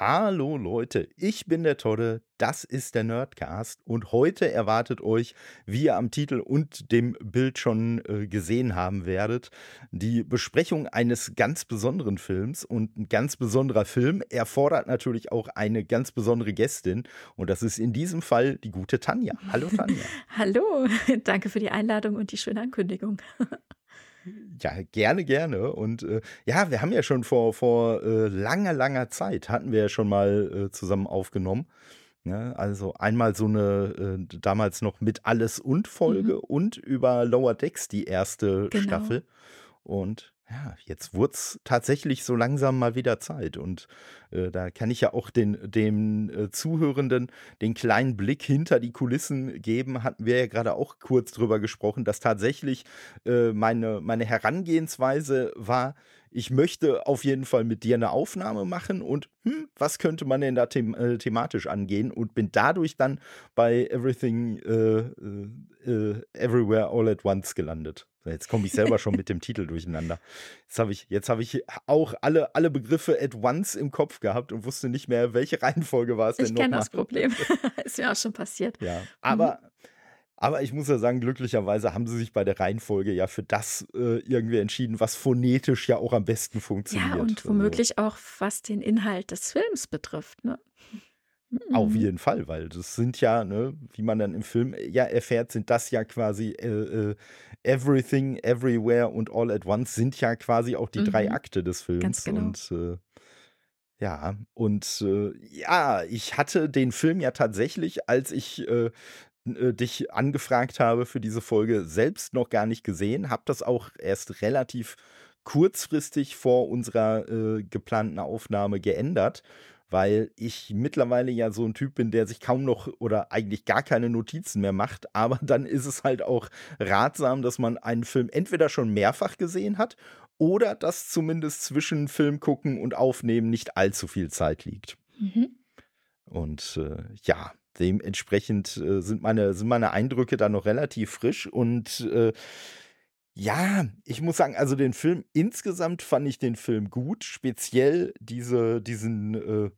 Hallo Leute, ich bin der Todde, das ist der Nerdcast und heute erwartet euch, wie ihr am Titel und dem Bild schon gesehen haben werdet, die Besprechung eines ganz besonderen Films, und ein ganz besonderer Film erfordert natürlich auch eine ganz besondere Gästin, und das ist in diesem Fall die gute Tanja. Hallo Tanja. Hallo, danke für die Einladung und die schöne Ankündigung. Ja, gerne, gerne. Und ja, wir haben ja schon vor langer, langer Zeit hatten wir ja schon mal zusammen aufgenommen. Ne? Also einmal so eine damals noch mit Alles und Mhm, Folge und über Lower Decks die erste genau. Staffel. Und ja, jetzt wurde es tatsächlich so langsam mal wieder Zeit. Und da kann ich ja auch den Zuhörenden den kleinen Blick hinter die Kulissen geben. Hatten wir ja gerade auch kurz drüber gesprochen, dass tatsächlich meine Herangehensweise war, ich möchte auf jeden Fall mit dir eine Aufnahme machen und was könnte man denn da thematisch angehen, und bin dadurch dann bei Everything Everywhere All at Once gelandet. Jetzt komme ich selber schon mit dem Titel durcheinander. Jetzt habe ich auch alle Begriffe at once im Kopf gehabt und wusste nicht mehr, welche Reihenfolge war es denn Ich kenne nochmal. das Problem. Ist mir auch schon passiert. Ja, Mhm. aber ich muss ja sagen, glücklicherweise haben sie sich bei der Reihenfolge ja für das irgendwie entschieden, was phonetisch ja auch am besten Ja, funktioniert. und Also womöglich auch, was den Inhalt des Films betrifft, ne? auf Mhm. jeden Fall, weil das sind ja, ne, wie man dann im Film ja erfährt, sind das ja quasi Everything, Everywhere und All at Once sind ja quasi auch die drei Mhm. Akte des Ganz Films. genau. Und ja, und ja, ich hatte den Film ja tatsächlich, als ich dich angefragt habe für diese Folge, selbst noch gar nicht gesehen, habe das auch erst relativ kurzfristig vor unserer geplanten Aufnahme geändert, weil ich mittlerweile ja so ein Typ bin, der sich kaum noch oder eigentlich gar keine Notizen mehr macht. Aber dann ist es halt auch ratsam, dass man einen Film entweder schon mehrfach gesehen hat oder dass zumindest zwischen Film gucken und Aufnehmen nicht allzu viel Zeit liegt. Mhm. Und ja, dementsprechend sind meine Eindrücke da noch relativ frisch. Und ja, ich muss sagen, also den Film insgesamt fand ich den Film gut, speziell diesen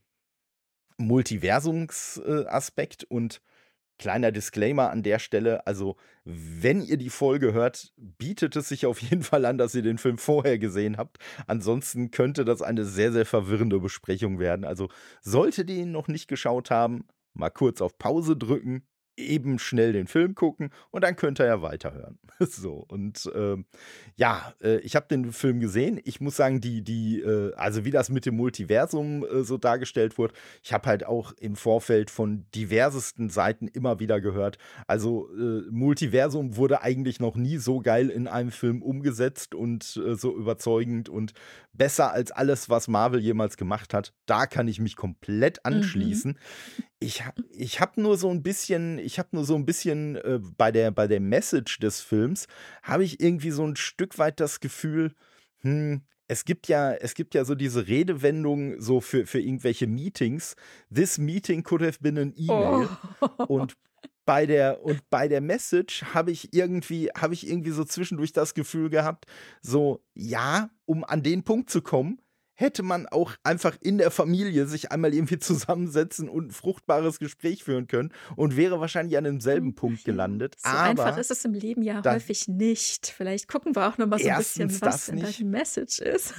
Multiversumsaspekt. Und kleiner Disclaimer an der Stelle, also wenn ihr die Folge hört, bietet es sich auf jeden Fall an, dass ihr den Film vorher gesehen habt. Ansonsten könnte das eine sehr, sehr verwirrende Besprechung werden. Also solltet ihr ihn noch nicht geschaut haben, mal kurz auf Pause drücken, eben schnell den Film gucken und dann könnt ihr ja weiterhören. So, und ja, ich habe den Film gesehen. Ich muss sagen, also wie das mit dem Multiversum so dargestellt wurde, ich habe halt auch im Vorfeld von diversesten Seiten immer wieder gehört, also Multiversum wurde eigentlich noch nie so geil in einem Film umgesetzt und so überzeugend und besser als alles, was Marvel jemals gemacht hat. Da kann ich mich komplett Mhm. anschließen. Ich habe nur so ein bisschen bei der Message des Films habe ich irgendwie so ein Stück weit das Gefühl, es gibt ja so diese Redewendung so für irgendwelche Meetings. This meeting could have been an email. Oh. Und bei der Message habe ich irgendwie so zwischendurch das Gefühl gehabt, so, ja, um an den Punkt zu kommen, hätte man auch einfach in der Familie sich einmal irgendwie zusammensetzen und ein fruchtbares Gespräch führen können und wäre wahrscheinlich an demselben Punkt Ja, gelandet. so einfach Aber ist es im Leben ja da häufig nicht. Vielleicht gucken wir auch noch mal so 'n bisschen, erstens was das denn da die nicht. Message ist.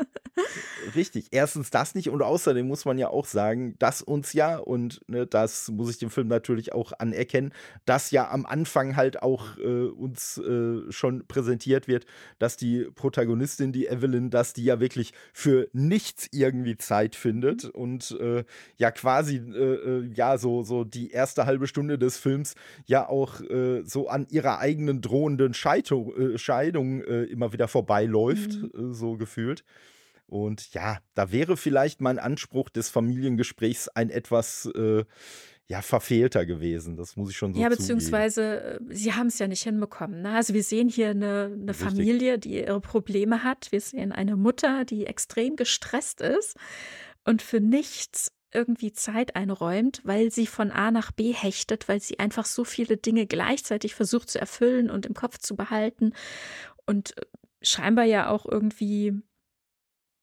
Richtig. Erstens das nicht, und außerdem muss man ja auch sagen, dass uns ja, und ne, das muss ich dem Film natürlich auch anerkennen, dass ja am Anfang halt auch uns schon präsentiert wird, dass die Protagonistin, die Evelyn, dass die ja wirklich für nichts irgendwie Zeit findet und ja quasi ja so die erste halbe Stunde des Films ja auch so an ihrer eigenen drohenden Scheidung immer wieder vorbeiläuft, Mhm. so gefühlt. Und ja, da wäre vielleicht mein Anspruch des Familiengesprächs ein etwas, ja, verfehlter gewesen. Das muss ich schon so Ja, zugeben. beziehungsweise, sie haben's ja nicht hinbekommen, ne? Also, wir sehen hier 'ne Richtig. Familie, die ihre Probleme hat. Wir sehen eine Mutter, die extrem gestresst ist und für nichts irgendwie Zeit einräumt, weil sie von A nach B hechtet, weil sie einfach so viele Dinge gleichzeitig versucht zu erfüllen und im Kopf zu behalten und, scheinbar ja auch irgendwie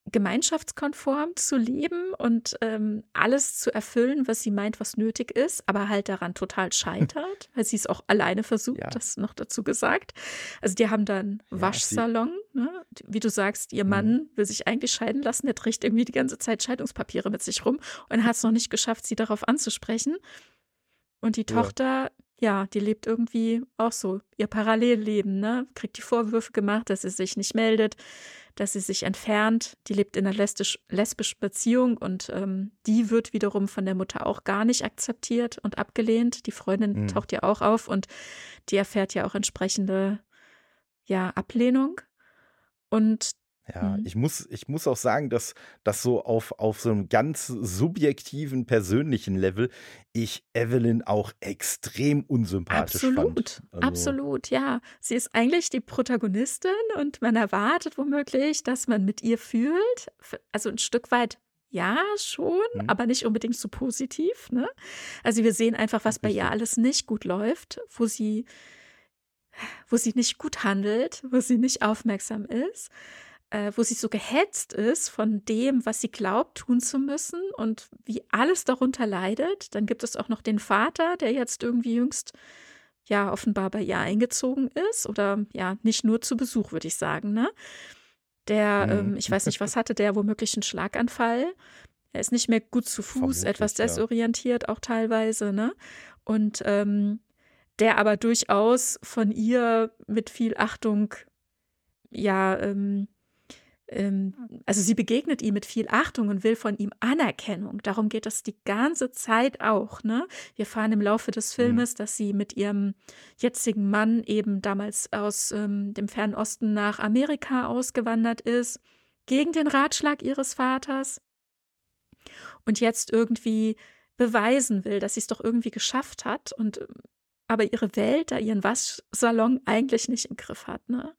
gemeinschaftskonform zu leben und, alles zu erfüllen, was sie meint, was nötig ist, aber halt daran total scheitert, weil sie es auch alleine versucht, Ja, das noch dazu gesagt. Also, die haben dann ja, sie Waschsalon, ne? Wie du sagst, ihr mhm, Mann will sich eigentlich scheiden lassen, der trägt irgendwie die ganze Zeit Scheidungspapiere mit sich rum und hat es noch nicht geschafft, sie darauf anzusprechen. Und die ja, Tochter, ja, die lebt irgendwie auch so ihr Parallelleben, ne? Kriegt die Vorwürfe gemacht, dass sie sich nicht meldet, dass sie sich entfernt. Die lebt in einer lesbischen Beziehung und die wird wiederum von der Mutter auch gar nicht akzeptiert und abgelehnt. Die Freundin mhm. taucht ja auch auf und die erfährt ja auch entsprechende, ja, Ablehnung. Und Ja, mhm, ich muss auch sagen, dass das so auf so einem ganz subjektiven, persönlichen Level ich Evelyn auch extrem unsympathisch fand. absolut, Also, absolut, ja. Sie ist eigentlich die Protagonistin und man erwartet womöglich, dass man mit ihr fühlt. Also ein Stück weit ja schon, mhm, aber nicht unbedingt so positiv, ne? Also wir sehen einfach, was bei ihr richtig. alles nicht gut läuft, wo sie nicht gut handelt, wo sie nicht aufmerksam ist, wo sie so gehetzt ist von dem, was sie glaubt, tun zu müssen und wie alles darunter leidet. Dann gibt es auch noch den Vater, der jetzt irgendwie jüngst ja offenbar bei ihr eingezogen ist oder ja nicht nur zu Besuch, würde ich sagen, ne? Der, Mhm. ich weiß nicht, was hatte der, womöglich einen Schlaganfall. Er ist nicht mehr gut zu Fuß, etwas Vermutlich, ja. desorientiert auch teilweise, ne? Und der aber durchaus von ihr mit viel Achtung, ja, also sie begegnet ihm mit viel Achtung und will von ihm Anerkennung. Darum geht es die ganze Zeit auch, ne? Wir erfahren im Laufe des Mhm. Filmes, dass sie mit ihrem jetzigen Mann eben damals aus dem Fernen Osten nach Amerika ausgewandert ist, gegen den Ratschlag ihres Vaters und jetzt irgendwie beweisen will, dass sie es doch irgendwie geschafft hat und aber ihre Welt, da ihren Waschsalon eigentlich nicht im Griff hat, ne?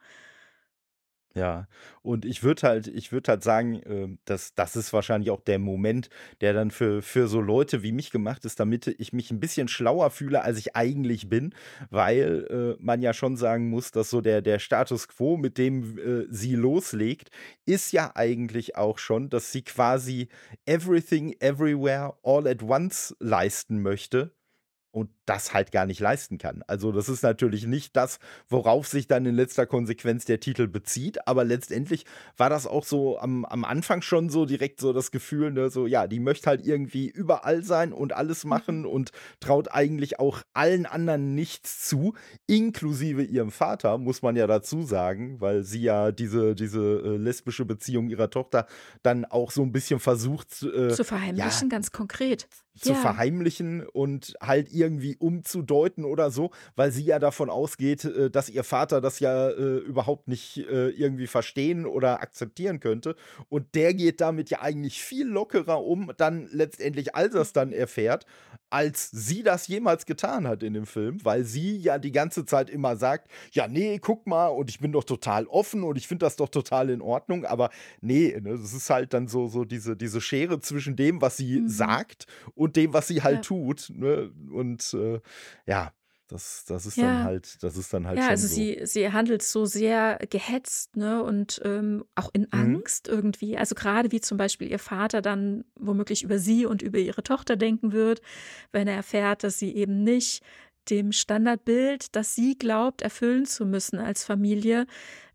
Ja, und ich würde halt sagen, das ist wahrscheinlich auch der Moment, der dann für so Leute wie mich gemacht ist, damit ich mich ein bisschen schlauer fühle, als ich eigentlich bin, weil, man ja schon sagen muss, dass so der Status quo, mit dem, sie loslegt, ist ja eigentlich auch schon, dass sie quasi Everything Everywhere All at Once leisten möchte und das halt gar nicht leisten kann. Also, das ist natürlich nicht das, worauf sich dann in letzter Konsequenz der Titel bezieht, aber letztendlich war das auch so am Anfang schon so direkt so das Gefühl, ne, so, ja, die möchte halt irgendwie überall sein und alles Mhm. machen und traut eigentlich auch allen anderen nichts zu, inklusive ihrem Vater, muss man ja dazu sagen, weil sie ja diese lesbische Beziehung ihrer Tochter dann auch so ein bisschen versucht, Zu ja, verheimlichen, ganz konkret. zu Ja. verheimlichen und halt irgendwie umzudeuten oder so, weil sie ja davon ausgeht, dass ihr Vater das ja, überhaupt nicht, irgendwie verstehen oder akzeptieren könnte. Und der geht damit ja eigentlich viel lockerer um, dann letztendlich, als er's dann Mhm. erfährt, als sie das jemals getan hat in dem Film, weil sie ja die ganze Zeit immer sagt: „Ja, nee, guck mal und ich bin doch total offen und ich finde das doch total in Ordnung.“ Aber nee, ne, das ist halt dann so diese Schere zwischen dem, was sie Mhm. sagt und dem, was sie halt Ja. tut, ne? Und, ja, das ist dann Ja. halt das ist dann halt Ja, schon also so. sie handelt so sehr gehetzt, ne, und, auch in Mhm. Angst irgendwie. Also, gerade wie zum Beispiel ihr Vater dann womöglich über sie und über ihre Tochter denken wird, wenn er erfährt, dass sie eben nicht dem Standardbild, das sie glaubt, erfüllen zu müssen als Familie,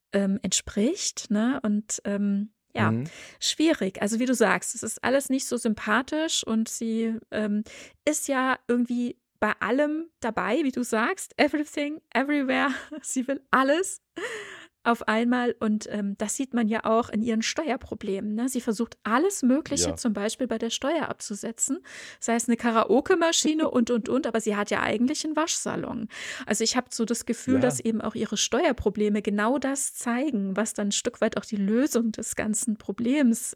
entspricht, ne? Und, ja, Mhm. schwierig. Also, wie du sagst, es ist alles nicht so sympathisch und sie, ist ja irgendwie bei allem dabei, wie du sagst, everything, everywhere. Sie will alles auf einmal und, das sieht man ja auch in ihren Steuerproblemen, ne? Sie versucht alles Mögliche Ja. zum Beispiel bei der Steuer abzusetzen, sei es eine Karaokemaschine und, aber sie hat ja eigentlich einen Waschsalon. Also, ich habe so das Gefühl, dass Ja. eben auch ihre Steuerprobleme genau das zeigen, was dann 'n Stück weit auch die Lösung des ganzen Problems,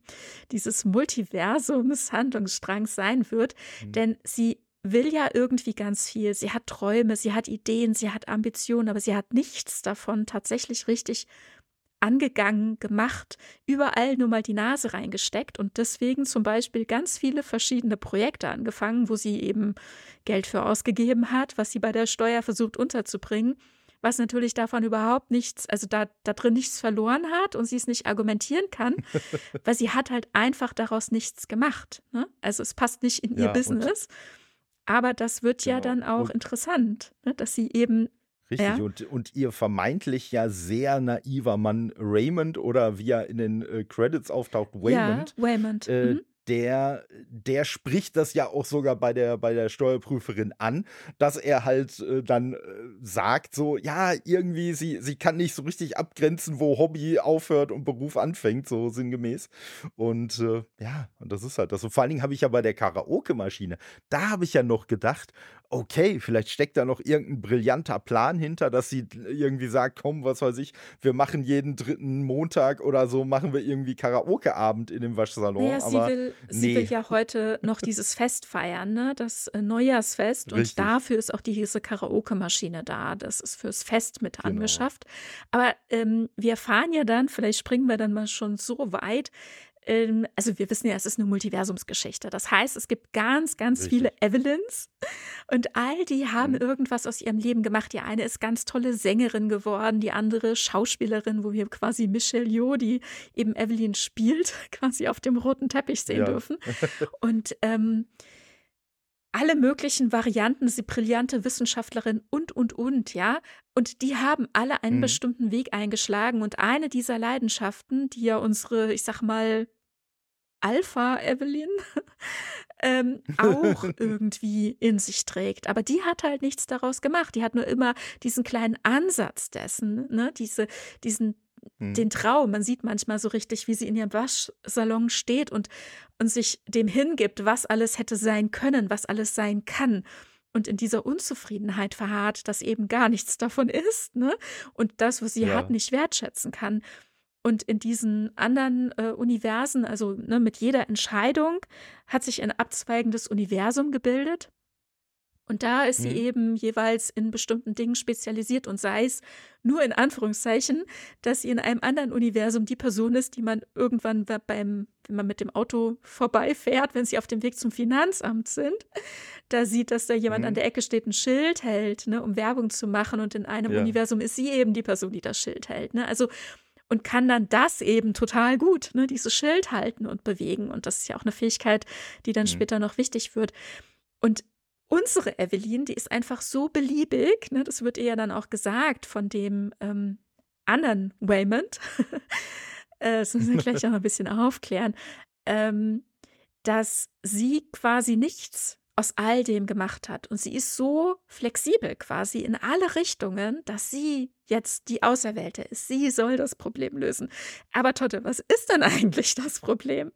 dieses Multiversums, Handlungsstrangs sein wird. Mhm. Denn sie will ja irgendwie ganz viel. Sie hat Träume, sie hat Ideen, sie hat Ambitionen, aber sie hat nichts davon tatsächlich richtig angegangen, gemacht, überall nur mal die Nase reingesteckt und deswegen zum Beispiel ganz viele verschiedene Projekte angefangen, wo sie eben Geld für ausgegeben hat, was sie bei der Steuer versucht unterzubringen, was natürlich davon überhaupt nichts, also da drin nichts verloren hat und sie es nicht argumentieren kann, weil sie hat halt einfach daraus nichts gemacht, ne? Also, es passt nicht in ihr Ja, und Business, aber das wird ja genau. dann auch Und interessant, ne, dass sie eben richtig, ja, und ihr vermeintlich ja sehr naiver Mann Raymond oder wie er in den, Credits auftaucht, ja, Waymond, Waymond, äh, mhm. der spricht das ja auch sogar bei der Steuerprüferin an, dass er halt, dann, sagt so: „Ja, irgendwie sie kann nicht so richtig abgrenzen, wo Hobby aufhört und Beruf anfängt“, so sinngemäß. Und, ja, und das ist halt das. Und vor allen Dingen habe ich ja bei der Karaoke-Maschine, da habe ich ja noch gedacht: „Okay, vielleicht steckt da noch irgendein brillanter Plan hinter, dass sie irgendwie sagt: ‚Komm, was weiß ich, wir machen jeden dritten Montag oder so machen wir irgendwie Karaoke-Abend in dem Na ja, Waschsalon.‘“ sie Aber will sie will nee, ja heute noch dieses Fest feiern, ne, das, Neujahrsfest und richtig, dafür ist auch diese Karaoke-Maschine da. Das ist fürs Fest mit genau. angeschafft. Aber, wir erfahren ja dann, vielleicht springen wir dann mal schon so weit, also wir wissen ja, es ist 'ne Multiversumsgeschichte. Das heißt, es gibt ganz, ganz viele Richtig. Evelyns und all die haben Mhm. irgendwas aus ihrem Leben gemacht. Die eine ist ganz tolle Sängerin geworden, die andere Schauspielerin, wo wir quasi Michelle Yeoh, die eben Evelyn spielt, quasi auf dem roten Teppich sehen Ja. dürfen. Und, alle möglichen Varianten, sie brillante Wissenschaftlerin und, ja? Und die haben alle einen Mhm. bestimmten Weg eingeschlagen und eine dieser Leidenschaften, die ja unsere, ich sage mal, Alpha Evelyn auch irgendwie in sich trägt. Aber die hat halt nichts daraus gemacht. Die hat nur immer diesen kleinen Ansatz dessen, ne? Diesen Mhm. den Traum. Man sieht manchmal so richtig, wie sie in ihrem Waschsalon steht und sich dem hingibt, was alles hätte sein können, was alles sein kann. Und in dieser Unzufriedenheit verharrt, dass eben gar nichts davon ist, ne? Und das, was sie hat, Ja. nicht wertschätzen kann. Und in diesen anderen, Universen, also, ne, mit jeder Entscheidung hat sich ein abzweigendes Universum gebildet. Und da ist sie Mhm. eben jeweils in bestimmten Dingen spezialisiert und sei es nur in Anführungszeichen, dass sie in einem anderen Universum die Person ist, die man irgendwann wenn man mit dem Auto vorbeifährt, wenn sie auf dem Weg zum Finanzamt sind, da sieht, dass da jemand an Mhm. der Ecke steht, ein Schild hält, ne, um Werbung zu machen und in einem Ja. Universum ist sie eben die Person, die das Schild hält, ne? Also und kann dann das eben total gut, ne, dieses Schild halten und bewegen. Und das ist ja auch eine Fähigkeit, die dann Mhm. später noch wichtig wird. Und unsere Evelyn, die ist einfach so beliebig, ne, das wird ihr ja dann auch gesagt von dem, anderen Waymond, das müssen wir gleich noch ein bisschen aufklären, ähm, dass sie quasi nichts aus all dem gemacht hat. Und sie ist so flexibel quasi in alle Richtungen, dass sie jetzt die Auserwählte ist. Sie soll das Problem lösen. Aber Totte, was ist denn eigentlich das Problem?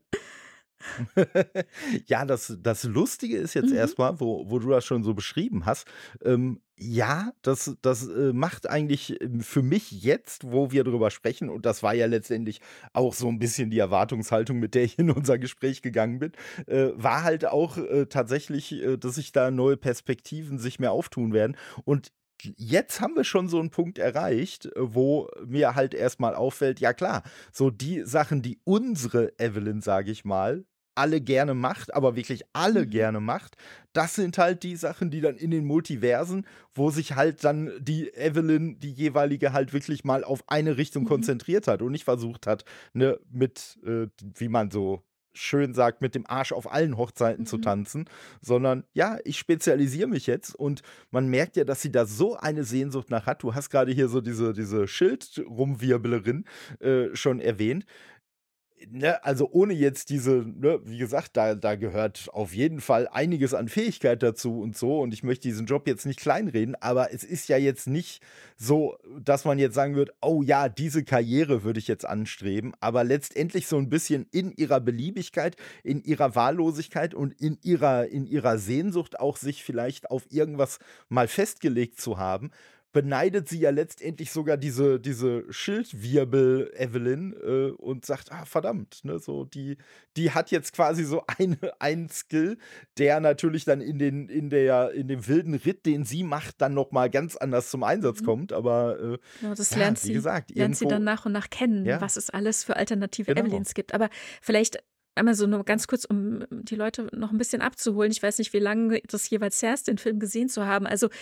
Ja, das Lustige ist jetzt Mhm, erstmal, wo du das schon so beschrieben hast, ja, das, macht eigentlich, für mich jetzt, wo wir drüber sprechen und das war ja letztendlich auch so ein bisschen die Erwartungshaltung, mit der ich in unser Gespräch gegangen bin, war halt auch, tatsächlich, dass sich da neue Perspektiven sich mir auftun werden. Und jetzt haben wir schon so einen Punkt erreicht, wo mir halt erstmal auffällt, ja klar, so die Sachen, die unsere Evelyn, sage ich mal, alle gerne macht, aber wirklich alle mhm, gerne macht. Das sind halt die Sachen, die dann in den Multiversen, wo sich halt dann die Evelyn, die jeweilige, halt wirklich mal auf eine Richtung mhm, konzentriert hat und nicht versucht hat, ne, mit, wie man so schön sagt, mit dem Arsch auf allen Hochzeiten zu mhm, tanzen, sondern ja, ich spezialisiere mich jetzt und man merkt ja, dass sie da so eine Sehnsucht nach hat. Du hast gerade hier so diese Schildrumwirbelerin, schon erwähnt. Ne, also ohne jetzt diese, ne, wie gesagt, da gehört auf jeden Fall einiges an Fähigkeit dazu und so und ich möchte diesen Job jetzt nicht kleinreden, aber es ist ja jetzt nicht so, dass man jetzt sagen würde: „Oh ja, diese Karriere würde ich jetzt anstreben“, aber letztendlich so ein bisschen in ihrer Beliebigkeit, in ihrer Wahllosigkeit und in ihrer Sehnsucht auch sich vielleicht auf irgendwas mal festgelegt zu haben, beneidet sie ja letztendlich sogar diese Schildwirbel-Evelyn, und sagt: „Ah, verdammt“, ne, so die hat jetzt quasi so einen Skill, der natürlich dann in dem wilden Ritt, den sie macht, dann noch mal ganz anders zum Einsatz mhm. kommt. Aber, Genau, das ja, wie gesagt, lernt sie dann irgendwo nach und nach kennen, ja, was es alles für alternative genau. Evelyns gibt. Aber vielleicht einmal so nur ganz kurz, um die Leute noch ein bisschen abzuholen. Ich weiß nicht, wie lange das jeweils her ist, den Film gesehen zu haben. Also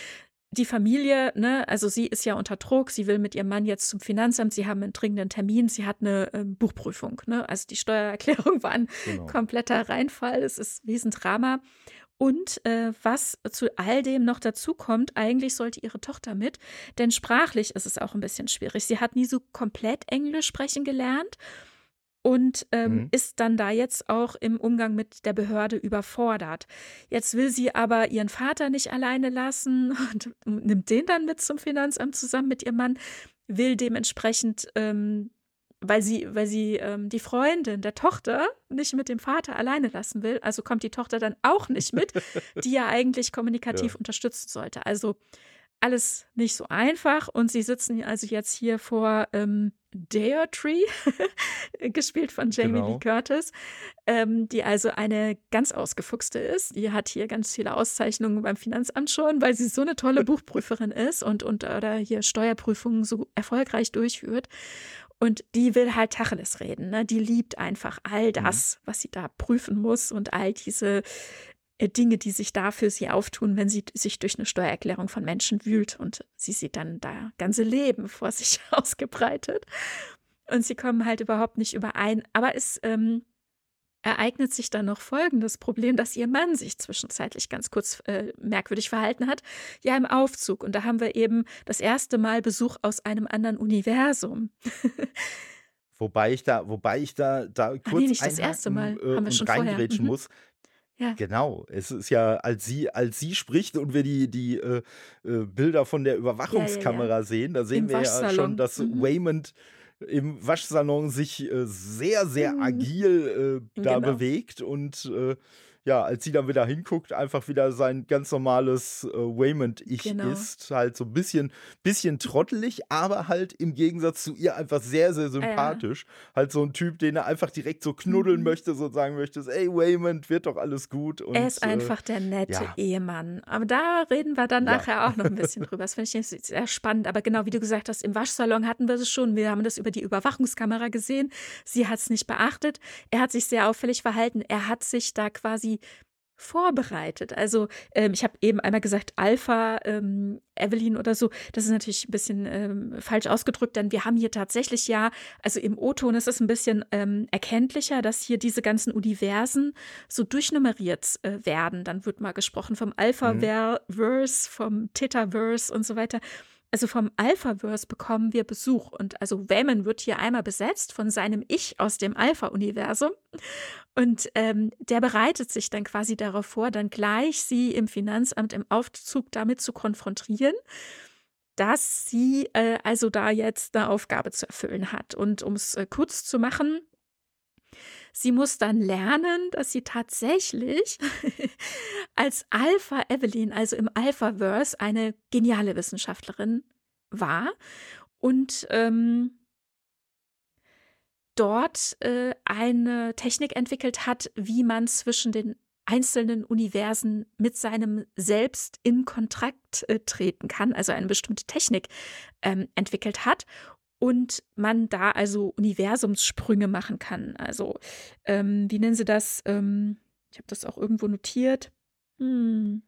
die Familie, ne, also sie ist ja unter Druck, sie will mit ihrem Mann jetzt zum Finanzamt, sie haben einen dringenden Termin, sie hat eine Buchprüfung, ne? Also die Steuererklärung war ein Genau. kompletter Reinfall, es ist Riesendrama. Und was zu all dem noch dazu kommt, eigentlich sollte ihre Tochter mit, denn sprachlich ist es auch ein bisschen schwierig. Sie hat nie so komplett Englisch sprechen gelernt und Mhm. ist dann da jetzt auch im Umgang mit der Behörde überfordert. Jetzt will sie aber ihren Vater nicht alleine lassen und nimmt den dann mit zum Finanzamt zusammen mit ihrem Mann, will dementsprechend, weil sie die Freundin der Tochter nicht mit dem Vater alleine lassen will, also kommt die Tochter dann auch nicht mit, die ja eigentlich kommunikativ Ja. unterstützen sollte. Also alles nicht so einfach und sie sitzen also jetzt hier vor Dare gespielt von Jamie Lee Genau. Curtis, die also eine ganz ausgefuchste ist. Die hat hier ganz viele Auszeichnungen beim Finanzamt schon, weil sie so eine tolle Buchprüferin ist und oder hier Steuerprüfungen so erfolgreich durchführt. Und die will halt Tacheles reden, ne? Die liebt einfach all Mhm. das, was sie da prüfen muss und all diese Dinge, die sich da für sie auftun, wenn sie sich durch eine Steuererklärung von Menschen wühlt und sie sieht dann da ganze Leben vor sich ausgebreitet. Und sie kommen halt überhaupt nicht überein. Aber es ereignet sich dann noch folgendes Problem, dass ihr Mann sich zwischenzeitlich ganz kurz merkwürdig verhalten hat, ja im Aufzug. Und da haben wir eben das erste Mal Besuch aus einem anderen Universum. Wobei ich da Ach nee, kurz nicht das erste einhaken, Mal, haben wir und schon vorher. reingrätschen Mhm. muss. Ja, Genau, es ist ja, als sie spricht und wir die Bilder von der ja, ja, ja. Überwachungskamera sehen, da sehen Im wir ja schon, Waschsalon. dass Mhm. Waymond im Waschsalon sich, sehr, sehr Mhm. agil, da Genau, bewegt und, ja, als sie dann wieder hinguckt, einfach wieder sein ganz normales, Waymond-Ich genau. ist. Halt so 'n bisschen trottelig, aber halt im Gegensatz zu ihr einfach sehr, sehr Ja. sympathisch. Halt so 'n Typ, den er einfach direkt so knuddeln Mhm. möchte, so sagen möchte: „Ey, Waymond, wird doch alles gut." Er Und, ist einfach der nette ja, Ehemann. Aber da reden wir dann ja. nachher auch noch ein bisschen drüber. Das finde ich jetzt sehr spannend. Aber genau, wie du gesagt hast, im Waschsalon hatten wir es schon. Wir haben das über die Überwachungskamera gesehen. Sie hat es nicht beachtet. Er hat sich sehr auffällig verhalten. Er hat sich da quasi vorbereitet. Also, ich habe eben einmal gesagt, Alpha, Evelyn oder so. Das ist natürlich ein bisschen, falsch ausgedrückt, denn wir haben hier tatsächlich ja also, im O-Ton ist es ein bisschen, erkenntlicher, dass hier diese ganzen Universen so durchnummeriert, werden. Dann wird mal gesprochen vom Mhm. Verse, vom Thetaverse und so weiter. Also, vom Alphaverse bekommen wir Besuch und also, Wayman wird hier einmal besetzt von seinem Ich aus dem Alpha-Universum und, der bereitet sich dann quasi darauf vor, dann gleich sie im Finanzamt im Aufzug damit zu konfrontieren, dass sie, also da jetzt eine Aufgabe zu erfüllen hat. Und um's, kurz zu machen, sie muss dann lernen, dass sie tatsächlich als Alpha Evelyn, also im Alphaverse, eine geniale Wissenschaftlerin war und, dort, eine Technik entwickelt hat, wie man zwischen den einzelnen Universen mit seinem Selbst in Kontakt, treten kann, also eine bestimmte Technik, entwickelt hat und man da also Universumssprünge machen kann. Also, wie nennen sie das? Ich habe das auch irgendwo notiert. Hm,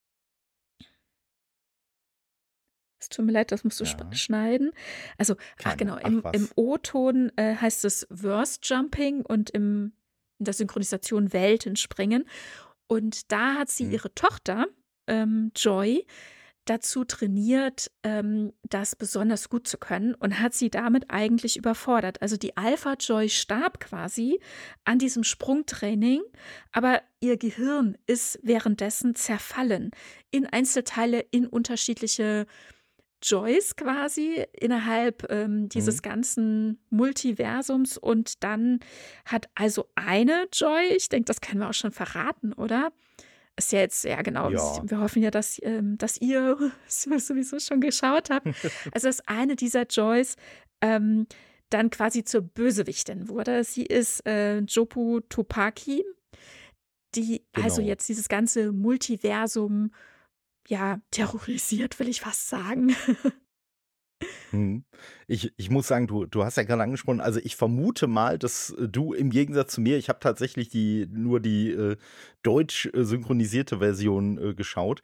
es tut mir leid, das musst du Ja, schneiden. Also, ach keine genau, ach im was. O-Ton, heißt es Verse Jumping und in der Synchronisation Welten springen. Und da hat sie Mhm. ihre Tochter, Joy, dazu trainiert, das besonders gut zu können und hat sie damit eigentlich überfordert. Also, die Alpha Joy starb quasi an diesem Sprungtraining, aber ihr Gehirn ist währenddessen zerfallen in Einzelteile, in unterschiedliche Joys quasi innerhalb, Mhm. dieses ganzen Multiversums und dann hat also eine Joy ich denke, das können wir auch schon verraten, oder? Ist ja jetzt ja genau, Ja. wir hoffen ja, dass ihr sowieso schon geschaut habt. Also, dass eine dieser Joys, ähm, dann quasi zur Bösewichtin wurde. Sie ist, Jopu Topaki, die also Genau. jetzt dieses ganze Multiversum, ja, terrorisiert, will ich fast sagen. Mhm. Ich muss sagen, du hast ja gerade angesprochen, also, ich vermute mal, dass, du im Gegensatz zu mir, ich habe tatsächlich nur die, deutsch, synchronisierte Version, geschaut.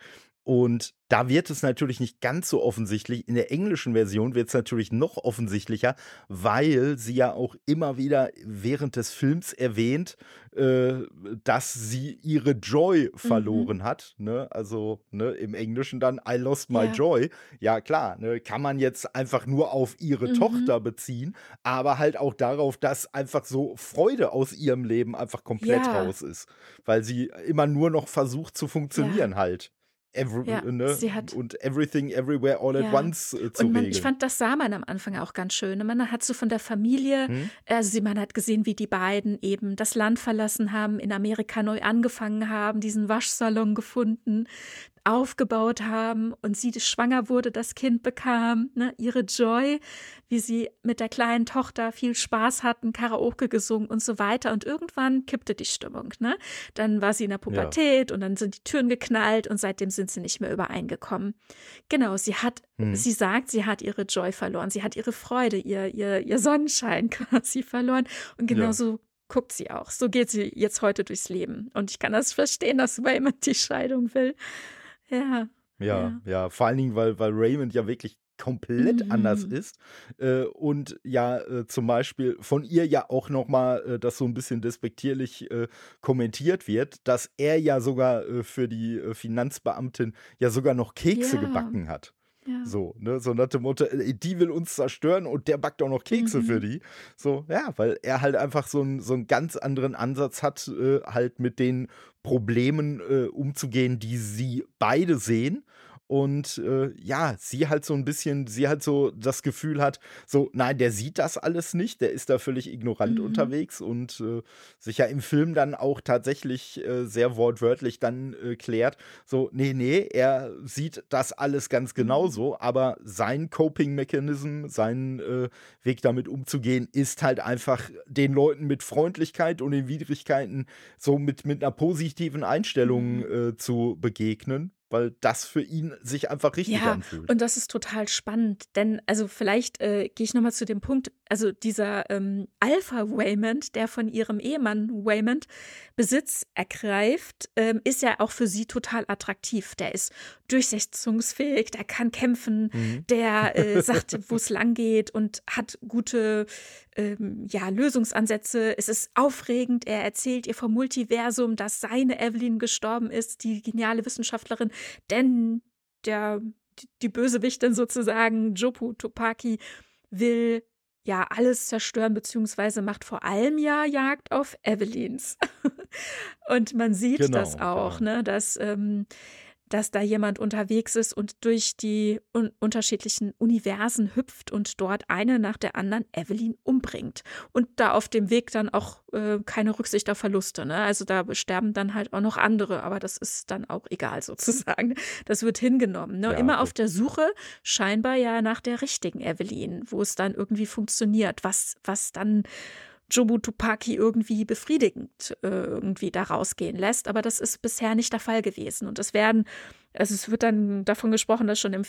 Und da wird es natürlich nicht ganz so offensichtlich. In der englischen Version wird es natürlich noch offensichtlicher, weil sie ja auch immer wieder während des Films erwähnt, äh, dass sie ihre Joy Mhm. verloren hat. Ne? Also ne, im Englischen dann I lost my Ja. joy. Ja klar, ne, kann man jetzt einfach nur auf ihre Mhm. Tochter beziehen, aber halt auch darauf, dass einfach so Freude aus ihrem Leben einfach komplett Ja, raus ist, weil sie immer nur noch versucht zu ja, funktionieren halt. ja. Ne? Sie hat Und Everything Everywhere All at Ja, Once, zu und ich regeln. fand, das sah man am Anfang auch ganz schön, ne? Man hat so von der Familie, Mhm. man hat gesehen, wie die beiden eben das Land verlassen haben, in Amerika neu angefangen haben, diesen Waschsalon gefunden, aufgebaut haben und sie schwanger wurde, das Kind bekam, ne? Ihre Joy, wie sie mit der kleinen Tochter viel Spaß hatten, Karaoke gesungen und so weiter. Und irgendwann kippte die Stimmung, ne? Dann war sie in der Ja. Pubertät und dann sind die Türen geknallt und seitdem sind sie nicht mehr übereingekommen. Genau, Mhm. sie sagt, sie hat ihre Joy verloren, sie hat ihre Freude, ihr Sonnenschein quasi verloren und Ja. genauso guckt sie auch. So geht sie jetzt heute durchs Leben und ich kann das verstehen, dass Raymond die Scheidung will. Ja, Ja, ja. ja. Vor allen Dingen, weil Raymond ja wirklich komplett anders Mhm. ist, und ja, zum Beispiel von ihr ja auch noch mal, das so ein bisschen despektierlich, kommentiert wird, dass er ja sogar, für die, Finanzbeamtin ja sogar noch Kekse Ja, gebacken hat. ja. So, ne, so nach dem Motto: Die will uns zerstören und der backt auch noch Kekse für Mhm. die.“ So, ja, weil er halt einfach so 'n ganz anderen Ansatz hat, halt mit den Problemen, umzugehen, die sie beide sehen. Und, ja, sie halt so das Gefühl hat, so: „Nein, der sieht das alles nicht, der ist da völlig ignorant Mhm. unterwegs“, und, sich ja im Film dann auch tatsächlich, sehr wortwörtlich dann, klärt, so: „Ne, er sieht das alles ganz Mhm. genauso, aber sein Coping Mechanism, sein, Weg damit umzugehen, ist halt einfach den Leuten mit Freundlichkeit und den Widrigkeiten so mit 'ner positiven Einstellung, Mhm. zu begegnen, weil das für ihn sich einfach richtig Ja, anfühlt.“ und das ist total spannend, denn also vielleicht, gehe ich noch mal zu dem Punkt, also dieser, Alpha Waymond, der von ihrem Ehemann Waymond Besitz ergreift, ist ja auch für sie total attraktiv. Der ist durchsetzungsfähig, der kann kämpfen, Mhm. der, sagt, wo es lang geht und hat gute, ja, Lösungsansätze. Es ist aufregend. Er erzählt ihr vom Multiversum, dass seine Evelyn gestorben ist, die geniale Wissenschaftlerin, denn der die Bösewichtin sozusagen, Jobu Tupaki, will ja alles zerstören, beziehungsweise macht vor allem ja Jagd auf Evelyns. Und man sieht das Genau, auch, genau. ne, dass da jemand unterwegs ist und durch die unterschiedlichen Universen hüpft und dort eine nach der anderen Evelyn umbringt. Und da auf dem Weg dann auch keine Rücksicht auf Verluste. Ne? Also da sterben dann halt auch noch andere, aber das ist dann auch egal sozusagen. Das wird hingenommen. Ne? Ja, Immer auf das der Suche scheinbar ja nach der richtigen Evelyn, wo es dann irgendwie funktioniert, was dann Jobu Tupaki irgendwie befriedigend, irgendwie da rausgehen lässt, aber das ist bisher nicht der Fall gewesen. Und es wird dann davon gesprochen, dass schon im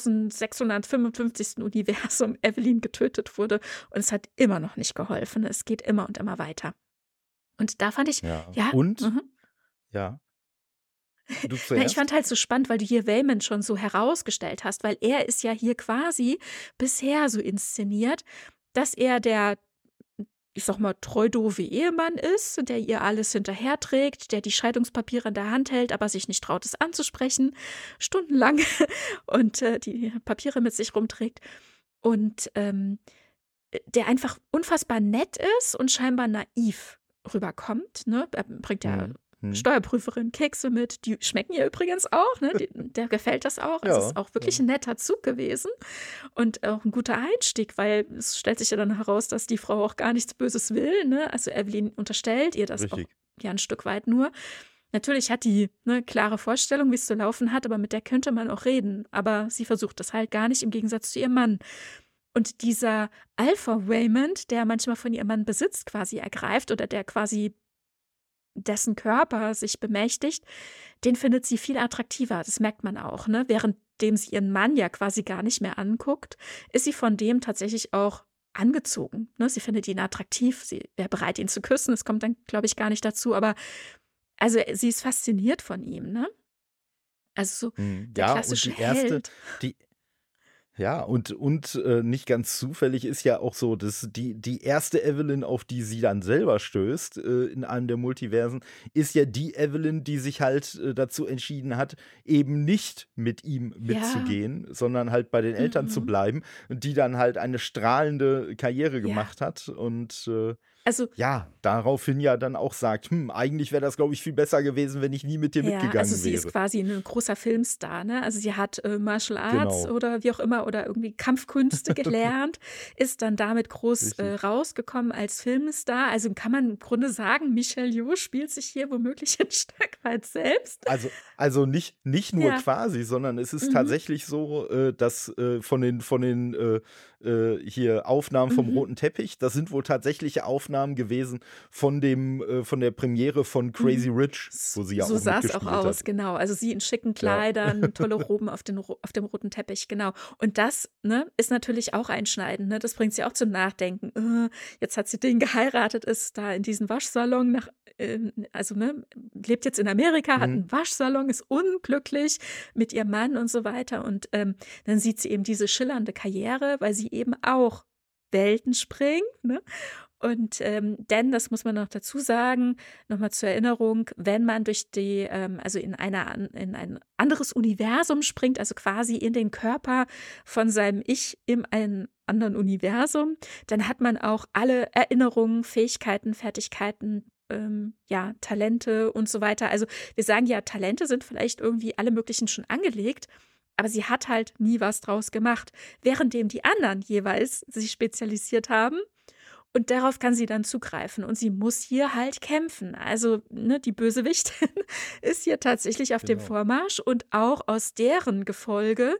4655. Universum Evelyn getötet wurde und es hat immer noch nicht geholfen. Es geht immer und immer weiter. Und da fand ich ja. ja, Und mhm. ja, du Na, ich zuerst? fand halt so spannend, weil du hier Wayman schon so herausgestellt hast, weil er ist ja hier quasi bisher so inszeniert, dass er der, ich sag mal, treu doofe Ehemann ist, der ihr alles hinterherträgt, der die Scheidungspapiere in der Hand hält, aber sich nicht traut, es anzusprechen, stundenlang und die Papiere mit sich rumträgt. Und der einfach unfassbar nett ist und scheinbar naiv rüberkommt. Ne? Er bringt ja Mhm. Mhm. Steuerprüferin Kekse mit, die schmecken ihr übrigens auch. Ne? Der gefällt das auch. Also es Ja, ist auch wirklich ja, ein netter Zug gewesen und auch ein guter Einstieg, weil es stellt sich ja dann heraus, dass die Frau auch gar nichts Böses will. Ne? Also Evelyn unterstellt ihr das auch richtig. ja ein Stück weit nur. Natürlich hat die eine klare Vorstellung, wie es zu laufen hat, aber mit der könnte man auch reden. Aber sie versucht das halt gar nicht, im Gegensatz zu ihrem Mann. Und dieser Alpha Raymond, der manchmal von ihrem Mann Besitz quasi ergreift oder der quasi dessen Körper sich bemächtigt, den findet sie viel attraktiver. Das merkt man auch, ne? Währenddem sie ihren Mann ja quasi gar nicht mehr anguckt, ist sie von dem tatsächlich auch angezogen. Ne? Sie findet ihn attraktiv, sie wäre bereit, ihn zu küssen. Es kommt dann, glaube ich, gar nicht dazu, aber also sie ist fasziniert von ihm, ne? Also so der Ja, und klassische die erste, Held. die ja, nicht ganz zufällig ist ja auch so, dass die erste Evelyn, auf die sie dann selber stößt, in einem der Multiversen, ist ja die Evelyn, die sich halt, dazu entschieden hat, eben nicht mit ihm Ja, mitzugehen, sondern halt bei den Eltern zu mhm, bleiben und die dann halt eine strahlende Karriere ja. gemacht hat und, Also ja, daraufhin ja dann auch sagt: Eigentlich wäre das, glaube ich, viel besser gewesen, wenn ich nie mit dir ja, also mitgegangen sie ist wäre.“ quasi 'nen großer Filmstar, ne? Also, sie hat, Martial Arts Genau, oder wie auch immer oder irgendwie Kampfkünste gelernt, ist dann damit groß, richtig. rausgekommen als Filmstar. Also, kann man im Grunde sagen, Michelle Yeoh spielt sich hier womöglich 'n Stück weit selbst. Also nicht nur Ja, quasi, sondern es ist mhm, tatsächlich so, dass, hier Aufnahmen vom mhm. roten Teppich, das sind wohl tatsächliche Aufnahmen gewesen von der Premiere von Crazy Mhm. Rich, S wo sie ja so auch sah's auch mitgespielt aus, hat. genau. Also, sie in schicken Ja. Kleidern, tolle Roben auf dem roten Teppich, genau. Und das, ne, ist natürlich auch einschneidend, ne? Das bringt sie auch zum Nachdenken. Jetzt hat sie den geheiratet, ist da in diesen Waschsalon also, ne, lebt jetzt in Amerika, hat Mhm. 'n Waschsalon, ist unglücklich mit ihrem Mann und so weiter. Und, dann sieht sie eben diese schillernde Karriere, weil sie eben auch Welten springt, ne? Und, denn, das muss man noch dazu sagen, noch mal zur Erinnerung, wenn man durch die, also in ein anderes Universum springt, also quasi in den Körper von seinem Ich in einem anderen Universum, dann hat man auch alle Erinnerungen, Fähigkeiten, Fertigkeiten, ja, Talente und so weiter. Also, wir sagen ja, Talente sind vielleicht irgendwie alle möglichen schon angelegt, aber sie hat halt nie was draus gemacht, währenddem die anderen jeweils sich spezialisiert haben und darauf kann sie dann zugreifen und sie muss hier halt kämpfen. Also, ne, die Bösewichtin ist hier tatsächlich auf dem Genau. Vormarsch und auch aus deren Gefolge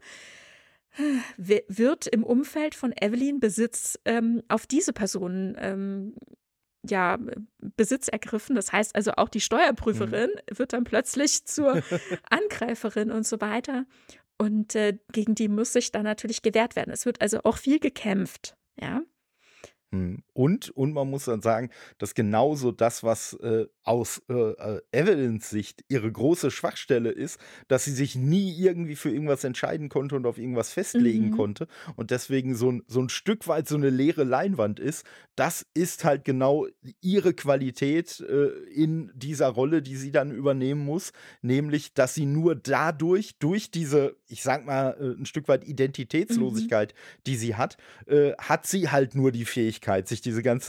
wird im Umfeld von Evelyn Besitz, auf diese Personen, ja, Besitz ergriffen. Das heißt also, auch die Mhm. Steuerprüferin wird dann plötzlich zur Angreiferin und so weiter. Und, gegen die muss sich dann natürlich gewehrt werden. Es wird also auch viel gekämpft, ja? Und man muss dann sagen, dass genauso das, was, aus, Evelyns Sicht ihre große Schwachstelle ist, dass sie sich nie irgendwie für irgendwas entscheiden konnte und auf irgendwas festlegen Mhm. konnte und deswegen so ein Stück weit so eine leere Leinwand ist. Das ist halt genau ihre Qualität, in dieser Rolle, die sie dann übernehmen muss, nämlich, dass sie nur dadurch, durch diese, ich sage mal, 'n Stück weit Mhm. Identitätslosigkeit, die sie hat sie halt nur die Fähigkeit, sich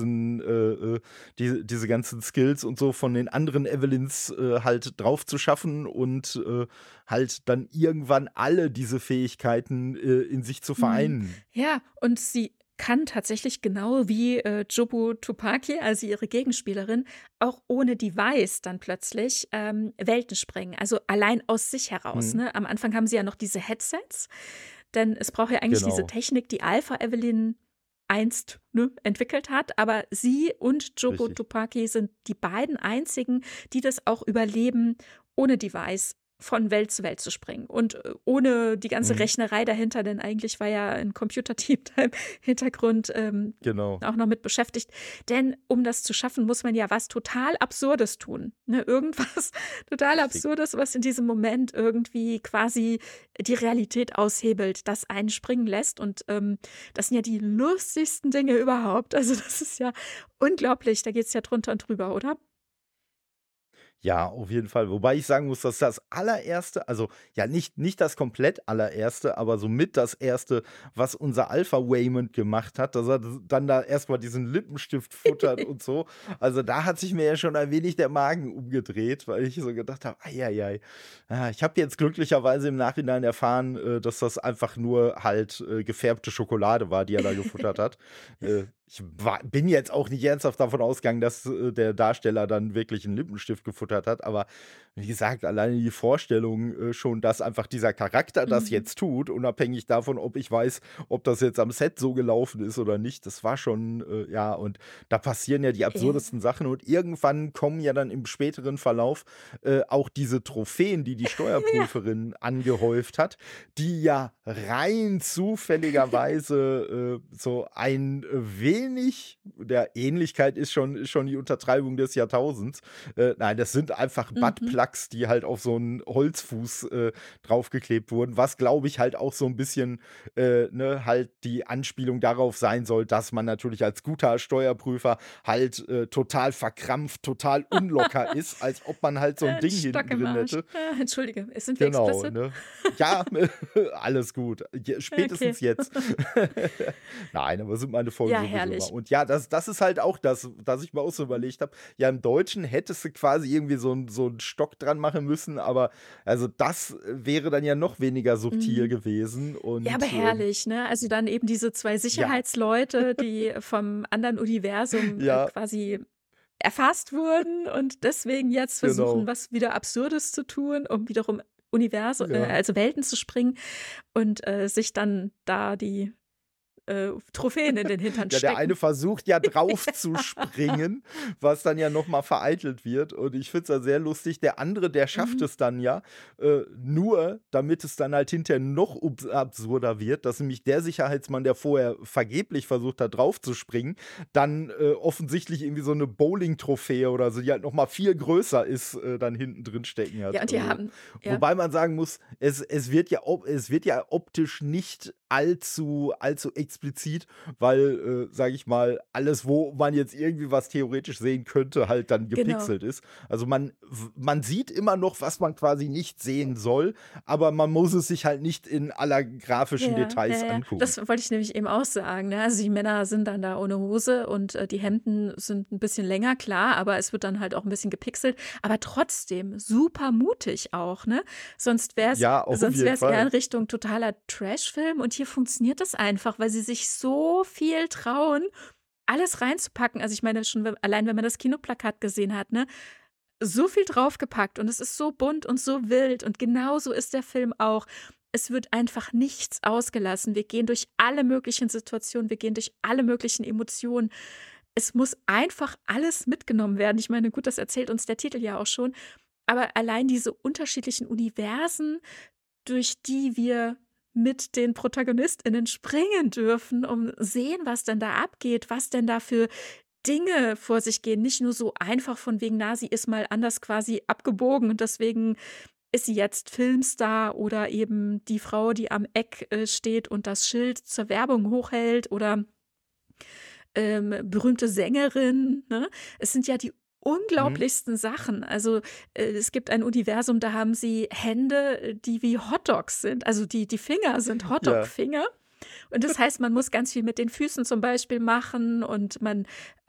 diese ganzen Skills und so von den anderen Evelyns, halt drauf zu schaffen und, halt dann irgendwann alle diese Fähigkeiten, in sich zu Mhm. vereinen. Ja, und sie kann tatsächlich genau wie, Jobu Tupaki, also ihre Gegenspielerin, auch ohne Device dann plötzlich, Welten sprengen, also allein aus sich heraus, Mhm, ne? Am Anfang haben sie ja noch diese Headsets, denn es braucht ja eigentlich diese genau, Technik, die Alpha Evelyn einst, ne, entwickelt hat, aber sie und Jobu richtig. Tupaki sind die beiden einzigen, die das auch überleben, ohne Device von Welt zu Welt zu springen und, ohne die ganze Mhm, Rechnerei dahinter, denn eigentlich war ja ein Computerteam da im Hintergrund, genau, auch noch mit beschäftigt. Denn um das zu schaffen, muss man ja was total Absurdes tun, ne? Irgendwas total richtig. Absurdes, was in diesem Moment irgendwie quasi die Realität aushebelt, das einen springen lässt und, das sind ja die lustigsten Dinge überhaupt. Also, das ist ja unglaublich, da geht's ja drunter und drüber, oder? Ja, auf jeden Fall. Wobei ich sagen muss, dass das allererste, also ja, nicht das komplett allererste, aber somit das erste, was unser Alpha Waymond gemacht hat, dass er dann da erstmal diesen Lippenstift futtert und so. Also da hat sich mir ja schon ein wenig der Magen umgedreht, weil ich so gedacht habe, ei, ei, ei. Ich habe jetzt glücklicherweise im Nachhinein erfahren, dass das einfach nur halt gefärbte Schokolade war, die er da gefuttert hat. Bin jetzt auch nicht ernsthaft davon ausgegangen, dass, der Darsteller dann wirklich 'n Lippenstift gefuttert hat, aber wie gesagt, alleine die Vorstellung, schon, dass einfach dieser Charakter das Mhm. jetzt tut, unabhängig davon, ob ich weiß, ob das jetzt am Set so gelaufen ist oder nicht, das war schon, ja, und da passieren ja die Ja. absurdesten Sachen und irgendwann kommen ja dann im späteren Verlauf, auch diese Trophäen, die die Ja. Steuerprüferin angehäuft hat, die ja rein zufälligerweise, so ein wenig, der Ähnlichkeit ist schon die Untertreibung des Jahrtausends. Nein, das sind einfach Mhm. Buttplugs, die halt auf so einen Holzfuß draufgeklebt wurden, was glaube ich halt auch so ein bisschen ne, halt die Anspielung darauf sein soll, dass man natürlich als guter Steuerprüfer halt total verkrampft, total unlocker ist, als ob man halt so ein Ding Stock hinten im drin Arsch. hätte. Entschuldige, sind wir Genau, explicit? ne? Ja, alles gut. Okay. Spätestens jetzt. Nein, aber sind meine Folgen Ja, sowieso immer. herrlich. Und ja, das ist halt auch das, dass ich mir auch so Mhm. überlegt habe, ja, im Deutschen hättest du quasi irgendwie so 'n Stock dran machen müssen, aber also das wäre dann ja noch weniger subtil Mhm. gewesen Ja, aber und, herrlich, ne? Also, dann eben diese 2 ja, Sicherheitsleute, die vom anderen Universum, ja, quasi erfasst wurden und deswegen jetzt versuchen, genau, was wieder Absurdes zu tun, um wiederum ja. also Welten zu springen und, sich dann da die, Trophäen in den Hintern Ja, der eine stecken. versucht ja drauf zu springen, was dann ja noch mal vereitelt wird und ich finde es ja sehr lustig. Der andere, der schafft Mhm. es dann ja, nur damit es dann halt hinterher noch absurder wird, dass nämlich der Sicherheitsmann, der vorher vergeblich versucht hat, drauf zu springen, dann, offensichtlich irgendwie so eine Bowling-Trophäe oder so, die halt noch mal viel größer ist, dann hinten drin stecken Ja, hat. und die Also, haben ja, wobei man sagen muss, es wird ja optisch nicht allzu explizit, weil, sage ich mal, alles, wo man jetzt irgendwie was theoretisch sehen könnte, halt dann genau. gepixelt ist. Also, man sieht immer noch, was man quasi nicht sehen soll, aber man muss es sich halt nicht in aller grafischen Ja, ja, Details ja. angucken. Das wollte ich nämlich eben auch sagen, ne? Also, die Männer sind dann da ohne Hose und, die Hemden sind ein bisschen länger, klar, aber es wird dann halt auch ein bisschen gepixelt, aber trotzdem super mutig auch, ne? Sonst wär's Ja, auf sonst jeden wär's eher in Fall. Richtung totaler Trashfilm und hier funktioniert das einfach, weil sie sich so viel trauen, alles reinzupacken. Also, ich meine schon, allein wenn man das Kinoplakat gesehen hat, ne? So viel draufgepackt und es ist so bunt und so wild und genauso ist der Film auch. Es wird einfach nichts ausgelassen. Wir gehen durch alle möglichen Situationen, wir gehen durch alle möglichen Emotionen. Es muss einfach alles mitgenommen werden. Ich meine, gut, das erzählt uns der Titel ja auch schon, aber allein diese unterschiedlichen Universen, durch die wir mit den ProtagonistInnen springen dürfen, um sehen, was denn da abgeht, was denn da für Dinge vor sich gehen. Nicht nur so einfach von wegen, na, sie ist mal anders quasi abgebogen und deswegen ist sie jetzt Filmstar oder eben die Frau, die am Eck, steht und das Schild zur Werbung hochhält oder, berühmte Sängerin, ne? Es sind ja die Mhm. unglaublichsten Sachen. Also, es gibt ein Universum, da haben sie Hände, die wie Hotdogs sind. Also, die Finger sind Ja, Hotdog-Finger. Und das heißt, man muss ganz viel mit den Füßen zum Beispiel machen und man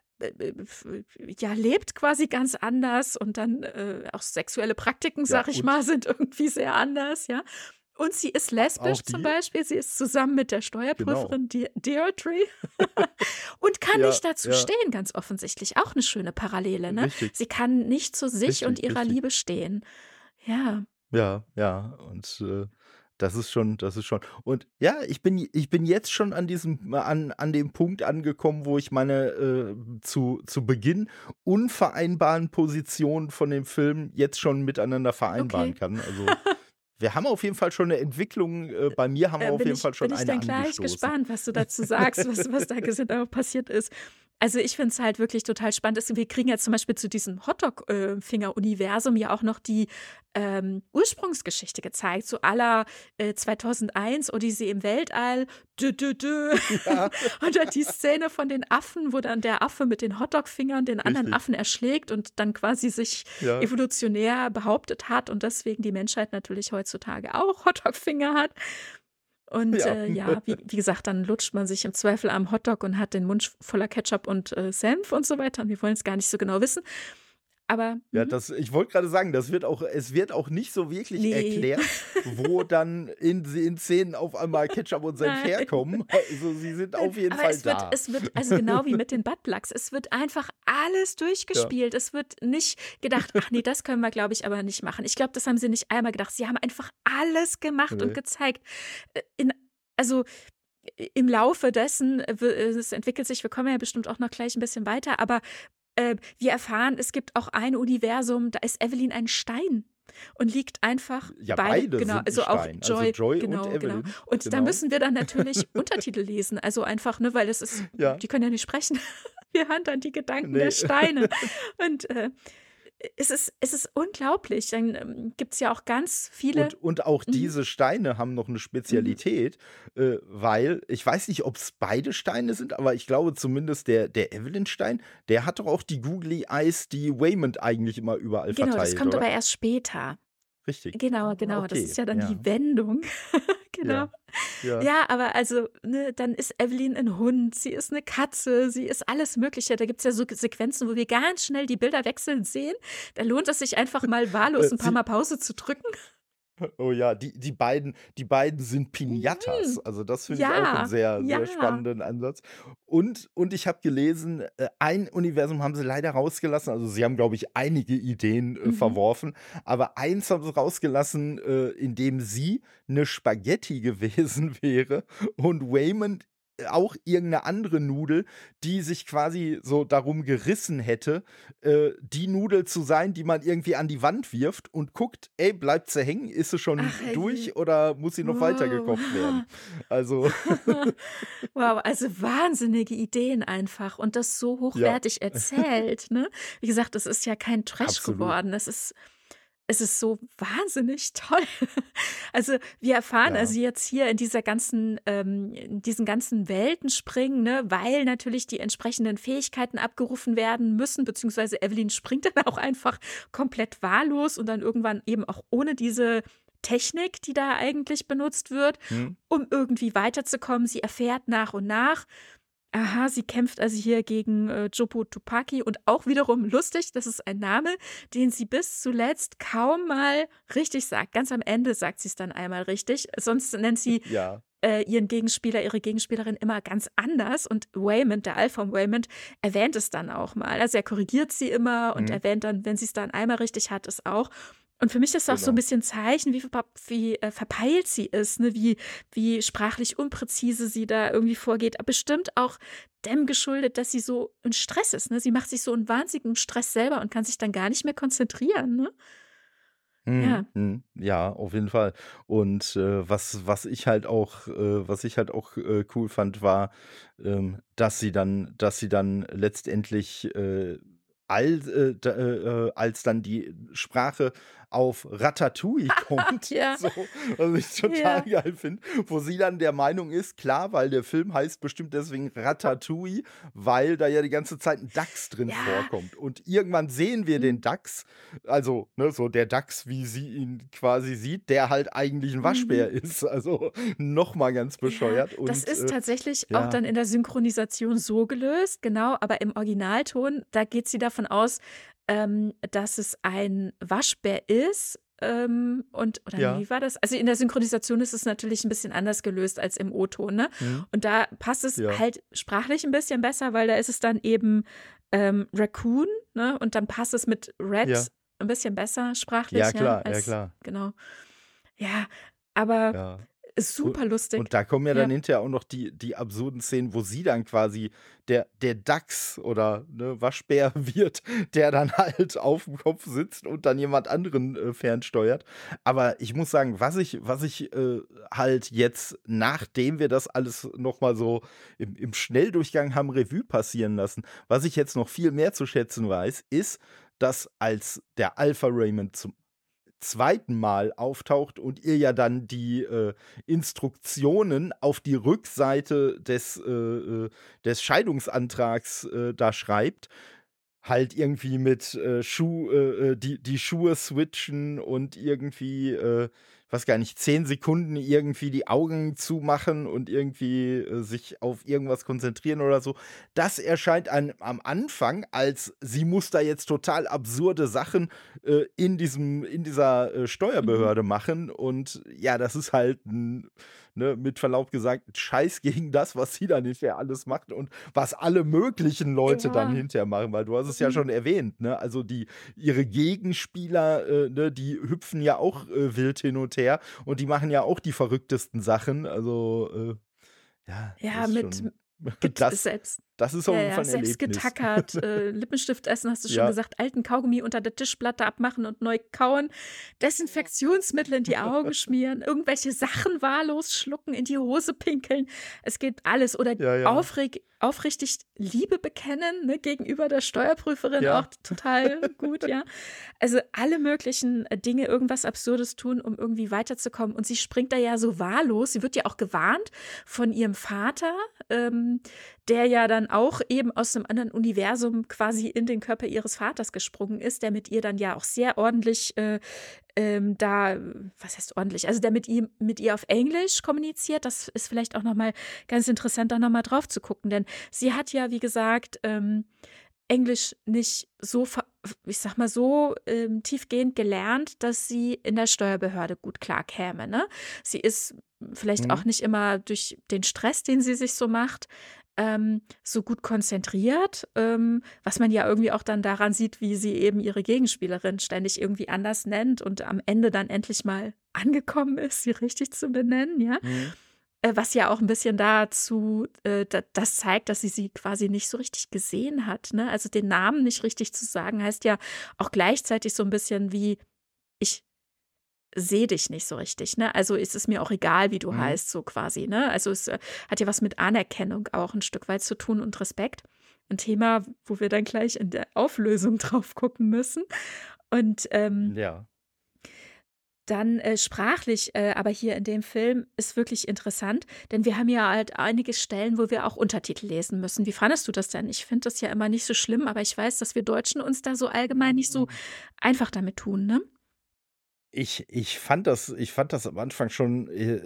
ja, lebt quasi ganz anders und dann, auch sexuelle Praktiken, ja, sage ich und mal, sind irgendwie sehr anders, ja. Und sie ist auch lesbisch zum die Beispiel. Sie ist zusammen mit der genau. Steuerprüferin Deirdre und kann Ja, nicht dazu ja, stehen, ganz offensichtlich. Auch eine schöne Parallele, ne? richtig, Sie kann nicht zu sich und richtig, ihrer richtig. Liebe stehen. Ja, Ja, ja, und, das ist schon und ja, ich bin jetzt schon an diesem an dem Punkt angekommen, wo ich meine, zu Beginn unvereinbaren Positionen von dem Film jetzt schon miteinander vereinbaren okay. kann. Also, wir haben auf jeden Fall schon eine Entwicklung bei mir haben wir auf jeden Fall Bin schon ich eine dann gleich angestoßen. gespannt, was du dazu sagst, was da genau passiert ist. Also, ich finde es halt wirklich total spannend. Wir kriegen jetzt zum Beispiel zu diesem Hotdog Finger-Universum ja auch noch die, Ursprungsgeschichte gezeigt, so à la, 2001 Odyssee im Weltall, dö, dö, dö. Ja, Und dann die Szene von den Affen, wo dann der Affe mit den Hotdog-Fingern den anderen richtig. Affen erschlägt und dann quasi sich Ja, evolutionär behauptet hat und deswegen die Menschheit natürlich heutzutage auch Hotdog-Finger hat. Und, ja. ja, wie gesagt, dann lutscht man sich im Zweifel am Hotdog und hat den Mund voller Ketchup und, Senf und so weiter und wir wollen es gar nicht so genau wissen. Aber Ja, das ich wollte gerade sagen, das wird auch es wird auch nicht so wirklich ne, erklärt, wo dann in Szenen auf einmal Ketchup und Senf nein. herkommen. Also, sie sind auf jeden Aber Fall da. es wird also genau wie mit den Buttplugs, es wird einfach alles Ja, durchgespielt. Es wird nicht gedacht: „Ach nee, das können wir, glaube ich, aber nicht machen.“ Ich glaube, das haben sie nicht einmal gedacht. Sie haben einfach alles gemacht und ne, gezeigt. In also, im Laufe dessen, es entwickelt sich wir kommen ja bestimmt auch noch gleich ein bisschen weiter, aber, wir erfahren, es gibt auch ein Universum, da ist Evelyn ein Stein. und liegt einfach Ja, beide, beide genau, sind ein also auch Stein. Also Joy, Joy und genau, genau. Evelyn, Und da genau. müssen wir dann natürlich Untertitel lesen, also einfach, ne, weil es ist, Ja, die können ja nicht sprechen. Wir hören dann die Gedanken der ne. Steine und, es ist unglaublich. Dann, gibt's ja auch ganz viele. Und auch Mhm, diese Steine haben noch 'ne mhm. Spezialität, weil ich weiß nicht, ob's beide Steine sind, aber ich glaube zumindest der Evelyn-Stein, der hat doch auch die Googly Eyes, die Waymond eigentlich immer überall Genau, das verteilt, kommt aber oder? erst später. Richtig. Genau, Ah, genau. Das okay. ist ja dann die Ja, Wendung. Genau. ja, ja. Ja, aber also, ne, dann ist Evelyn 'n Hund, sie ist 'ne Katze, sie ist alles Mögliche. Da gibt's ja so Sequenzen, wo wir ganz schnell die Bilder wechselnd sehen. Da lohnt es sich einfach mal wahllos 'n paar Sie Mal Pause zu drücken. Oh ja, die beiden sind Pinatas. Mhm. Also, das finde ich auch 'n Ja, sehr, sehr ja. spannenden Ansatz. Und ich habe gelesen, ein Universum haben sie leider rausgelassen. Also, sie haben, glaube ich, einige Ideen, Mhm. verworfen, aber eins haben sie rausgelassen, in dem sie 'ne Spaghetti gewesen wäre und Waymond auch irgend 'ne andere Nudel, die sich quasi so darum gerissen hätte, die Nudel zu sein, die man irgendwie an die Wand wirft und guckt: „Ey, bleibt sie hängen? Ist sie schon Ach herrje. durch oder muss sie noch weiter Wow. gekocht werden?“ Also, Wow, also wahnsinnige Ideen einfach und das so ja, hochwertig erzählt, ne? Wie gesagt, das ist ja kein Trash absolut. geworden. Es ist so wahnsinnig toll. Also, wir erfahren Ja. also jetzt hier in diesen ganzen Welten springen, ne, weil natürlich die entsprechenden Fähigkeiten abgerufen werden müssen, beziehungsweise Evelyn springt dann auch einfach komplett wahllos und dann irgendwann eben auch ohne diese Technik, die da eigentlich benutzt wird, Mhm. um irgendwie weiterzukommen. Sie erfährt nach und nach. Aha, sie kämpft also hier gegen, Jopo Tupaki und auch wiederum lustig, das ist ein Name, den sie bis zuletzt kaum mal richtig sagt. Ganz am Ende sagt sie es dann einmal richtig. Sonst nennt sie, Ja, ihren Gegenspieler, ihre Gegenspielerin immer ganz anders und Waymond, der Alpha Waymond, erwähnt es dann auch mal. Also, er korrigiert sie immer und mhm, erwähnt dann, wenn sie es dann einmal richtig hat, es auch. Und für mich ist das auch so ein genau. bisschen Zeichen, verpeilt sie ist, ne, wie sprachlich unpräzise sie da irgendwie vorgeht. Aber bestimmt auch dem geschuldet, dass sie so in Stress ist, ne? Sie macht sich so 'n wahnsinnigen Stress selber und kann sich dann gar nicht mehr konzentrieren, ne? Mhm, Ja. mhm. Ja, auf jeden Fall. Und, was ich halt auch, cool fand, war, dass sie dann letztendlich, als dann die Sprache auf Ratatouille kommt, Ja, so, was ich total ja. geil finde, wo sie dann der Meinung ist, klar, weil der Film heißt bestimmt deswegen Ratatouille, weil da ja die ganze Zeit 'n Dachs drin Ja. vorkommt. Und irgendwann sehen wir den Mhm. Dachs, also, ne, so der Dachs, wie sie ihn quasi sieht, der halt eigentlich 'n Mhm. Waschbär ist. Also, noch mal ganz Ja, bescheuert das und, ist tatsächlich auch ja, dann in der Synchronisation so gelöst, genau, aber im Originalton, da geht sie davon aus, dass es ein Waschbär ist, und oder ne, ja, wie war das? Also, in der Synchronisation ist es natürlich 'n bisschen anders gelöst als im O-Ton, ne? mhm, Und da passt es ja, halt sprachlich 'n bisschen besser, weil da ist es dann eben, Raccoon, ne? Und dann passt es mit Red ja. 'n bisschen besser Ja sprachlich, ja, klar, ja als klar, genau. Ja, aber ja. U super und lustig. da kommen ja dann Ja. hinterher auch noch die absurden Szenen, wo sie dann quasi der Dachs oder, ne, Waschbär wird, der dann halt auf'm Kopf sitzt und dann jemand anderen, fernsteuert. Aber ich muss sagen, was ich, halt jetzt, nachdem wir das alles noch mal so im Schnelldurchgang haben Revue passieren lassen, was ich jetzt noch viel mehr zu schätzen weiß, ist, dass als der Alpha Raymond zum zweiten Mal auftaucht und ihr ja dann die, Instruktionen auf die Rückseite des Scheidungsantrags, da schreibt, halt irgendwie mit, die Schuhe switchen und irgendwie, weiß gar nicht, 10 Sekunden irgendwie die Augen zumachen und irgendwie, sich auf irgendwas konzentrieren oder so. Das erscheint einem am Anfang als, sie muss da jetzt total absurde Sachen, in dieser, Mhm. Steuerbehörde machen und ja, das ist halt 'n, ne, mit Verlaub gesagt, 'n Scheiß gegen das, was sie dann hinterher alles macht und was alle möglichen Leute dann Ja. hinterher machen, weil du hast es ja Mhm. schon erwähnt, ne? Also, ihre Gegenspieler, ne, die hüpfen ja auch, wild hin und her und die machen ja auch die verrücktesten Sachen. Also, ja, das Ja, ist mit schon mit das selbst Das ist auf Ja, jeden ja, Fall ein selbst Erlebnis. getackert, Lippenstift essen, hast du schon Ja. gesagt, alten Kaugummi unter der Tischplatte abmachen und neu kauen, Desinfektionsmittel in die Augen schmieren, irgendwelche Sachen wahllos schlucken, in die Hose pinkeln. Es geht alles. Oder Ja, ja. aufrichtig Liebe bekennen, ne, gegenüber der Steuerprüferin, auch Ja. total gut, ja. Also alle möglichen Dinge, irgendwas Absurdes tun, um irgendwie weiterzukommen. Und sie springt da ja so wahllos. Sie wird ja auch gewarnt von ihrem Vater, der ja dann auch eben aus einem anderen Universum quasi in den Körper ihres Vaters gesprungen ist, der mit ihr dann ja auch sehr ordentlich da, was heißt ordentlich, also der mit ihr auf Englisch kommuniziert. Das ist vielleicht auch nochmal ganz interessant, da nochmal drauf zu gucken, denn sie hat ja, wie gesagt, Englisch nicht so, ich sag mal so, tiefgehend gelernt, dass sie in der Steuerbehörde gut klarkäme, ne? Sie ist vielleicht auch Mhm. nicht immer durch den Stress, den sie sich so macht, so gut konzentriert, was man ja irgendwie auch dann daran sieht, wie sie eben ihre Gegenspielerin ständig irgendwie anders nennt und am Ende dann endlich mal angekommen ist, sie richtig zu benennen, ja. Mhm. Was ja auch ein bisschen dazu das zeigt, dass sie quasi nicht so richtig gesehen hat, ne? Also, den Namen nicht richtig zu sagen, heißt ja auch gleichzeitig so ein bisschen wie: „Ich sehe dich nicht so richtig, ne? Also, ist es mir auch egal, wie du Mhm. heißt“, so quasi, ne? Also, es, hat ja was mit Anerkennung auch ein Stück weit zu tun und Respekt. Ein Thema, wo wir dann gleich in der Auflösung drauf gucken müssen. Und, Ja. dann, sprachlich, aber hier in dem Film ist wirklich interessant, denn wir haben ja halt einige Stellen, wo wir auch Untertitel lesen müssen. Wie fandest du das denn? Ich finde das ja immer nicht so schlimm, aber ich weiß, dass wir Deutschen uns da so allgemein nicht so einfach damit tun, ne? Ich fand das am Anfang schon,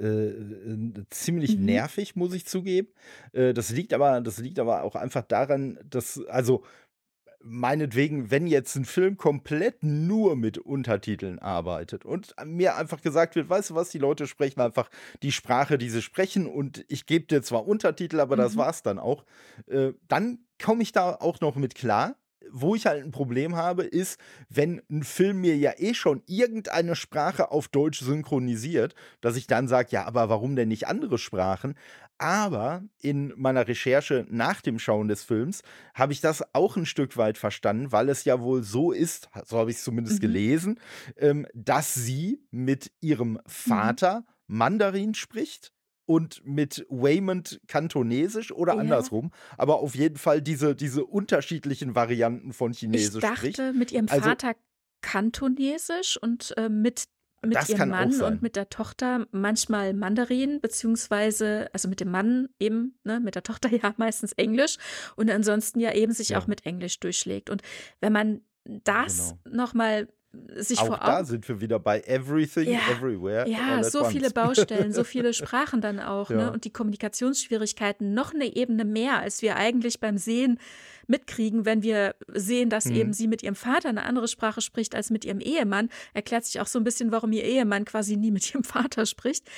ziemlich Mhm. nervig, muss ich zugeben. Das liegt aber auch einfach daran, dass also, meinetwegen, wenn jetzt ein Film komplett nur mit Untertiteln arbeitet und mir einfach gesagt wird: „Weißt du was, die Leute sprechen einfach die Sprache, die sie sprechen und ich gebe dir zwar Untertitel, aber das Mhm. war's dann auch.“ Dann komme ich da auch noch mit klar. Wo ich halt ein Problem habe, ist, wenn ein Film mir ja eh schon irgendeine Sprache auf Deutsch synchronisiert, dass ich dann sage: „Ja, aber warum denn nicht andere Sprachen?“ Aber in meiner Recherche nach dem Schauen des Films habe ich das auch ein Stück weit verstanden, weil es ja wohl so ist, so habe ich's zumindest Mhm. gelesen, dass sie mit ihrem Mhm. Vater Mandarin spricht und mit Waymond Kantonesisch oder Ja. andersrum, aber auf jeden Fall diese unterschiedlichen Varianten von Ich Chinesisch spricht. dachte mit ihrem Also, Vater Kantonesisch und, mit das ihrem kann auch Mann und sein. mit der Tochter manchmal Mandarin, beziehungsweise also mit dem Mann eben, ne, mit der Tochter ja meistens Englisch und ansonsten ja eben sich auch Ja, mit Englisch durchschlägt. Und wenn man das genau. noch mal sich Auch vor da Augen sind wir wieder bei Everything, ja, Everywhere, ja, All at so viele Once. Baustellen, so viele Sprachen dann auch, ne? Ja. Und die Kommunikationsschwierigkeiten noch eine Ebene mehr, als wir eigentlich beim Sehen mitkriegen, wenn wir sehen, dass eben Mhm. sie mit ihrem Vater eine andere Sprache spricht als mit ihrem Ehemann. Erklärt sich auch so ein bisschen, warum ihr Ehemann quasi nie mit ihrem Vater spricht.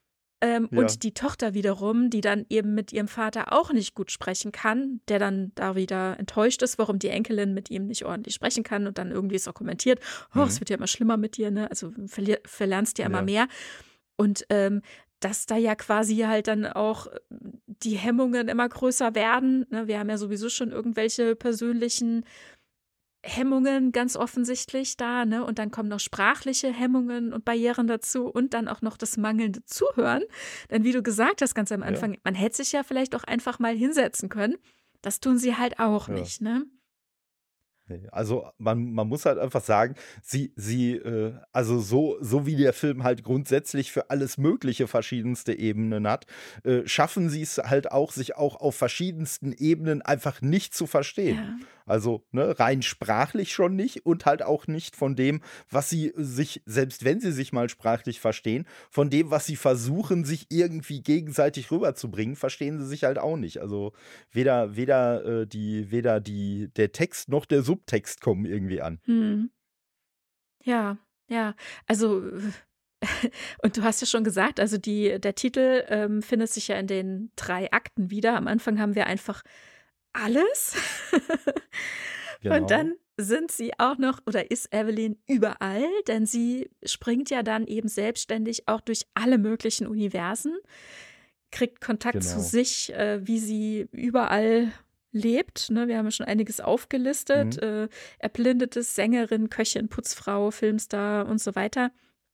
Ja. Und die Tochter wiederum, die dann eben mit ihrem Vater auch nicht gut sprechen kann, der dann da wieder enttäuscht ist, warum die Enkelin mit ihm nicht ordentlich sprechen kann und dann irgendwie ist auch kommentiert: „Oh, es Mhm. wird ja immer schlimmer mit dir, ne? Also, verlernst ja immer Ja. mehr.“ Und, dass da ja quasi halt dann auch die Hemmungen immer größer werden, ne? Wir haben ja sowieso schon irgendwelche persönlichen Hemmungen ganz offensichtlich da, ne? Und dann kommen noch sprachliche Hemmungen und Barrieren dazu und dann auch noch das mangelnde Zuhören. Denn wie du gesagt hast ganz am Ja. Anfang, man hätte sich ja vielleicht auch einfach mal hinsetzen können. Das tun sie halt auch Ja. nicht, ne? Ne, also man muss halt einfach sagen, also so wie der Film halt grundsätzlich für alles mögliche verschiedenste Ebenen hat, schaffen sie es halt auch, sich auch auf verschiedensten Ebenen einfach nicht zu verstehen. Ja. Also, ne, rein sprachlich schon nicht und halt auch nicht von dem, was sie sich selbst wenn sie sich mal sprachlich verstehen, von dem, was sie versuchen, sich irgendwie gegenseitig rüberzubringen, verstehen sie sich halt auch nicht. Also, weder der Text noch der Subtext kommen irgendwie an. Mhm. Ja, ja. Also, und du hast ja schon gesagt, also der Titel, findet sich ja in den 3 Akten wieder. Am Anfang haben wir einfach alles. Und Genau, dann sind sie auch noch oder ist Evelyn überall, denn sie springt ja dann eben selbstständig auch durch alle möglichen Universen, kriegt Kontakt zu genau. sich, wie sie überall lebt. Ne? Wir haben ja schon einiges aufgelistet. Mhm. Erblindetes, Sängerin, Köchin, Putzfrau, Filmstar und so weiter.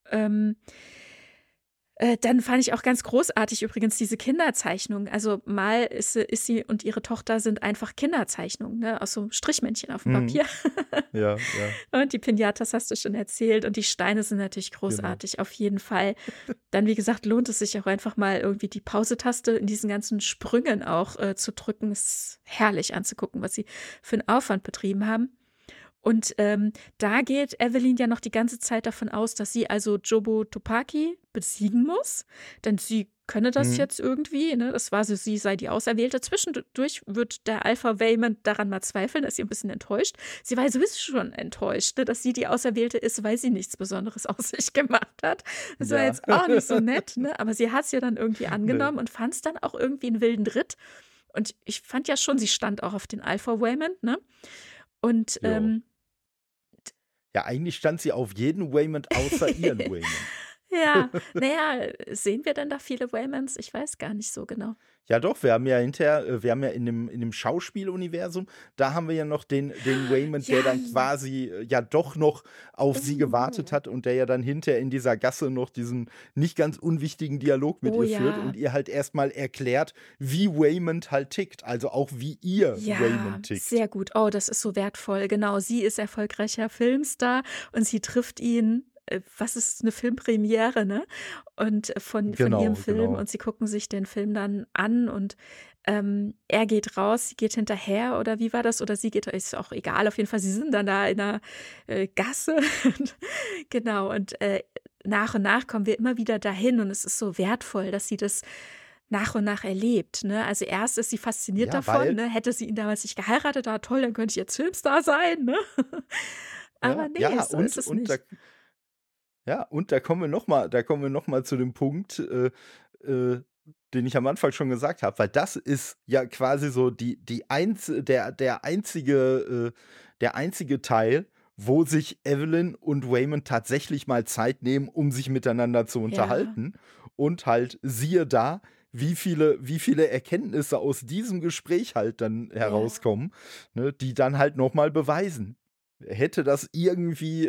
Dann fand ich auch ganz großartig übrigens diese Kinderzeichnung. Also mal ist sie und ihre Tochter sind einfach Kinderzeichnungen, ne? Aus so Strichmännchen auf dem Mhm. Papier. Ja, ja, Und die Pinatas hast du schon erzählt. Und die Steine sind natürlich genau. großartig, auf jeden Fall. Dann, wie gesagt, lohnt es sich auch einfach mal irgendwie die Pause-Taste in diesen ganzen Sprüngen auch zu drücken. Es ist herrlich anzugucken, was sie für einen Aufwand betrieben haben. Und da geht Evelyn ja noch die ganze Zeit davon aus, dass sie also Jobu Tupaki besiegen muss, denn sie könne das Mhm. jetzt irgendwie, ne? Das war so, sie sei die Auserwählte. Zwischendurch wird der Alpha Waymond daran mal zweifeln, ist sie ein bisschen enttäuscht. Sie war sowieso schon enttäuscht, ne, dass sie die Auserwählte ist, weil sie nichts Besonderes aus sich gemacht hat. Das war Ja. jetzt auch nicht so nett, ne? Aber sie hat es ja dann irgendwie Ne. angenommen und fand es dann auch irgendwie einen wilden Ritt. Und ich fand ja schon, sie stand auch auf den Alpha Waymond, ne? Und Ja. Ja, eigentlich stand sie auf jeden Waymond außer ihren Waymond. ja, naja, sehen wir denn da viele Waymonds? Ich weiß gar nicht so genau. Ja doch, wir haben ja hinterher wir haben ja in dem Schauspieluniversum, da haben wir ja noch den Waymond, der Ja. dann quasi, ja doch noch auf sie gewartet hat und der ja dann hinterher in dieser Gasse noch diesen nicht ganz unwichtigen Dialog mit Oh ihr führt ja. und ihr halt erst mal erklärt, wie Waymond halt tickt, also auch wie ihr Ja, Waymond tickt. sehr gut. Oh, das ist so wertvoll. Genau, sie ist erfolgreicher Filmstar und sie trifft ihn. Was ist eine Filmpremiere, ne? Und von ihrem Genau, Film genau. und sie gucken sich den Film dann an und er geht raus, sie geht hinterher oder wie war das? Oder sie geht, ist auch egal, auf jeden Fall, sie sind dann da in einer Gasse. Genau, und nach und nach kommen wir immer wieder dahin und es ist so wertvoll, dass sie das nach und nach erlebt, ne? Also, erst ist sie fasziniert Ja, davon, weil ne? Hätte sie ihn damals nicht geheiratet, ah, toll, dann könnte ich jetzt Filmstar sein, ne? Aber ja, ne, ja, so ist es und da nicht. ja, und da kommen wir noch mal zu dem Punkt, äh, den ich am Anfang schon gesagt habe, weil das ist ja quasi so die einz der einzige Teil, wo sich Evelyn und Waymond tatsächlich mal Zeit nehmen, um sich miteinander zu Ja, unterhalten. Und halt, siehe da, wie viele Erkenntnisse aus diesem Gespräch halt dann ja. herauskommen, ne, die dann halt noch mal beweisen. Hätte das irgendwie,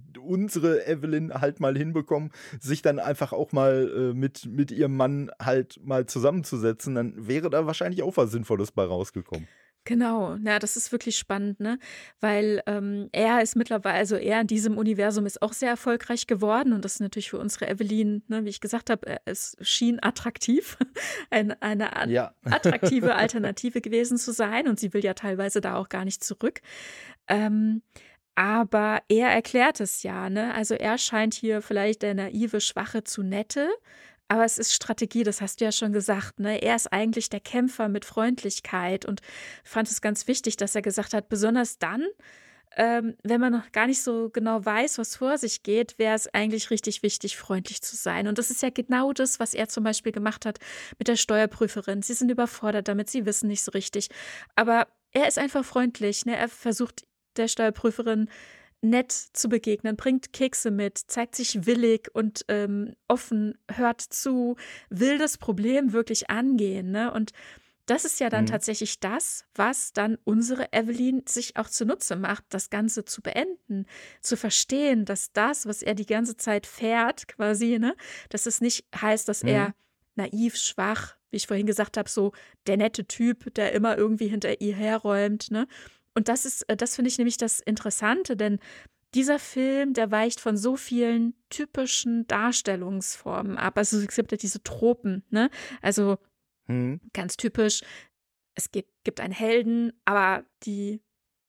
unsere Evelyn halt mal hinbekommen, sich dann einfach auch mal, mit ihrem Mann halt mal zusammenzusetzen, dann wäre da wahrscheinlich auch was Sinnvolles bei rausgekommen. Genau, ja, das ist wirklich spannend, ne? Weil, er ist mittlerweile also, er in diesem Universum ist auch sehr erfolgreich geworden und das ist natürlich für unsere Evelyn, ne, wie ich gesagt habe, es schien attraktiv, eine Ja. attraktive Alternative gewesen zu sein und sie will ja teilweise da auch gar nicht zurück. Ähm, aber er erklärt es ja, ne? Also, er scheint hier vielleicht der naive, schwache zu nette, aber es ist Strategie, das hast du ja schon gesagt, ne? Er ist eigentlich der Kämpfer mit Freundlichkeit und fand es ganz wichtig, dass er gesagt hat, besonders dann, wenn man noch gar nicht so genau weiß, was vor sich geht, wäre es eigentlich richtig wichtig, freundlich zu sein. Und das ist ja genau das, was er zum Beispiel gemacht hat mit der Steuerprüferin. Sie sind überfordert damit, sie wissen nicht so richtig. Aber er ist einfach freundlich, ne? Er versucht der Steuerprüferin nett zu begegnen, bringt Kekse mit, zeigt sich willig und offen, hört zu, will das Problem wirklich angehen, ne? Und das ist ja dann Mhm. tatsächlich das, was dann unsere Evelyn sich auch zunutze macht, das Ganze zu beenden, zu verstehen, dass das, was er die ganze Zeit fährt, quasi, ne, dass es nicht heißt, dass Mhm. er naiv, schwach, wie ich vorhin gesagt habe, so der nette Typ, der immer irgendwie hinter ihr herräumt, ne? Und das finde ich nämlich das Interessante, denn dieser Film, der weicht von so vielen typischen Darstellungsformen ab. Also es gibt ja diese Tropen, ne? Also Mhm. ganz typisch, es gibt einen Helden, aber die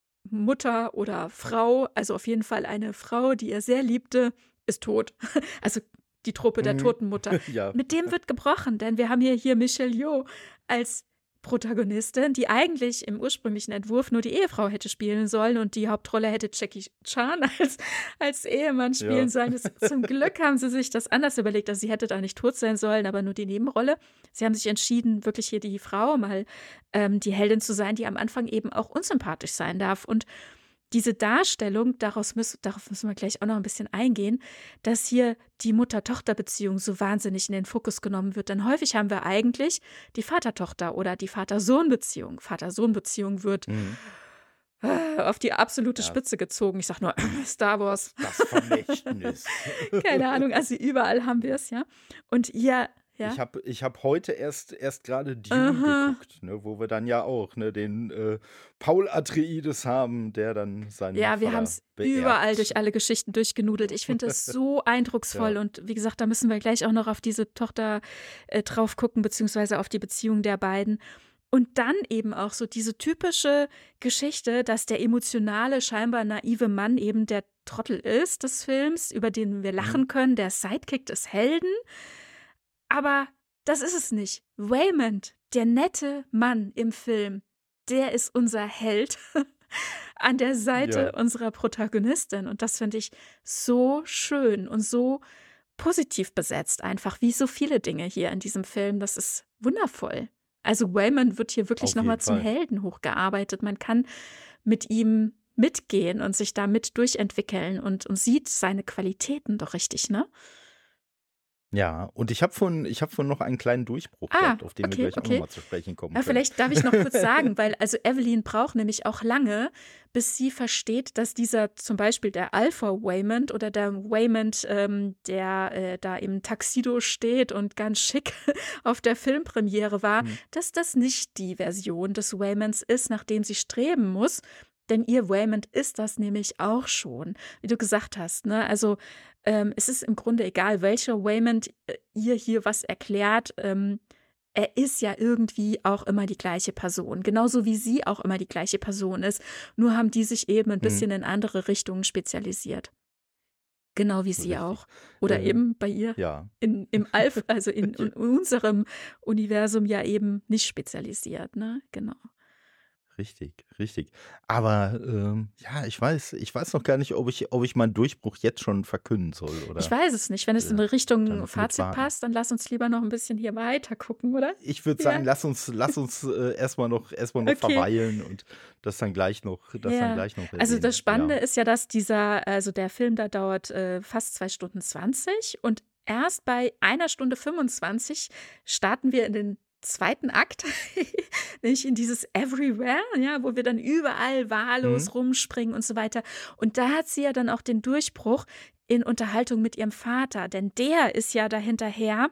Mutter oder Frau, also auf jeden Fall eine Frau, die er sehr liebte, ist tot. Also die Trope der Mhm. toten Mutter. Ja. Mit dem wird gebrochen, denn wir haben hier Michelle Yeoh als Protagonistin, die eigentlich im ursprünglichen Entwurf nur die Ehefrau hätte spielen sollen und die Hauptrolle hätte Jackie Chan als Ehemann spielen Ja. sollen. Zum Glück haben sie sich das anders überlegt. Also sie hätte da nicht tot sein sollen, aber nur die Nebenrolle. Sie haben sich entschieden, wirklich hier die Frau mal die Heldin zu sein, die am Anfang eben auch unsympathisch sein darf. Und diese Darstellung, darauf müssen wir gleich auch noch ein bisschen eingehen, dass hier die Mutter-Tochter-Beziehung so wahnsinnig in den Fokus genommen wird. Denn häufig haben wir eigentlich die Vater-Tochter- oder die Vater-Sohn-Beziehung. Vater-Sohn-Beziehung wird Mhm. auf die absolute Ja, Spitze gezogen. Ich sag nur Star Wars. das Vermächtnis. Keine Ahnung, also überall haben wir es, ja. Und hier, ja. Ich hab heute erst gerade Dune Aha. geguckt, ne, wo wir dann ja auch den Paul Atreides haben, der dann seinen Ja, wir haben Vater es überall beerbt. durch alle Geschichten durchgenudelt. Ich finde es so eindrucksvoll Ja. und wie gesagt, da müssen wir gleich auch noch auf diese Tochter drauf gucken, beziehungsweise auf die Beziehung der beiden. Und dann eben auch so diese typische Geschichte, dass der emotionale, scheinbar naive Mann eben der Trottel ist des Films, über den wir Mhm. lachen können, der Sidekick des Helden. Aber das ist es nicht. Waymond, der nette Mann im Film, der ist unser Held an der Seite Ja. unserer Protagonistin. Und das finde ich so schön und so positiv besetzt, einfach wie so viele Dinge hier in diesem Film. Das ist wundervoll. Also Waymond wird hier wirklich Auf nochmal jeden zum Fall. Helden hochgearbeitet. Man kann mit ihm mitgehen und sich damit durchentwickeln und sieht seine Qualitäten doch richtig, ne? Ja, und ich hab von noch einen kleinen Durchbruch gehabt, auf den wir Okay, gleich auch okay. nochmal zu sprechen kommen Ja, können. vielleicht darf ich noch kurz sagen, weil also Evelyn braucht nämlich auch lange, bis sie versteht, dass dieser zum Beispiel der Alpha Waymond oder der Waymond, der da im Tuxedo steht und ganz schick auf der Filmpremiere war, Mhm. dass das nicht die Version des Waymonds ist, nach dem sie streben muss. Denn ihr Waymond ist das nämlich auch schon, wie du gesagt hast. Ne? Also es ist im Grunde egal, welcher Waymond ihr hier was erklärt. Er ist ja irgendwie auch immer die gleiche Person, genauso wie sie auch immer die gleiche Person ist. Nur haben die sich eben ein Mhm. bisschen in andere Richtungen spezialisiert. Genau wie sie Richtig. auch. Oder eben bei ihr Ja. im Alpha, also in unserem Universum ja eben nicht spezialisiert, ne? Genau. Richtig, richtig. Aber ja, ich weiß noch gar nicht, ob ich meinen Durchbruch jetzt schon verkünden soll Ich oder weiß es nicht. Wenn es in da Richtung damit Fazit warten. passt, dann lass uns lieber noch ein bisschen hier weiter gucken, oder? Ich würde Ja. sagen, lass uns erstmal noch Okay. verweilen und das dann gleich noch Ja, erwähnen. also das Spannende Ja. ist ja, dass also der Film da dauert fast 2 Stunden 20 und erst bei 1 Stunde 25 starten wir in den zweiten Akt, nämlich in dieses Everywhere, ja, wo wir dann überall wahllos Mhm. rumspringen und so weiter. Und da hat sie ja dann auch den Durchbruch in Unterhaltung mit ihrem Vater, denn der ist ja dahinterher,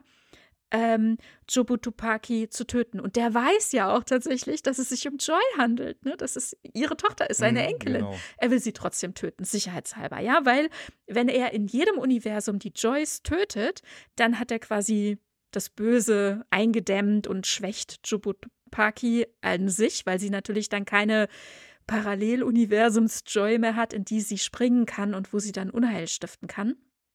Jobu Tupaki zu töten. Und der weiß ja auch tatsächlich, dass es sich um Joy handelt, ne? Dass es ihre Tochter ist, seine Mhm, Enkelin. genau. Er will sie trotzdem töten, sicherheitshalber, ja, weil wenn er in jedem Universum die Joyce tötet, dann hat er quasi das Böse eingedämmt und schwächt Jobu Tupaki an sich, weil sie natürlich dann keine Paralleluniversums-Joy mehr hat, in die sie springen kann und wo sie dann Unheil stiften kann.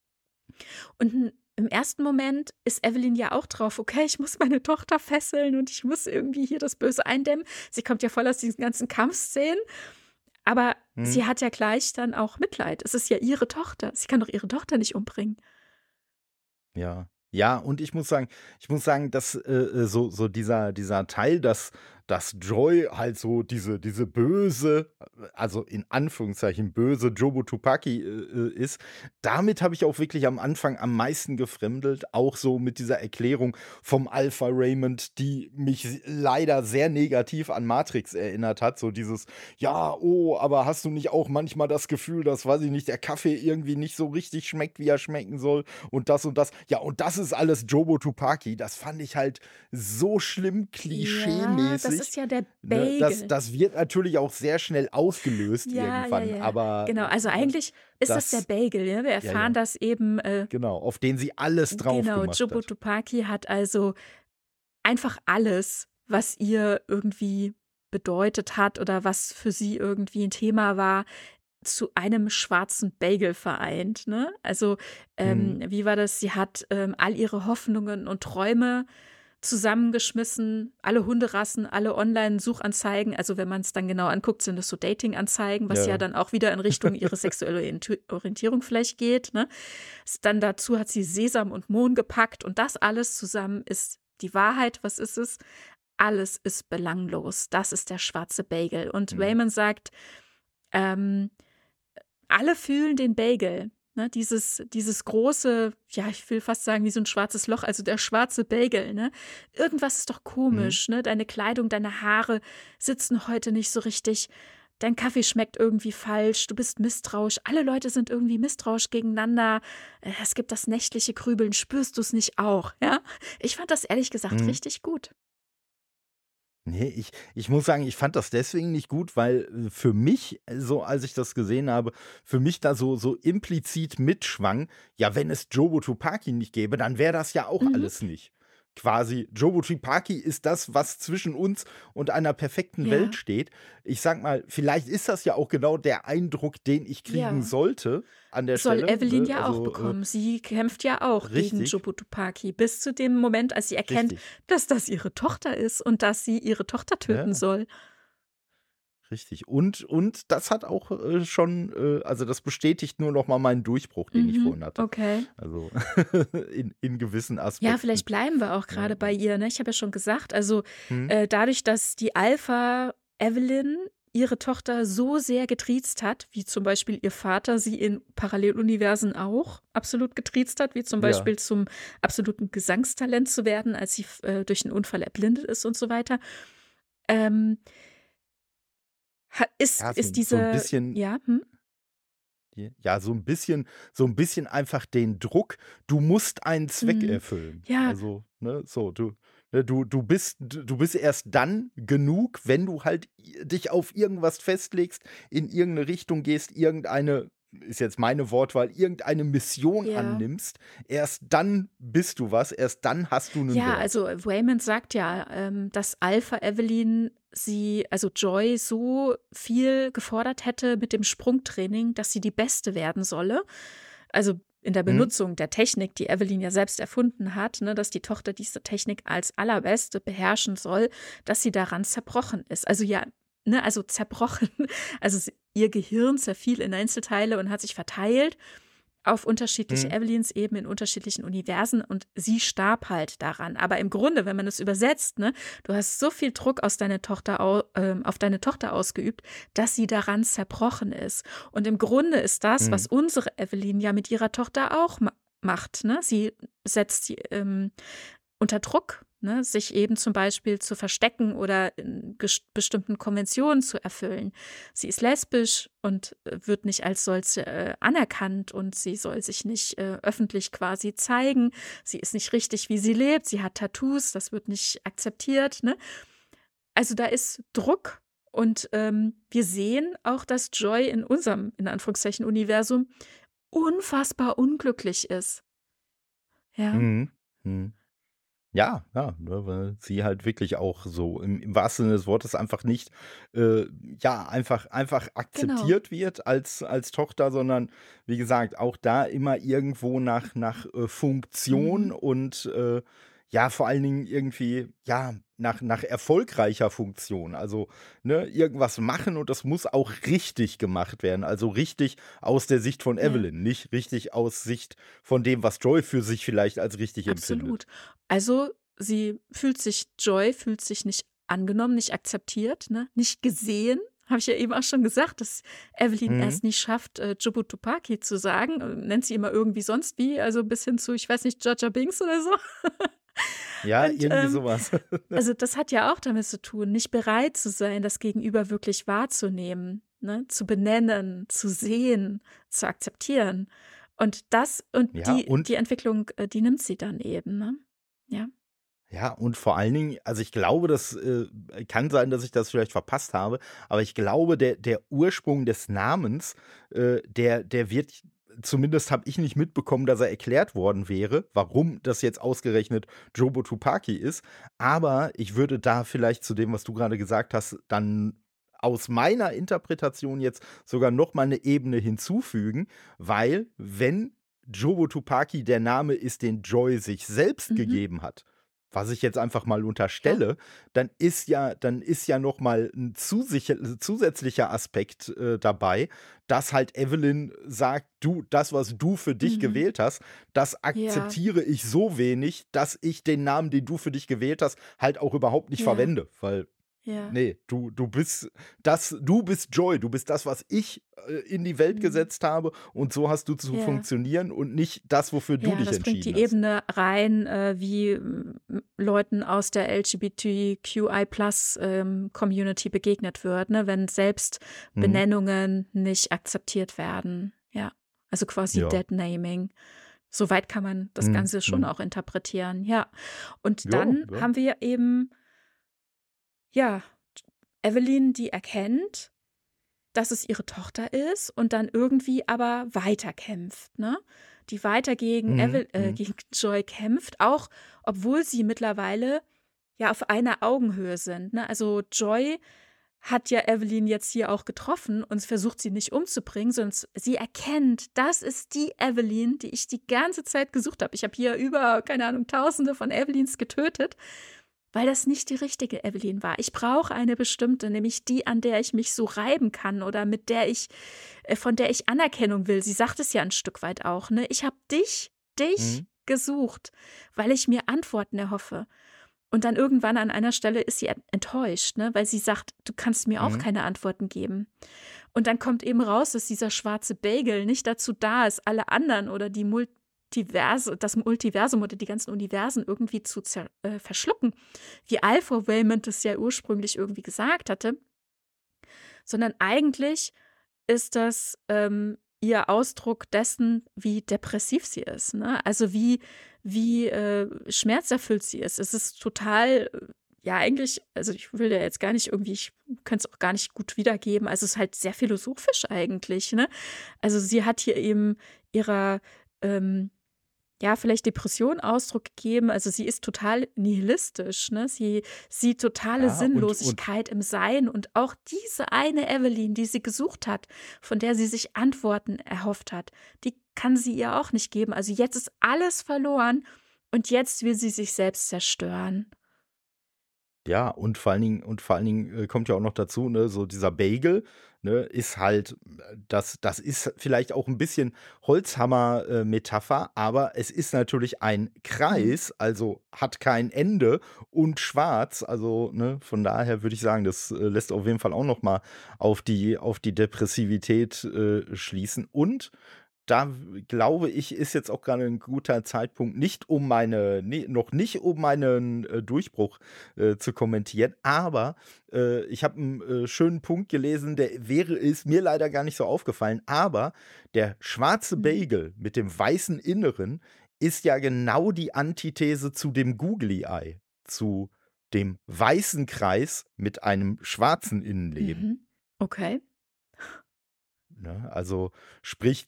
Und im ersten Moment ist Evelyn ja auch drauf, okay, ich muss meine Tochter fesseln und ich muss irgendwie hier das Böse eindämmen. Sie kommt ja voll aus diesen ganzen Kampfszenen. Aber Mhm. sie hat ja gleich dann auch Mitleid. Es ist ja ihre Tochter. Sie kann doch ihre Tochter nicht umbringen. Ja. Ja, und ich muss sagen, dass so dieser Teil, dass Joy halt so diese böse, also in Anführungszeichen böse Jobu Tupaki ist, damit habe ich auch wirklich am Anfang am meisten gefremdelt. Auch so mit dieser Erklärung vom Alpha Raymond, die mich leider sehr negativ an Matrix erinnert hat. So dieses, ja, oh, aber hast du nicht auch manchmal das Gefühl, dass, weiß ich nicht, der Kaffee irgendwie nicht so richtig schmeckt, wie er schmecken soll und das und das. Ja, und das ist alles Jobu Tupaki. Das fand ich halt so schlimm Ja, klischee-mäßig. das ist ja der Ne, Bagel. das wird natürlich auch sehr schnell aufgelöst Ja, irgendwann, aber Genau, also eigentlich ist das der das, Bagel. Ja? Wir ja, erfahren, ja, dass eben, genau, auf den sie alles drauf genau, gemacht Jobu hat. Tupaki hat also einfach alles, was ihr irgendwie bedeutet hat oder was für sie irgendwie ein Thema war, zu einem schwarzen Bagel vereint. Ne? Also, Mhm. wie war das? Sie hat all ihre Hoffnungen und Träume zusammengeschmissen, alle Hunderassen, alle Online-Suchanzeigen. Also, wenn man es dann genau anguckt, sind das so Dating-Anzeigen, was ja Ja. dann auch wieder in Richtung ihre sexuelle Orientierung vielleicht geht. Ne? Dann dazu hat sie Sesam und Mohn gepackt und das alles zusammen ist die Wahrheit. Was ist es? Alles ist belanglos. Das ist der schwarze Bagel. Und Mhm. Raymond sagt, Ähm, alle fühlen den Bagel. Ne? Dieses große, ja, ich will fast sagen, wie so ein schwarzes Loch, also der schwarze Bagel. Ne? Irgendwas ist doch Mhm. komisch. Ne? Deine Kleidung, deine Haare sitzen heute nicht so richtig. Dein Kaffee schmeckt irgendwie falsch. Du bist misstrauisch. Alle Leute sind irgendwie misstrauisch gegeneinander. Es gibt das nächtliche Grübeln. Spürst du es nicht auch? Ja? Ich fand das ehrlich gesagt Mhm. richtig gut. Ne, ich muss sagen, ich fand das deswegen nicht gut, weil, für mich, so als ich das gesehen habe, für mich da so implizit mitschwang: „Ja, wenn es Jobu Tupaki nicht gäbe, dann wäre das ja auch Mhm. alles nicht.“ Quasi Jobu Tupaki ist das, was zwischen uns und einer perfekten Welt Ja, steht. Ich sage mal, vielleicht ist das ja auch genau der Eindruck, den ich kriegen ja. sollte an der Soll Stelle, Evelyn ne? ja auch Also, bekommen. Sie kämpft ja auch gegen richtig, Jobutupaki bis zu dem Moment, als sie erkennt, richtig, dass das ihre Tochter ist und dass sie ihre Tochter töten ja. soll. Richtig. Und das hat auch, schon also, das bestätigt nur noch mal meinen Durchbruch, den ich Mhm, vorhin hatte. okay. Also, in gewissen Ja, Aspekten, vielleicht bleiben wir auch ne? gerade bei ihr, ne? Ich habe ja schon gesagt, also, Mhm. dadurch, dass die Alpha Evelyn ihre Tochter so sehr getriezt hat, wie zum Beispiel ihr Vater sie in Paralleluniversen auch absolut getriezt hat, wie zum Ja. Beispiel zum absoluten Gesangstalent zu werden, als sie durch einen Unfall erblindet ist und so weiter. Ähm, Ja, ist so 'n diese bisschen ja, hm? ja, so 'n bisschen einfach den Druck, du musst einen Zweck Mhm. erfüllen. Ja, Also, ne, so, du bist erst dann genug, wenn du halt dich auf irgendwas festlegst, in irgendeine Richtung gehst, irgendeine ist jetzt meine Wortwahl, irgendeine Mission ja. annimmst. Erst dann bist du was, erst dann hast du 'nen Ja, Wert. also Waymond sagt ja, dass Alpha Evelyn sie, also Joy, so viel gefordert hätte mit dem Sprungtraining, dass sie die Beste werden solle. Also in der Mhm, Benutzung der Technik, die Evelyn ja selbst erfunden hat, ne, dass die Tochter diese Technik als allerbeste beherrschen soll, dass sie daran zerbrochen ist. Also ja, ne, also zerbrochen. Also ihr Gehirn zerfiel in Einzelteile und hat sich verteilt auf unterschiedliche mhm. Evelyns eben in unterschiedlichen Universen und sie starb halt daran. Aber im Grunde, wenn man es übersetzt, ne, du hast so viel Druck aus deiner Tochter auf deine Tochter ausgeübt, dass sie daran zerbrochen ist. Und im Grunde ist das, was Mhm. unsere Evelyn ja mit ihrer Tochter auch macht. Ne? Sie setzt sie unter Druck, ne, sich eben zum Beispiel zu verstecken oder in bestimmten Konventionen zu erfüllen. Sie ist lesbisch und wird nicht als solche anerkannt und sie soll sich nicht öffentlich quasi zeigen. Sie ist nicht richtig, wie sie lebt. Sie hat Tattoos, das wird nicht akzeptiert. Ne? Also da ist Druck und wir sehen auch, dass Joy in unserem, in Anführungszeichen, Universum unfassbar unglücklich ist. Ja, Mhm. Mhm. Ja, ja, ne, weil sie halt wirklich auch so im wahrsten Sinne des Wortes einfach nicht, äh, ja, einfach genau. akzeptiert wird als Tochter, sondern wie gesagt, auch da immer irgendwo nach Funktion Mhm. und, ja, vor allen Dingen irgendwie, ja, nach erfolgreicher Funktion. Also, ne, irgendwas machen und das muss auch richtig gemacht werden. Also, richtig aus der Sicht von Ja. Evelyn, nicht richtig aus Sicht von dem, was Joy für sich vielleicht als richtig empfindet. Absolut. Also, Joy fühlt sich nicht angenommen, nicht akzeptiert, ne, nicht gesehen. Habe ich ja eben auch schon gesagt, dass Evelyn Mhm. erst nicht schafft, Jabutopaki zu sagen, nennt sie immer irgendwie sonst wie, also bis hin zu, ich weiß nicht, Jar Jar Binks oder so. Ja, Und, irgendwie sowas. also das hat ja auch damit zu tun, nicht bereit zu sein, das Gegenüber wirklich wahrzunehmen, ne, zu benennen, zu sehen, zu akzeptieren. Und Ja, die und Entwicklung, die nimmt sie dann eben, ne? Ja. ja, und vor allen Dingen, also, ich glaube, das, kann sein, dass ich das vielleicht verpasst habe, aber ich glaube, der Ursprung des Namens, der wird zumindest habe ich nicht mitbekommen, dass er erklärt worden wäre, warum das jetzt ausgerechnet Jobo Tupaki ist. Aber ich würde da vielleicht zu dem, was du gerade gesagt hast, dann aus meiner Interpretation jetzt sogar noch mal 'ne Ebene hinzufügen, weil wenn Jobo Tupaki der Name ist, den Joy sich selbst Mhm. gegeben hat, was ich jetzt einfach mal Ja, unterstelle, dann ist ja noch mal 'n zusätzlicher Aspekt, dabei, dass halt Evelyn sagt: „Du, das, was du für dich mhm. gewählt hast, das Ja, akzeptiere ich so wenig, dass ich den Namen, den du für dich gewählt hast, halt auch überhaupt nicht ja. verwende.“ Weil Ja, nee, du bist Joy, du bist das, was ich in die Welt mhm, gesetzt habe und so hast du zu ja. funktionieren und nicht das, wofür du Ja, dich das bringt entschieden die hast. Ebene rein, wie, Leuten aus der LGBTQI+ Community begegnet wird, ne, wenn selbst Mhm. Benennungen nicht akzeptiert werden. Ja, also quasi Ja. Deadnaming. Soweit kann man das Mhm. Ganze schon Mhm. auch interpretieren, ja. Und Ja, dann ja. haben wir eben, ja, Evelyn, die erkennt, dass es ihre Tochter ist und dann irgendwie aber weiterkämpft, ne? Die weiter gegen Mhm. Mhm. gegen Joy kämpft, auch obwohl sie mittlerweile ja auf einer Augenhöhe sind, ne? Also, Joy hat ja Evelyn jetzt hier auch getroffen und versucht sie nicht umzubringen, sondern sie erkennt, das ist die Evelyn, die ich die ganze Zeit gesucht habe. Ich habe hier über, keine Ahnung, Tausende von Evelyns getötet, weil das nicht die richtige Evelyn war. Ich brauche eine bestimmte, nämlich die, an der ich mich so reiben kann oder mit der ich von der ich Anerkennung will. Sie sagt es ja ein Stück weit auch, ne? Ich habe dich Mhm. gesucht, weil ich mir Antworten erhoffe. Und dann irgendwann an einer Stelle ist sie enttäuscht, ne, weil sie sagt: „Du kannst mir auch Mhm. keine Antworten geben.“ Und dann kommt eben raus, dass dieser schwarze Bagel nicht dazu da ist, alle anderen oder das Multiversum oder die ganzen Universen irgendwie zu verschlucken, wie Alpha Waymond es ja ursprünglich irgendwie gesagt hatte, sondern eigentlich ist das, ihr Ausdruck dessen, wie depressiv sie ist, ne? Also, wie schmerzerfüllt sie ist. Es ist total ja, eigentlich also, ich will ja jetzt gar nicht irgendwie ich könnte es auch gar nicht gut wiedergeben. Also, es ist halt sehr philosophisch eigentlich, ne? Also, sie hat hier eben ihrer, ähm ja, vielleicht Depression Ausdruck gegeben. Also, sie ist total nihilistisch, ne? Sie sieht totale Ja, und Sinnlosigkeit im Sein und auch diese eine Evelyn, die sie gesucht hat, von der sie sich Antworten erhofft hat, die kann sie ihr auch nicht geben. Also, jetzt ist alles verloren und jetzt will sie sich selbst zerstören. ja, und vor allen Dingen kommt ja auch noch dazu, ne, so dieser Bagel, ne, ist halt das ist vielleicht auch ein bisschen Holzhammer Metapher, aber es ist natürlich ein Mhm. Kreis, also hat kein Ende und schwarz, also, ne, von daher würde ich sagen, das lässt auf jeden Fall auch noch mal auf die Depressivität schließen und da glaube ich, ist jetzt auch gerade ein guter Zeitpunkt, nicht um noch nicht um meinen Durchbruch zu kommentieren, aber ich habe einen schönen Punkt gelesen, der ist mir leider gar nicht so aufgefallen, aber der schwarze Mhm. Bagel mit dem weißen Inneren ist ja genau die Antithese zu dem Googly Eye, zu dem weißen Kreis mit einem schwarzen Innenleben. Mhm. Okay. Ne? Also, sprich,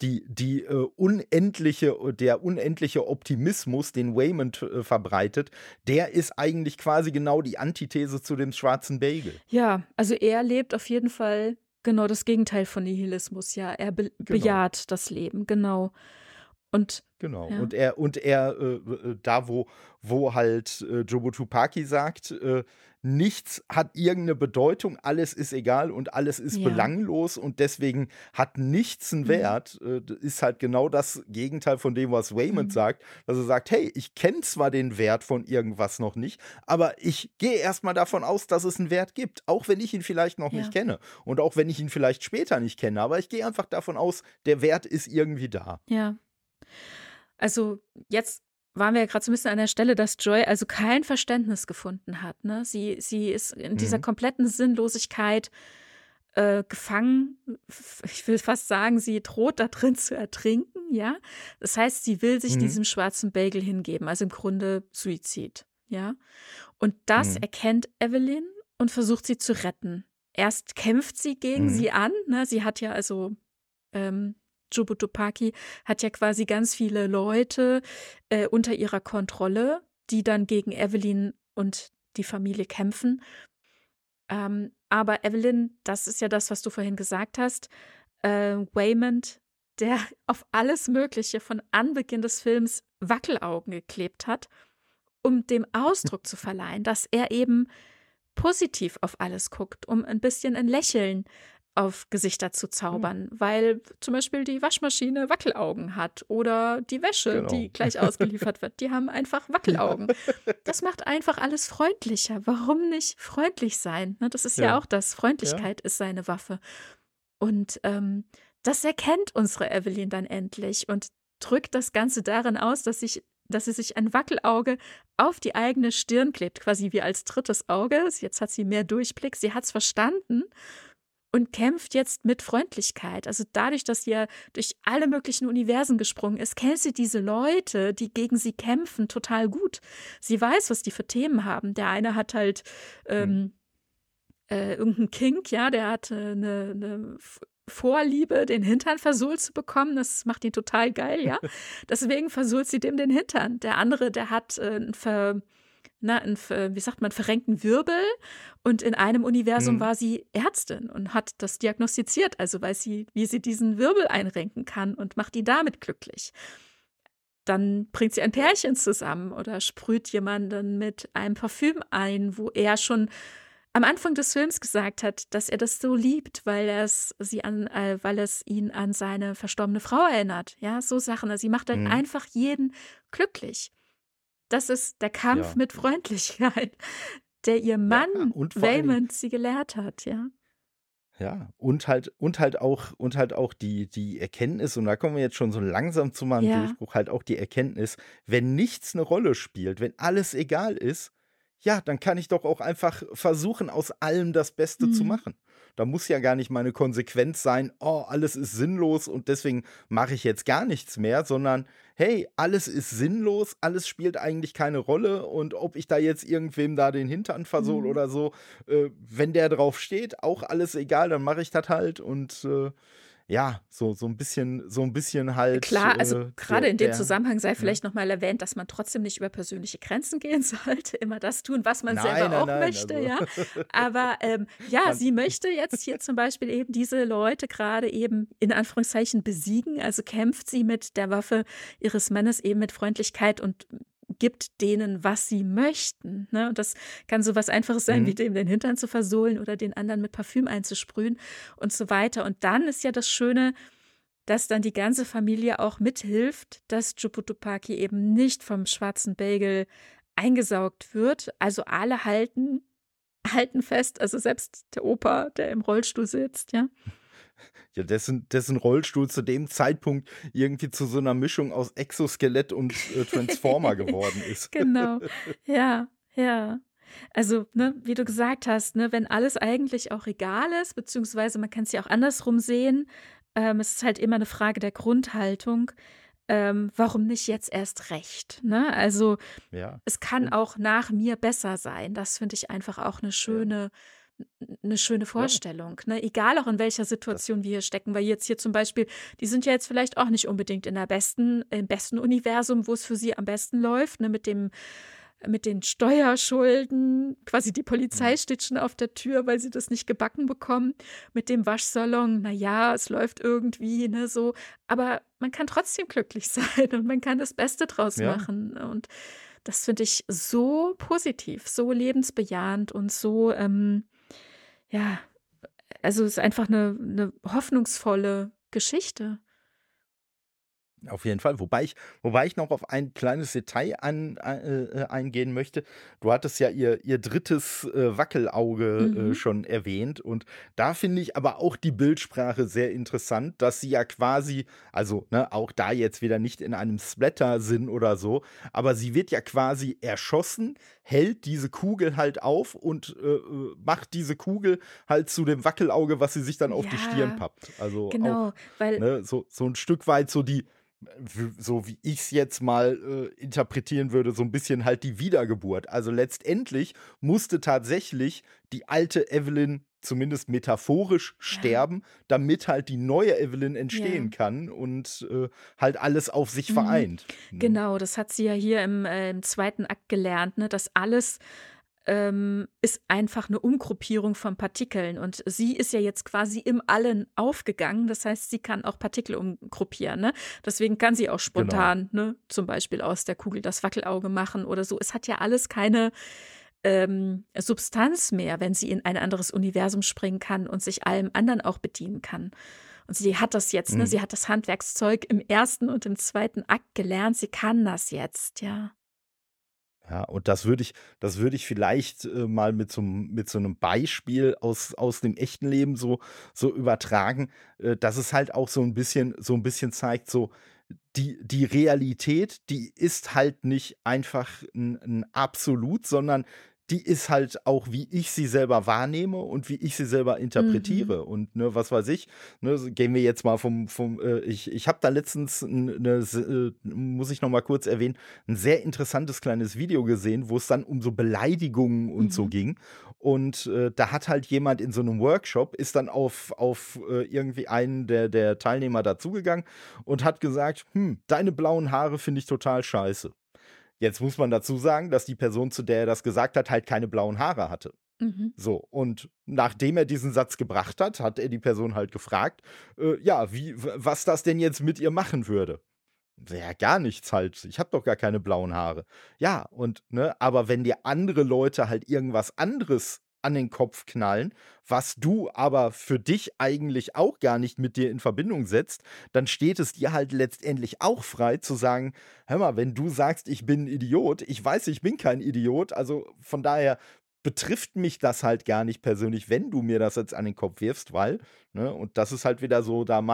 der unendliche Optimismus, den Waymond verbreitet, der ist eigentlich quasi genau die Antithese zu dem schwarzen Bagel. Ja, also er lebt auf jeden Fall genau das Gegenteil von Nihilismus, ja. Er Genau. bejaht das Leben, genau. Und Genau. ja, Da, wo halt Jobu Tupaki sagt, nichts hat irgendeine Bedeutung, alles ist egal und alles ist ja. belanglos und deswegen hat nichts einen Mhm. Wert, ist halt genau das Gegenteil von dem, was Waymond Mhm. sagt, dass er sagt: „Hey, ich kenne zwar den Wert von irgendwas noch nicht, aber ich gehe erst mal davon aus, dass es einen Wert gibt, auch wenn ich ihn vielleicht noch nicht Ja, kenne und auch wenn ich ihn vielleicht später nicht kenne, aber ich gehe einfach davon aus, der Wert ist irgendwie da.“ ja. Also, jetzt waren wir ja grad so 'n bisschen an der Stelle, dass Joy also kein Verständnis gefunden hat, ne? Sie ist in dieser Mhm. kompletten Sinnlosigkeit, gefangen. Ich will fast sagen, sie droht da drin zu ertrinken, ja? Das heißt, sie will sich Mhm. diesem schwarzen Bagel hingeben, also im Grunde Suizid, ja? Und das Mhm. erkennt Evelyn und versucht sie zu retten. Erst kämpft sie gegen Mhm. sie an, ne? Sie hat ja also ähm, Jobutopaki hat ja quasi ganz viele Leute, unter ihrer Kontrolle, die dann gegen Evelyn und die Familie kämpfen. Aber Evelyn, das ist ja das, was du vorhin gesagt hast, Waymond, der auf alles Mögliche von Anbeginn des Films Wackelaugen geklebt hat, um dem Ausdruck zu verleihen, dass er eben positiv auf alles guckt, um ein bisschen ein Lächeln auf Gesichter zu Hm, zaubern, weil zum Beispiel die Waschmaschine Wackelaugen hat oder die Wäsche, die genau. gleich ausgeliefert wird, die haben einfach Ja, Wackelaugen. Das macht einfach alles freundlicher. Warum nicht freundlich sein? Ne, das ist ja ja, auch das. ja. Freundlichkeit ist seine Waffe. Und das erkennt unsere Evelyn dann endlich und drückt das Ganze darin aus, dass sie sich ein Wackelauge auf die eigene Stirn klebt, quasi wie als drittes Auge. Jetzt hat sie mehr Durchblick, sie hat es verstanden und kämpft jetzt mit Freundlichkeit. Also dadurch, dass sie ja durch alle möglichen Universen gesprungen ist, kennt sie diese Leute, die gegen sie kämpfen, total gut. Sie weiß, was die für Themen haben. Der eine hat halt Hm, ähm, irgend Kink, ja, der hat 'ne Vorliebe, den Hintern versohlt zu bekommen. Das macht ihn total geil, ja. Deswegen versohlt sie dem den Hintern. Der andere, der hat 'n wie sagt man, verrenkten Wirbel und in einem Universum mhm, war sie Ärztin und hat das diagnostiziert, also weiß sie, wie sie diesen Wirbel einrenken kann und macht ihn damit glücklich. Dann bringt sie ein Pärchen zusammen oder sprüht jemanden mit einem Parfüm ein, wo er schon am Anfang des Films gesagt hat, dass er das so liebt, weil es ihn an seine verstorbene Frau erinnert. Ja, so Sachen. Also sie macht dann mhm. einfach jeden glücklich. Das ist der Kampf Ja. mit Freundlichkeit, der ihr Ja, Mann und vor allen Dingen Waymond sie gelehrt hat, ja. ja, und halt auch die Erkenntnis, und da kommen wir jetzt schon so langsam zu meinem Ja. Durchbruch, halt auch die Erkenntnis, wenn nichts eine Rolle spielt, wenn alles egal ist, ja, dann kann ich doch auch einfach versuchen, aus allem das Beste zu Mhm. machen. Da muss ja gar nicht meine Konsequenz sein: „Oh, alles ist sinnlos und deswegen mache ich jetzt gar nichts mehr“, sondern: „Hey, alles ist sinnlos, alles spielt eigentlich keine Rolle und ob ich da jetzt irgendwem da den Hintern versohle Mhm. oder so, wenn der drauf steht, auch alles egal, dann mache ich das halt und, ja, so ein bisschen halt, Klar, also gerade in dem der Zusammenhang sei ne? vielleicht noch mal erwähnt, dass man trotzdem nicht über persönliche Grenzen gehen sollte, immer das tun, was man Nein, selber nein, auch nein, möchte, also ja. Aber, ja, man sie möchte jetzt hier zum Beispiel eben diese Leute gerade eben in Anführungszeichen besiegen, also kämpft sie mit der Waffe ihres Mannes eben mit Freundlichkeit und gibt denen, was sie möchten, ne? Und das kann so was Einfaches sein, wie mhm, dem den Hintern zu versohlen oder den anderen mit Parfüm einzusprühen und so weiter. Und dann ist ja das Schöne, dass dann die ganze Familie auch mithilft, dass Juputupaki eben nicht vom schwarzen Bagel eingesaugt wird. Also alle halten fest, also selbst der Opa, der im Rollstuhl sitzt, ja. ja, dessen Rollstuhl zu dem Zeitpunkt irgendwie zu so einer Mischung aus Exoskelett und, Transformer geworden ist. Genau. Ja, ja. Also, ne, wie du gesagt hast, ne, wenn alles eigentlich auch egal ist, beziehungsweise man kann es ja auch andersrum sehen, es ist halt immer eine Frage der Grundhaltung, warum nicht jetzt erst recht, ne? Also, Ja, es kann und auch nach mir besser sein. Das finde ich einfach auch ja, 'ne schöne ja, Vorstellung, ne? Egal auch in welcher das Situation wir hier stecken, weil jetzt hier zum Beispiel die sind ja jetzt vielleicht auch nicht unbedingt im besten Universum, wo es für sie am besten läuft, ne, mit den Steuerschulden. Quasi die mhm, Polizei steht schon auf der Tür, weil sie das nicht gebacken bekommen. Mit dem Waschsalon, na ja, es läuft irgendwie, ne, so. Aber man kann trotzdem glücklich sein und man kann das Beste draus ja. machen. Und das finde ich so positiv, so lebensbejahend und so, ja, also es ist einfach eine hoffnungsvolle Geschichte. Auf jeden Fall. Wobei ich noch auf ein kleines Detail eingehen möchte. Du hattest ja ihr drittes Wackelauge, Mhm. schon erwähnt, und da finde ich aber auch die Bildsprache sehr interessant, dass sie ja quasi, also, ne, auch da jetzt wieder nicht in einem Splatter-Sinn oder so, aber sie wird ja quasi erschossen, hält diese Kugel halt auf und, macht diese Kugel halt zu dem Wackelauge, was sie sich dann auf die Stirn Ja, pappt. Also genau, auch, weil ne, so ein Stück weit so wie ich es jetzt mal, interpretieren würde, so ein bisschen halt die Wiedergeburt. Also, letztendlich musste tatsächlich die alte Evelyn zumindest metaphorisch ja, sterben, damit halt die neue Evelyn entstehen ja. kann und, halt alles auf sich Mhm. vereint, ne? Genau, das hat sie ja hier im 2. Akt gelernt, ne, dass alles, ist einfach eine Umgruppierung von Partikeln und sie ist ja jetzt quasi im Allen aufgegangen. Das heißt, sie kann auch Partikel umgruppieren, ne? Deswegen kann sie auch Genau. spontan, ne, zum Beispiel aus der Kugel das Wackelauge machen oder so. Es hat ja alles keine Substanz mehr, wenn sie in ein anderes Universum springen kann und sich allem anderen auch bedienen kann. Und sie hat das jetzt, ne? Mhm. Sie hat das Handwerkszeug im ersten und im zweiten Akt gelernt. Sie kann das jetzt, ja. Ja, und das würde ich vielleicht, mal mit so 'nem Beispiel aus dem echten Leben so übertragen, dass es halt auch so ein bisschen zeigt, so die Realität, die ist halt nicht einfach ein Absolut, sondern die ist halt auch, wie ich sie selber wahrnehme und wie ich sie selber Mhm. interpretiere. Und, ne, was weiß ich, ne, gehen wir jetzt mal ich habe da letztens 'ne muss ich noch mal kurz erwähnen, ein sehr interessantes kleines Video gesehen, wo es dann um so Beleidigungen und so Mhm. ging. Und, da hat halt jemand in so einem Workshop ist dann auf irgendwie einen der Teilnehmer dazugegangen und hat gesagt: Deine blauen Haare finde ich total scheiße.“ Jetzt muss man dazu sagen, dass die Person, zu der er das gesagt hat, halt keine blauen Haare hatte. Mhm. So, und nachdem er diesen Satz gebracht hat, hat er die Person halt gefragt, ja, was das denn jetzt mit ihr machen würde. Ja, gar nichts halt. Ich habe doch gar keine blauen Haare. Ja, und ne, aber wenn dir andere Leute halt irgendwas anderes an den Kopf knallen, was du aber für dich eigentlich auch gar nicht mit dir in Verbindung setzt, dann steht es dir halt letztendlich auch frei zu sagen: „Hör mal, wenn du sagst, ich bin 'n Idiot, ich weiß, ich bin kein Idiot, also von daher betrifft mich das halt gar nicht persönlich, wenn du mir das jetzt an den Kopf wirfst, weil“, ne, und das ist halt wieder so da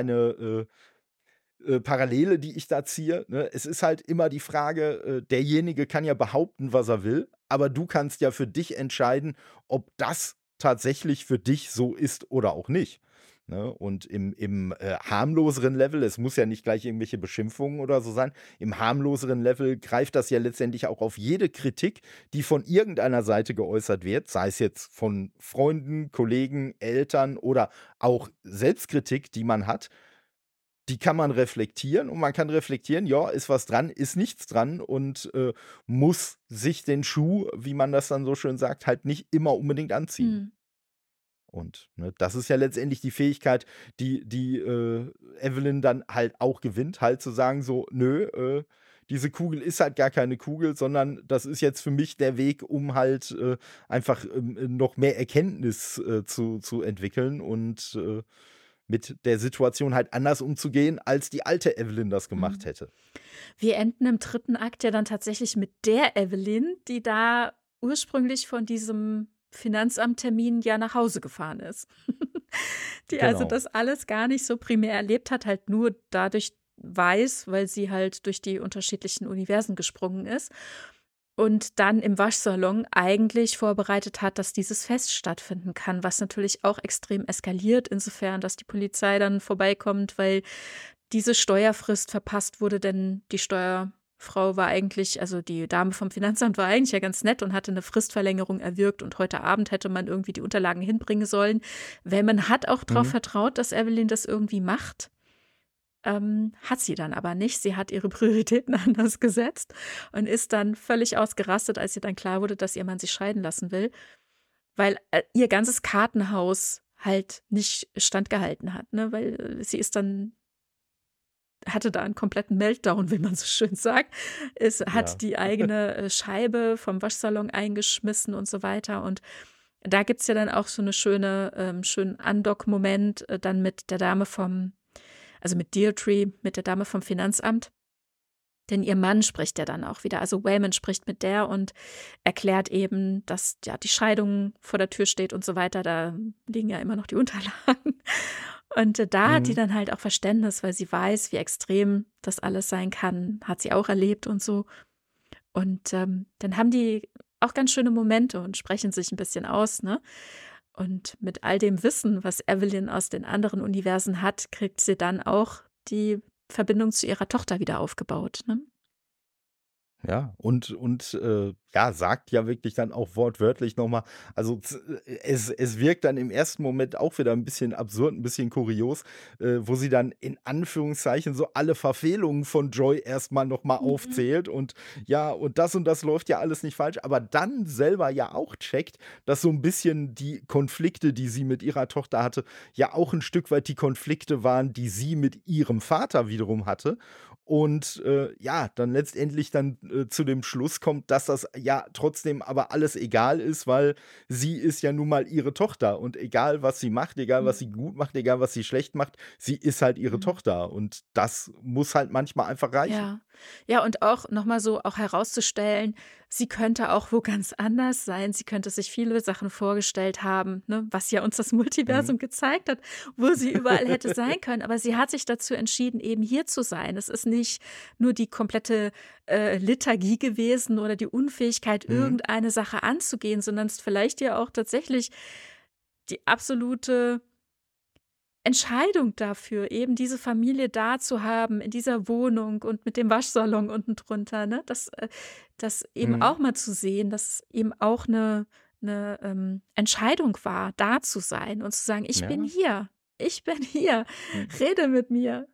meine Parallele, die ich da ziehe, ne? Es ist halt immer die Frage, derjenige kann ja behaupten, was er will, aber du kannst ja für dich entscheiden, ob das tatsächlich für dich so ist oder auch nicht, ne? Und im harmloseren Level, es muss ja nicht gleich irgendwelche Beschimpfungen oder so sein, im harmloseren Level greift das ja letztendlich auch auf jede Kritik, die von irgendeiner Seite geäußert wird, sei es jetzt von Freunden, Kollegen, Eltern oder auch Selbstkritik, die man hat. Die kann man reflektieren und man kann reflektieren, ja, ist was dran, ist nichts dran und, muss sich den Schuh, wie man das dann so schön sagt, halt nicht immer unbedingt anziehen. Mhm. Und, ne, das ist ja letztendlich die Fähigkeit, die Evelyn dann halt auch gewinnt, halt zu sagen so: „Nö, diese Kugel ist halt gar keine Kugel, sondern das ist jetzt für mich der Weg, um halt, einfach, noch mehr Erkenntnis, zu entwickeln und, mit der Situation halt anders umzugehen, als die alte Evelyn das gemacht Mhm. hätte.“ Wir enden im dritten Akt ja dann tatsächlich mit der Evelyn, die da ursprünglich von diesem Finanzamttermin ja nach Hause gefahren ist. Die also Genau. das alles gar nicht so primär erlebt hat, halt nur dadurch weiß, weil sie halt durch die unterschiedlichen Universen gesprungen ist und dann im Waschsalon eigentlich vorbereitet hat, dass dieses Fest stattfinden kann, was natürlich auch extrem eskaliert, insofern, dass die Polizei dann vorbeikommt, weil diese Steuerfrist verpasst wurde, denn die Steuerfrau war eigentlich, also die Dame vom Finanzamt war eigentlich ja ganz nett und hatte eine Fristverlängerung erwirkt und heute Abend hätte man irgendwie die Unterlagen hinbringen sollen. Weil man hat auch darauf Mhm. vertraut, dass Evelyn das irgendwie macht. Hat sie dann aber nicht. Sie hat ihre Prioritäten anders gesetzt und ist dann völlig ausgerastet, als ihr dann klar wurde, dass ihr Mann sich scheiden lassen will, weil ihr ganzes Kartenhaus halt nicht standgehalten hat, ne? Weil sie ist dann hatte da einen kompletten Meltdown, wie man so schön sagt. Es hat Ja. die eigene, Scheibe vom Waschsalon eingeschmissen und so weiter. Und da gibt's ja dann auch so 'ne schönen Andock-Moment, dann mit der Dame vom also mit Deirdre, mit der Dame vom Finanzamt. Denn ihr Mann spricht ja dann auch wieder. Also Wayman spricht mit der und erklärt eben, dass ja die Scheidung vor der Tür steht und so weiter. Da liegen ja immer noch die Unterlagen. Und da hat die Mhm. dann halt auch Verständnis, weil sie weiß, wie extrem das alles sein kann. Hat sie auch erlebt und so. Und dann haben die auch ganz schöne Momente und sprechen sich ein bisschen aus, ne? Und mit all dem Wissen, was Evelyn aus den anderen Universen hat, kriegt sie dann auch die Verbindung zu ihrer Tochter wieder aufgebaut, ne? Ja, und ja, sagt ja wirklich dann auch wortwörtlich noch mal also, es wirkt dann im ersten Moment auch wieder ein bisschen absurd, ein bisschen kurios, wo sie dann in Anführungszeichen so alle Verfehlungen von Joy erst mal noch mal Mhm. aufzählt und ja, und das läuft ja alles nicht falsch, aber dann selber ja auch checkt, dass so ein bisschen die Konflikte, die sie mit ihrer Tochter hatte, ja auch ein Stück weit die Konflikte waren, die sie mit ihrem Vater wiederum hatte und ja, dann letztendlich dann zu dem Schluss kommt, dass das ja trotzdem aber alles egal ist, weil sie ist ja nun mal ihre Tochter und egal was sie macht, egal was sie Mhm. gut macht, egal was sie schlecht macht, sie ist halt ihre Mhm. Tochter und das muss halt manchmal einfach reichen. Ja. Ja, und auch noch mal so auch herauszustellen, sie könnte auch wo ganz anders sein. Sie könnte sich viele Sachen vorgestellt haben, ne, was ja uns das Mhm. Multiversum gezeigt hat, wo sie überall hätte sein können. Aber sie hat sich dazu entschieden, eben hier zu sein. Es ist nicht nur die komplette, Lethargie gewesen oder die Unfähigkeit, Mhm. irgendeine Sache anzugehen, sondern es ist vielleicht ja auch tatsächlich die absolute Entscheidung dafür, eben diese Familie da zu haben, in dieser Wohnung und mit dem Waschsalon unten drunter, ne? Das eben Mhm. auch mal zu sehen, dass eben auch eine Entscheidung war, da zu sein und zu sagen: „Ich bin Ja. hier. Ich bin hier. Mhm. Rede mit mir.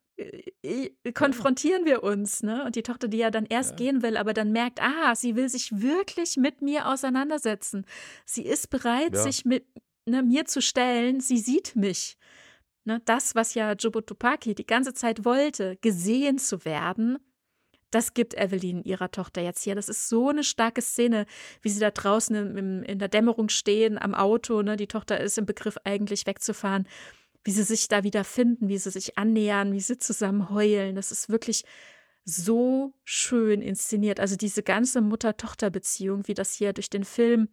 Ja. Konfrontieren wir uns“, ne? Und die Tochter, die ja dann erst Ja. gehen will, aber dann merkt: „Ah, sie will sich wirklich mit mir auseinandersetzen. Sie ist bereit, Ja. sich mit, ne, mir zu stellen. Sie sieht mich.“ Ne, das, was ja Jobu Tupaki die ganze Zeit wollte, gesehen zu werden, das gibt Evelyn ihrer Tochter jetzt hier. Das ist so eine starke Szene, wie sie da draußen in der Dämmerung stehen am Auto, ne? Die Tochter ist im Begriff, eigentlich wegzufahren, wie sie sich da wieder finden, wie sie sich annähern, wie sie zusammen heulen. Das ist wirklich so schön inszeniert. Also, diese ganze Mutter-Tochter-Beziehung, wie das hier durch den Film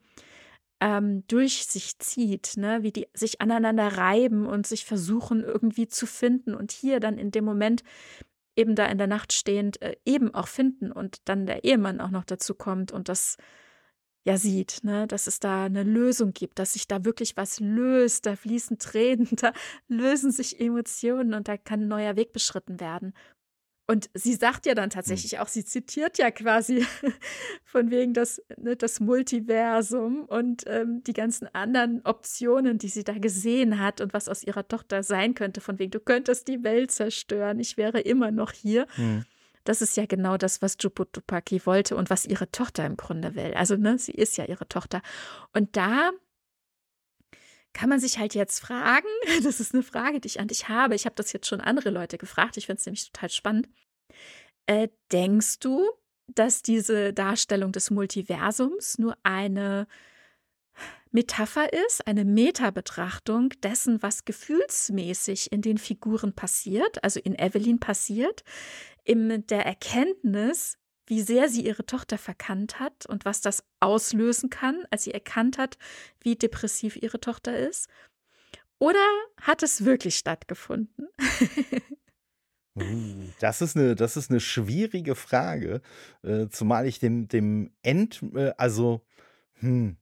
durch sich zieht, ne? Wie die sich aneinander reiben und sich versuchen, irgendwie zu finden und hier dann in dem Moment eben da in der Nacht stehend, eben auch finden und dann der Ehemann auch noch dazu kommt und das ja sieht, ne, dass es da eine Lösung gibt, dass sich da wirklich was löst, da fließen Tränen, da lösen sich Emotionen und da kann 'n neuer Weg beschritten werden. Und sie sagt ja dann Mhm. tatsächlich auch, sie zitiert ja quasi von wegen das Multiversum und, die ganzen anderen Optionen, die sie da gesehen hat und was aus ihrer Tochter sein könnte, von wegen: „Du könntest die Welt zerstören, ich wäre immer noch hier.“ Mhm. Das ist ja genau das, was Juput wollte und was ihre Tochter im Grunde will. Also, ne, sie ist ja ihre Tochter. Und da kann man sich halt jetzt fragen, das ist eine Frage, die ich an dich habe. Ich habe das jetzt schon andere Leute gefragt. Ich finde es nämlich total spannend. Denkst du, dass diese Darstellung des Multiversums nur eine Metapher ist, eine Metabetrachtung dessen, was gefühlsmäßig in den Figuren passiert, also in Evelyn passiert, in der Erkenntnis, wie sehr sie ihre Tochter verkannt hat und was das auslösen kann, als sie erkannt hat, wie depressiv ihre Tochter ist? Oder hat es wirklich stattgefunden? Das ist 'ne schwierige Frage, zumal ich dem also, hm,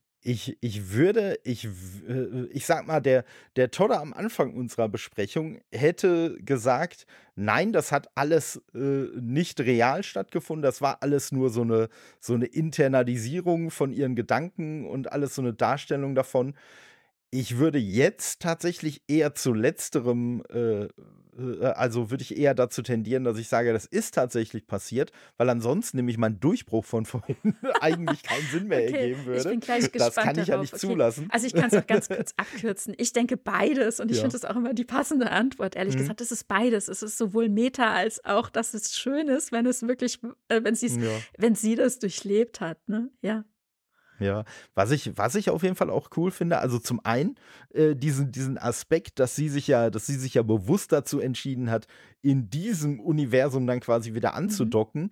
ich sage mal, der Todder am Anfang unserer Besprechung hätte gesagt: „Nein, das hat alles, nicht real stattgefunden. Das war alles nur so 'ne Internalisierung von ihren Gedanken und alles so 'ne Darstellung davon.“ Ich würde jetzt tatsächlich eher zu Letzterem, also, würde ich eher dazu tendieren, dass ich sage, das ist tatsächlich passiert, weil ansonsten nämlich mein Durchbruch von vorhin eigentlich keinen Sinn mehr Okay, ergeben ich würde. bin gleich Das gespannt kann ich ja darauf. nicht Okay, zulassen. also ich kann es auch ganz kurz abkürzen. Ich denke beides und ich Ja. finde das auch immer die passende Antwort, ehrlich Mhm. gesagt. Es ist beides. Es ist sowohl Meta als auch, dass es schön ist, wenn es wirklich, Ja. wenn sie das durchlebt hat, ne? Ja. Ja, was ich auf jeden Fall auch cool finde, also zum einen, diesen Aspekt, dass sie sich ja bewusst dazu entschieden hat, in diesem Universum dann quasi wieder Mhm. anzudocken.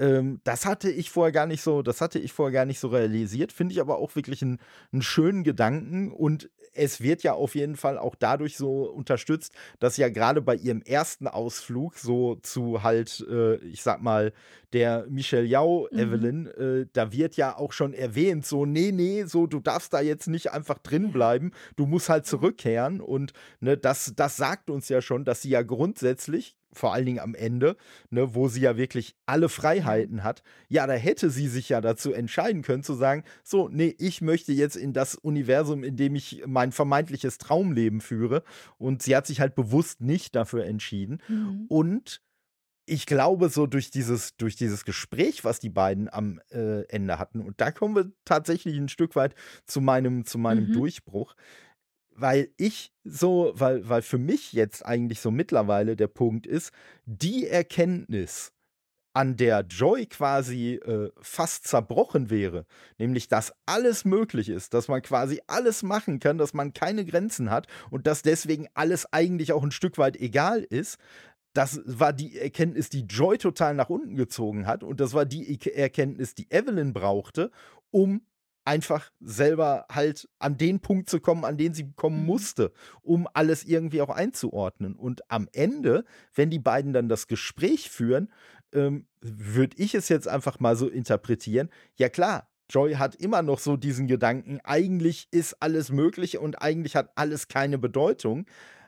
Das hatte ich vorher gar nicht so realisiert, finde ich aber auch wirklich 'n schönen Gedanken und es wird ja auf jeden Fall auch dadurch so unterstützt, dass ja gerade bei ihrem ersten Ausflug so zu halt, ich sage mal, der Michelle Yeoh Mhm. Evelyn, da wird ja auch schon erwähnt, so: „Nee, nee, so, du darfst da jetzt nicht einfach drin Ja, bleiben, du musst halt ja. zurückkehren.“ Und, ne, das sagt uns ja schon, dass sie ja grundsätzlich, vor allen Dingen am Ende, ne, wo sie ja wirklich alle Ja. Freiheiten hat, ja, da hätte sie sich ja dazu entscheiden können zu sagen: „So, nee, ich möchte jetzt in das Universum, in dem ich mein vermeintliches Traumleben führe.“ Und sie hat sich halt bewusst nicht dafür entschieden. Mhm. Und ich glaube, so durch dieses Gespräch, was die beiden am, Ende hatten und da kommen wir tatsächlich ein Stück weit zu meinem Mhm. Durchbruch, weil für mich jetzt eigentlich so mittlerweile der Punkt ist, die Erkenntnis, an der Joy quasi fast zerbrochen wäre, nämlich dass alles möglich ist, dass man quasi alles machen kann, dass man keine Grenzen hat und dass deswegen alles eigentlich auch ein Stück weit egal ist. Das war die Erkenntnis, die Joy total nach unten gezogen hat, und das war die Erkenntnis, die Evelyn brauchte, um einfach selber halt an den Punkt zu kommen, an den sie kommen Mhm. musste, um alles irgendwie auch einzuordnen. Und am Ende, wenn die beiden dann das Gespräch führen, würde ich es jetzt einfach mal so interpretieren: Ja klar, Joy hat immer noch so diesen Gedanken, eigentlich ist alles möglich und eigentlich hat alles keine Bedeutung,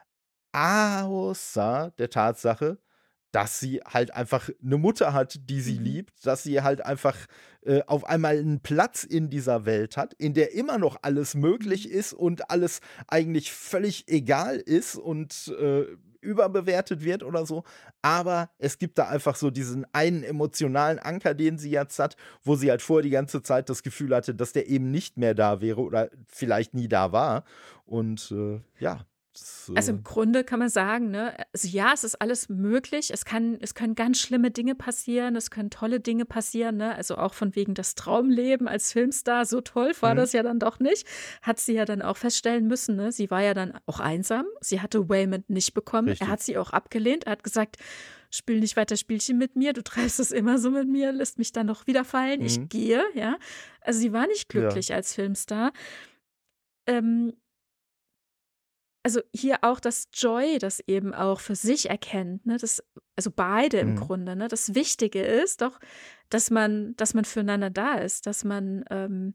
außer der Tatsache, dass sie halt einfach eine Mutter hat, die sie Mhm. liebt, dass sie halt einfach auf einmal einen Platz in dieser Welt hat, in der immer noch alles möglich Mhm. ist und alles eigentlich völlig egal ist und überbewertet wird oder so. Aber es gibt da einfach so diesen einen emotionalen Anker, den sie jetzt hat, wo sie halt vorher die ganze Zeit das Gefühl hatte, dass der eben nicht mehr da wäre oder vielleicht nie da war. Und ja, das, Also, im Grunde kann man sagen, ne, also, ja, es ist alles möglich. Es können ganz schlimme Dinge passieren, es können tolle Dinge passieren, ne? Also, auch von wegen das Traumleben als Filmstar, so toll war mhm, das ja dann doch nicht. Hat sie ja dann auch feststellen müssen, ne? Sie war ja dann auch einsam. Sie hatte Waymond nicht bekommen. Er hat richtig. sie auch abgelehnt. Er hat gesagt: „Spiel nicht weiter Spielchen mit mir. Du treibst es immer so mit mir, lässt mich dann noch wieder fallen. Ich Mhm, gehe“, ja? Also, sie war nicht ja. glücklich als Filmstar. Ähm also, hier auch, dass Joy das eben auch für sich erkennt, ne, dass also beide im Mhm. Grunde, ne? Das Wichtige ist doch, dass man füreinander da ist, dass man,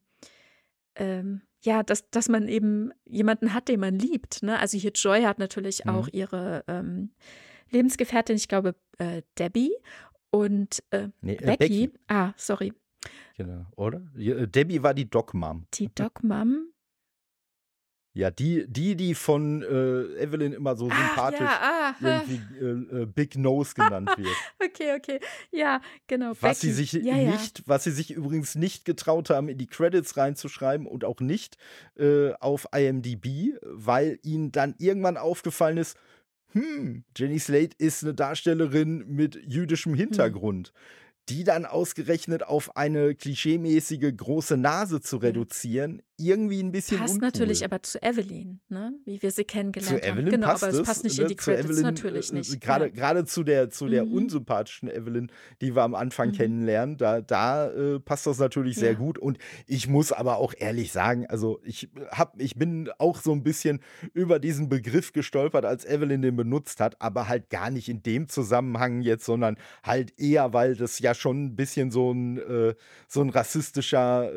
ja, dass man eben jemanden hat, den man liebt, ne? Also, hier Joy hat natürlich auch Mhm. ihre, Lebensgefährtin, ich glaube, Debbie und, Ne, Becky, Becky sorry, genau, oder? Debbie war die Dog-Mom. die Dog Mom. Ja, die von Evelyn immer so Ach ja, sympathisch irgendwie Big Nose genannt wird. okay, okay. Ja, genau, Becky. Ja, ja. Was sie sich übrigens nicht getraut haben, in die Credits reinzuschreiben und auch nicht auf IMDb, weil ihnen dann irgendwann aufgefallen ist: Jenny Slate ist eine Darstellerin mit jüdischem Mhm. Hintergrund. Die dann ausgerechnet auf eine klischeemäßige große Nase zu Ja. reduzieren, irgendwie ein bisschen Passt natürlich uncool. aber zu Evelyn, ne, wie wir sie Zu kennengelernt haben. Evelyn Genau, aber passt es es, passt nicht in ne? die Zu Credits, Evelyn, natürlich nicht. Ja. grade zu der Mhm. unsympathischen Evelyn, die wir am Anfang Mhm. kennenlernen, da passt das natürlich sehr Ja. gut. Und ich muss aber auch ehrlich sagen, also, ich bin auch so ein bisschen über diesen Begriff gestolpert, als Evelyn den benutzt hat, aber halt gar nicht in dem Zusammenhang jetzt, sondern halt eher, weil das ja schon ein bisschen so ein rassistischer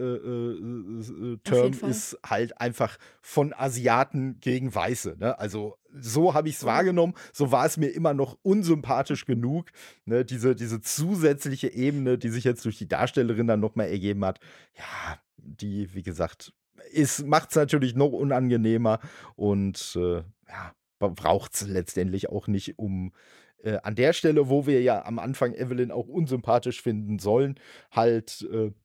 Auf jeden Term Fall. ist, halt einfach von Asiaten gegen Weiße, ne? Also, so habe ich's Oh. wahrgenommen. So war es mir immer noch unsympathisch Mhm. genug, ne? Diese zusätzliche Ebene, die sich jetzt durch die Darstellerin dann noch mal ergeben hat, ja, die, wie gesagt, macht's natürlich noch unangenehmer und ja, braucht's letztendlich auch nicht, um an der Stelle, wo wir ja am Anfang Evelyn auch unsympathisch finden sollen, halt,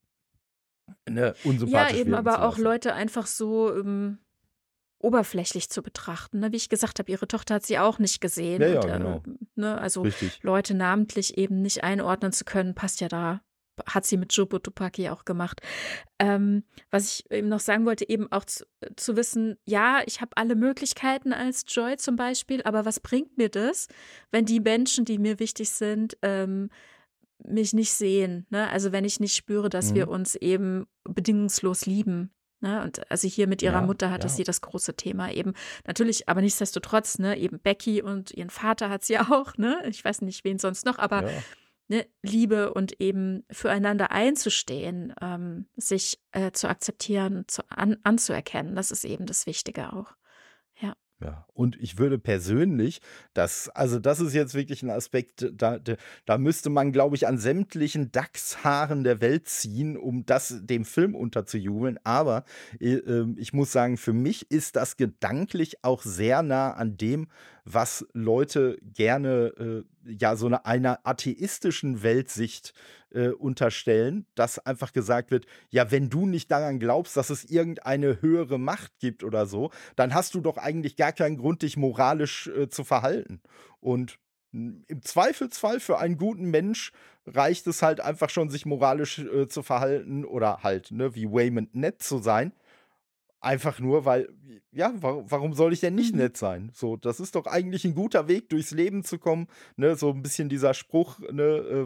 ne, Ja, unsympathisch eben wirken zu aber auch lassen. Leute einfach so, oberflächlich zu betrachten, ne? Wie ich gesagt habe, ihre Tochter hat sie auch nicht gesehen Ja, ja, und, genau. ne, also Richtig. Leute namentlich eben nicht einordnen zu können, passt ja da. Hat sie mit Jobu Tupaki auch gemacht. Was ich eben noch sagen wollte, eben auch zu wissen, ja, ich habe alle Möglichkeiten als Joy zum Beispiel, aber was bringt mir das, wenn die Menschen, die mir wichtig sind, mich nicht sehen, ne? Also, wenn ich nicht spüre, dass wir Mhm. uns eben bedingungslos lieben, ne? Und also, hier mit ihrer Ja, Mutter hatte ja. sie das große Thema eben. Natürlich, aber nichtsdestotrotz, ne, eben Becky und ihren Vater hat sie auch, ne? Ich weiß nicht, wen sonst noch, aber, Ja. ne, Liebe und eben füreinander einzustehen, sich, zu akzeptieren, anzuerkennen, das ist eben das Wichtige auch. Ja. Ja, und ich würde persönlich das ist jetzt wirklich ein Aspekt, da müsste man, glaube ich, an sämtlichen Dachshaaren der Welt ziehen, um das dem Film unterzujubeln. Aber ich muss sagen, für mich ist das gedanklich auch sehr nah an dem, was Leute gerne ja, so einer atheistischen Weltsicht unterstellen, dass einfach gesagt wird: „Ja, wenn du nicht daran glaubst, dass es irgendeine höhere Macht gibt oder so, dann hast du doch eigentlich gar keinen Grund, dich moralisch zu verhalten.“ Und Im Zweifelsfall für einen guten Mensch reicht es halt einfach schon, sich moralisch zu verhalten oder halt, ne, wie Waymond nett zu sein. Einfach nur, weil, ja, warum soll ich denn nicht Mhm. nett sein? So, das ist doch eigentlich ein guter Weg, durchs Leben zu kommen, ne? So ein bisschen dieser Spruch, ne,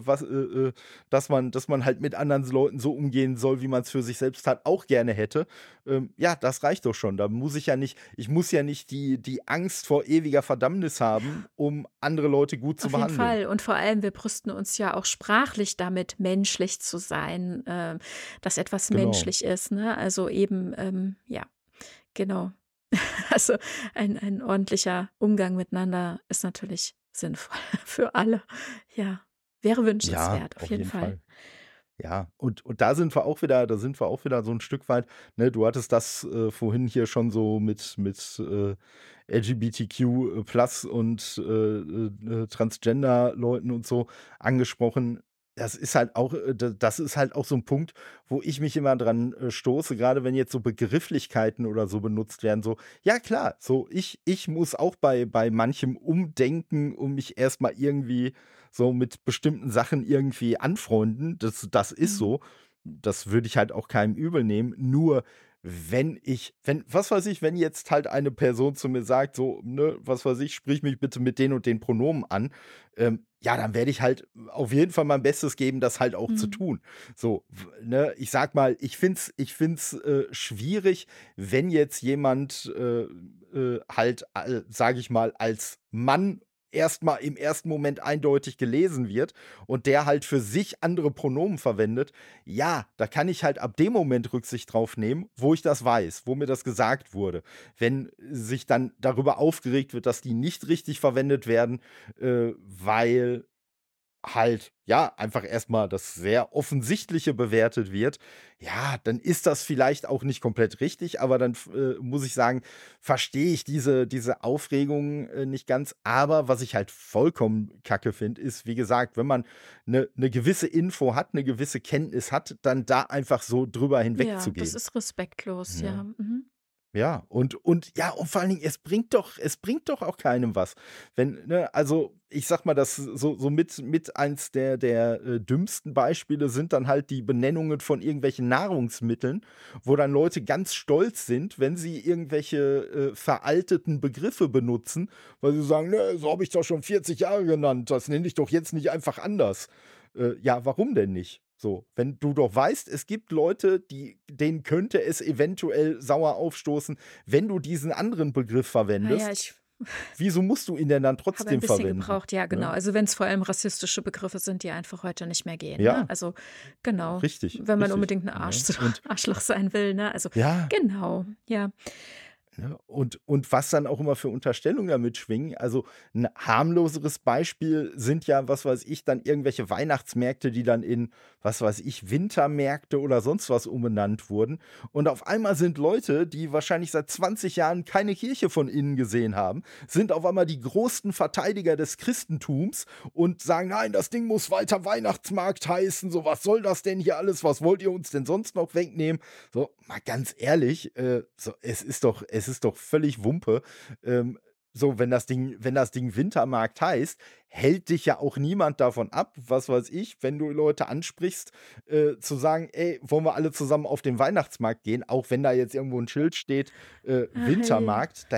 dass man halt mit anderen Leuten so umgehen soll, wie man es für sich selbst halt auch gerne hätte. Ja, das reicht doch schon. Da muss ich muss ja nicht die Angst vor ewiger Verdammnis haben, um andere Leute gut zu Auf jeden behandeln. Fall. Und vor allem, wir brüsten uns ja auch sprachlich damit, menschlich zu sein, dass etwas Genau. menschlich ist, ne? Also eben, ja, genau. Also ein ordentlicher Umgang miteinander ist natürlich sinnvoll für alle. Ja, wäre Ja, wünschenswert, auf auf jeden jeden Fall. Fall. Ja, und da sind wir auch wieder so ein Stück weit, ne, du hattest das, vorhin hier schon so mit LGBTQ Plus und, Transgender-Leuten und so angesprochen. Das ist halt auch so ein Punkt, wo ich mich immer dran, stoße, gerade wenn jetzt so Begrifflichkeiten oder so benutzt werden, so: „Ja klar, so ich muss auch bei manchem umdenken, um mich erst mal irgendwie so mit bestimmten Sachen irgendwie anfreunden. Das ist Mhm. so. Das würde ich halt auch keinem übel nehmen. Nur wenn was weiß ich, wenn jetzt halt eine Person zu mir sagt, so, ne, was weiß ich, sprich mich bitte mit den und den Pronomen an, ja, dann werde ich halt auf jeden Fall mein Bestes geben, das halt auch zu Mhm. tun. So, ne, ich sag mal, ich find's schwierig, wenn jetzt jemand halt, sage ich mal, als Mann erstmal im ersten Moment eindeutig gelesen wird und der halt für sich andere Pronomen verwendet, ja, da kann ich halt ab dem Moment Rücksicht drauf nehmen, wo ich das weiß, wo mir das gesagt wurde. Wenn sich dann darüber aufgeregt wird, dass die nicht richtig verwendet werden, weil halt, ja, einfach erstmal das sehr Offensichtliche bewertet wird, ja, dann ist das vielleicht auch nicht komplett richtig, aber dann muss ich sagen, verstehe ich diese Aufregung, nicht ganz. Aber was ich halt vollkommen kacke finde, ist, wie gesagt, wenn man eine gewisse Info hat, eine gewisse Kenntnis hat, dann da einfach so drüber Ja, das hinwegzugehen, ist respektlos, ja. ne? Mhm. Ja, und vor allen Dingen, es bringt doch auch keinem was. Wenn, ne, also, ich sag mal, das so mit eins der dümmsten Beispiele sind dann halt die Benennungen von irgendwelchen Nahrungsmitteln, wo dann Leute ganz stolz sind, wenn sie irgendwelche, veralteten Begriffe benutzen, weil sie sagen: „Ne, so habe ich doch schon 40 Jahre genannt, das nenne ich doch jetzt nicht einfach anders.“ Ja, warum denn nicht? So, wenn du doch weißt, es gibt Leute, denen könnte es eventuell sauer aufstoßen, wenn du diesen anderen Begriff Ah ja, verwendest. ich Wieso musst du ihn denn dann habe ein trotzdem bisschen verwenden, gebraucht, ja, genau. ne? Also, wenn es vor allem rassistische Begriffe sind, die einfach heute nicht mehr gehen, ne? Ja, Also, genau, richtig, wenn man richtig, unbedingt 'n ne? Arschloch sein will, ne? Also, Ja. genau, ja. Ne? Und was dann auch immer für Unterstellungen damit schwingen. Also, ein harmloseres Beispiel sind ja, was weiß ich, dann irgendwelche Weihnachtsmärkte, die dann in, was weiß ich, Wintermärkte oder sonst was umbenannt wurden. Und auf einmal sind Leute, die wahrscheinlich seit 20 Jahren keine Kirche von innen gesehen haben, sind auf einmal die größten Verteidiger des Christentums und sagen: „Nein, das Ding muss weiter Weihnachtsmarkt heißen. So, was soll das denn hier alles? Was wollt ihr uns denn sonst noch wegnehmen?“ So, mal ganz ehrlich, so, es ist doch völlig Wumpe. So, wenn das Ding Wintermarkt heißt, hält dich ja auch niemand davon ab, was weiß ich, wenn du Leute ansprichst, zu sagen: „Ey, wollen wir alle zusammen auf den Weihnachtsmarkt gehen?“ Auch wenn da jetzt irgendwo ein Schild steht, Ach, herrje. Wintermarkt,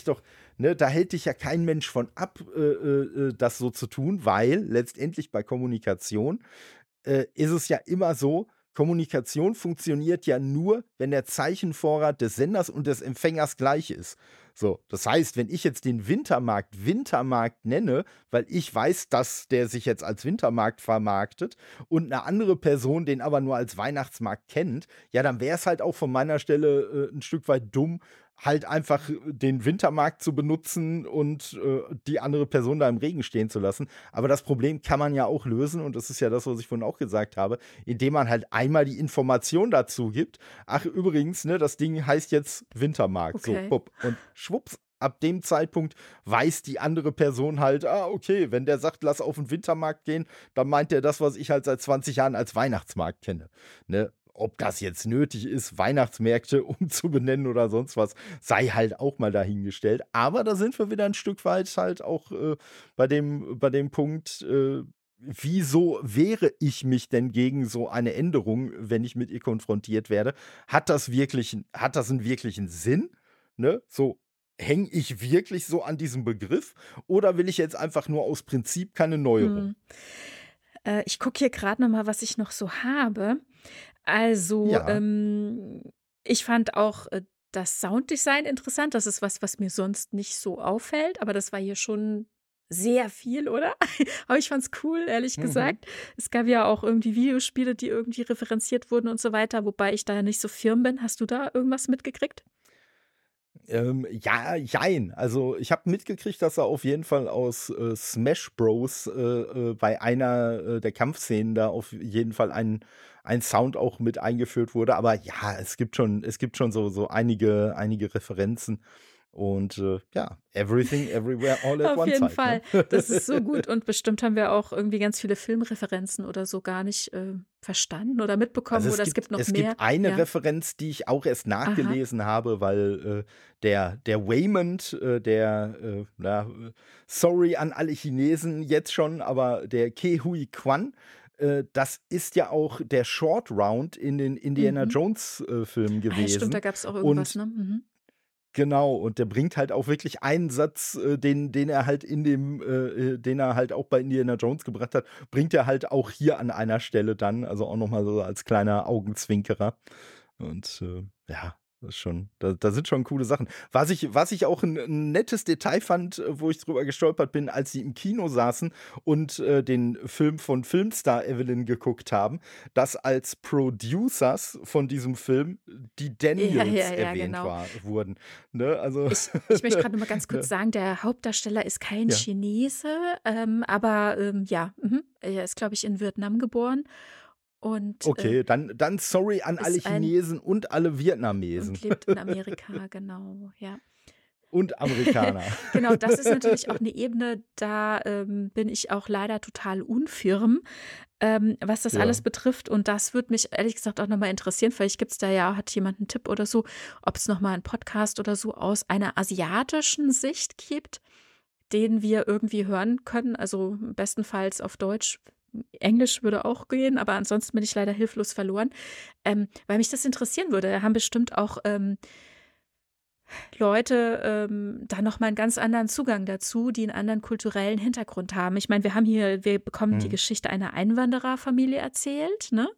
da hält dich ja kein Mensch von ab, das so zu tun, weil letztendlich bei Kommunikation ist es ja immer so, Kommunikation funktioniert ja nur, wenn der Zeichenvorrat des Senders und des Empfängers gleich ist. So, das heißt, wenn ich jetzt den Wintermarkt Wintermarkt nenne, weil ich weiß, dass der sich jetzt als Wintermarkt vermarktet und eine andere Person den aber nur als Weihnachtsmarkt kennt, ja, dann wäre es halt auch von meiner Stelle, 'n Stück weit dumm, halt einfach den Wintermarkt zu benutzen und, die andere Person da im Regen stehen zu lassen. Aber das Problem kann man ja auch lösen und das ist ja das, was ich vorhin auch gesagt habe, indem man halt einmal die Information dazu gibt. Ach übrigens, ne, das Ding heißt jetzt Wintermarkt, so, Okay. pupp. Und schwupps, ab dem Zeitpunkt weiß die andere Person halt, ah, okay, wenn der sagt, lass auf den Wintermarkt gehen, dann meint er das, was ich halt seit 20 Jahren als Weihnachtsmarkt kenne, ne? ob das jetzt nötig ist, Weihnachtsmärkte umzubenennen oder sonst was, sei halt auch mal dahingestellt. Aber da sind wir wieder ein Stück weit halt auch bei dem Punkt, wieso wehre ich mich denn gegen so eine Änderung, wenn ich mit ihr konfrontiert werde? Hat das einen wirklichen Sinn? Ne? So, hänge ich wirklich so an diesem Begriff oder will ich jetzt einfach nur aus Prinzip keine Neuerung? Mhm. Ich gucke hier gerade noch mal, was ich noch so habe. Also, Ja. ich fand auch, das Sounddesign interessant. Das ist was, was mir sonst nicht so auffällt, aber das war hier schon sehr viel, oder? Aber ich fand's cool, ehrlich Mhm. gesagt. Es gab ja auch irgendwie Videospiele, die irgendwie referenziert wurden und so weiter, wobei ich da ja nicht so firm bin. Hast du da irgendwas mitgekriegt? Ja, jein. Also, ich habe mitgekriegt, dass er auf jeden Fall aus, Smash Bros. Bei einer, der Kampfszenen da auf jeden Fall ein Sound auch mit eingeführt wurde. Aber ja, es gibt schon so einige Referenzen und, ja, Everything Everywhere All at Auf Once jeden halt, ne? Fall. Das ist so gut und bestimmt haben wir auch irgendwie ganz viele Filmreferenzen oder so gar nicht, verstanden oder Also, mitbekommen oder es es gibt gibt noch es mehr. gibt eine Ja. Referenz, die ich auch erst Aha. nachgelesen habe, weil, der Waymond, sorry an alle Chinesen jetzt schon, aber der Ke Huy Quan, das ist ja auch der Short Round in den Indiana Mhm. Jones, Filmen Ah ja, stimmt, da gewesen. gab's auch irgendwas, Und ne? Mhm. genau, und der bringt halt auch wirklich einen Satz, den er halt den er halt auch bei Indiana Jones gebracht hat, bringt er halt auch hier an einer Stelle dann, also auch noch mal so als kleiner Augenzwinkerer. Und, ja, das ist schon da sind schon coole Sachen. Was ich auch ein 'n nettes Detail fand, wo ich drüber gestolpert bin, als sie im Kino saßen und, den Film von Filmstar Evelyn geguckt haben, dass als Producers von diesem Film die Ja, Daniels ja, ja, erwähnt genau. wurden. Ne, also Ich möchte grad noch mal ganz kurz ne? sagen, der Hauptdarsteller ist kein Ja. Chinese, aber, ja, er ist, glaube ich, in Vietnam geboren und, Okay, dann sorry an alle ist ein Chinesen und alle und Vietnamesen lebt in Amerika, genau, ja. und Amerikaner. Genau, das ist natürlich auch 'ne Ebene, da, bin ich auch leider total unfirm, was das alles Ja. betrifft. Und das würde mich ehrlich gesagt auch noch mal interessieren. Vielleicht gibt's da ja hat jemand 'n Tipp oder so, ob's noch mal 'n Podcast oder so aus einer asiatischen Sicht gibt, den wir irgendwie hören können. Also, bestenfalls auf Deutsch. Englisch würde auch gehen, aber ansonsten bin ich leider hilflos verloren, weil mich das interessieren würde. Da haben bestimmt auch, Leute, da noch mal 'n ganz anderen Zugang dazu, die 'n anderen kulturellen Hintergrund haben. Ich meine, wir bekommen die Mhm. Geschichte einer Einwandererfamilie erzählt, ne,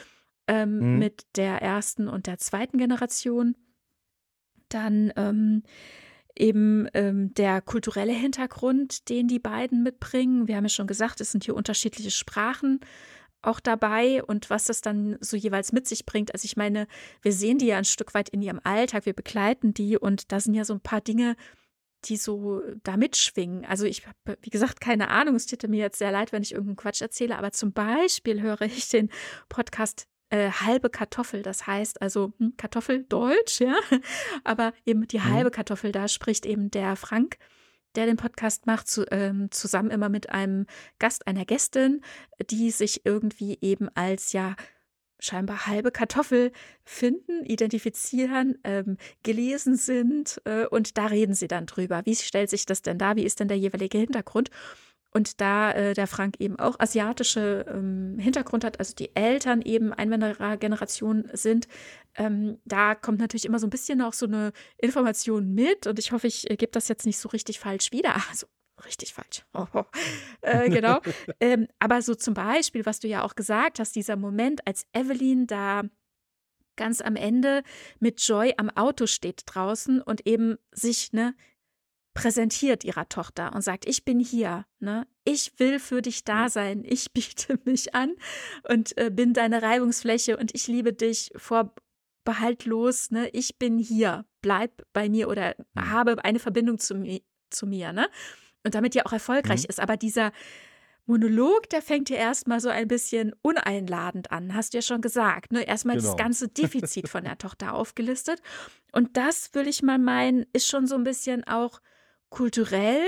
Mhm. mit der ersten und der zweiten Generation. Dann, eben, der kulturelle Hintergrund, den die beiden mitbringen. Wir haben ja schon gesagt, es sind hier unterschiedliche Sprachen auch dabei und was das dann so jeweils mit sich bringt. Also, ich meine, wir sehen die ja ein Stück weit in ihrem Alltag, wir begleiten die und da sind ja so ein paar Dinge, die so da mitschwingen. Also, ich habe, wie gesagt, keine Ahnung. Es täte mir jetzt sehr leid, wenn ich irgend Quatsch erzähle, aber zum Beispiel höre ich den Podcast, „Halbe Kartoffel“. Das heißt also, Kartoffel Deutsch, ja, aber eben die Mhm. halbe Kartoffel. Da spricht eben der Frank, der den Podcast macht, zusammen immer mit einem Gast, einer Gästin, die sich irgendwie eben als, ja, scheinbar halbe Kartoffel finden, identifizieren, gelesen sind, und da reden sie dann drüber. Wie stellt sich das denn dar? Wie ist denn der jeweilige Hintergrund? Und da, der Frank eben auch asiatische, Hintergrund hat, also die Eltern eben Einwanderergeneration sind, da kommt natürlich immer so ein bisschen auch so eine Information mit und ich hoffe, ich, gebe das jetzt nicht so richtig falsch wieder. Also, richtig falsch. Genau. Aber so zum Beispiel, was du ja auch gesagt hast, dieser Moment, als Evelyn da ganz am Ende mit Joy am Auto steht draußen und eben sich, ne, präsentiert ihrer Tochter und sagt: „Ich bin hier, ne? Ich will für dich da sein. Ich biete mich an und, bin deine Reibungsfläche und ich liebe dich vorbehaltlos, ne? Ich bin hier. Bleib bei mir oder Mhm. habe eine Verbindung zu mir“, ne? Und damit ja auch erfolgreich Mhm. ist. Aber dieser Monolog, der fängt ja erst mal so ein bisschen uneinladend an, hast du ja schon gesagt, ne? Erst mal das Genau. ganze Defizit von der Tochter aufgelistet. Und das, will ich mal meinen, ist schon so ein bisschen auch kulturell.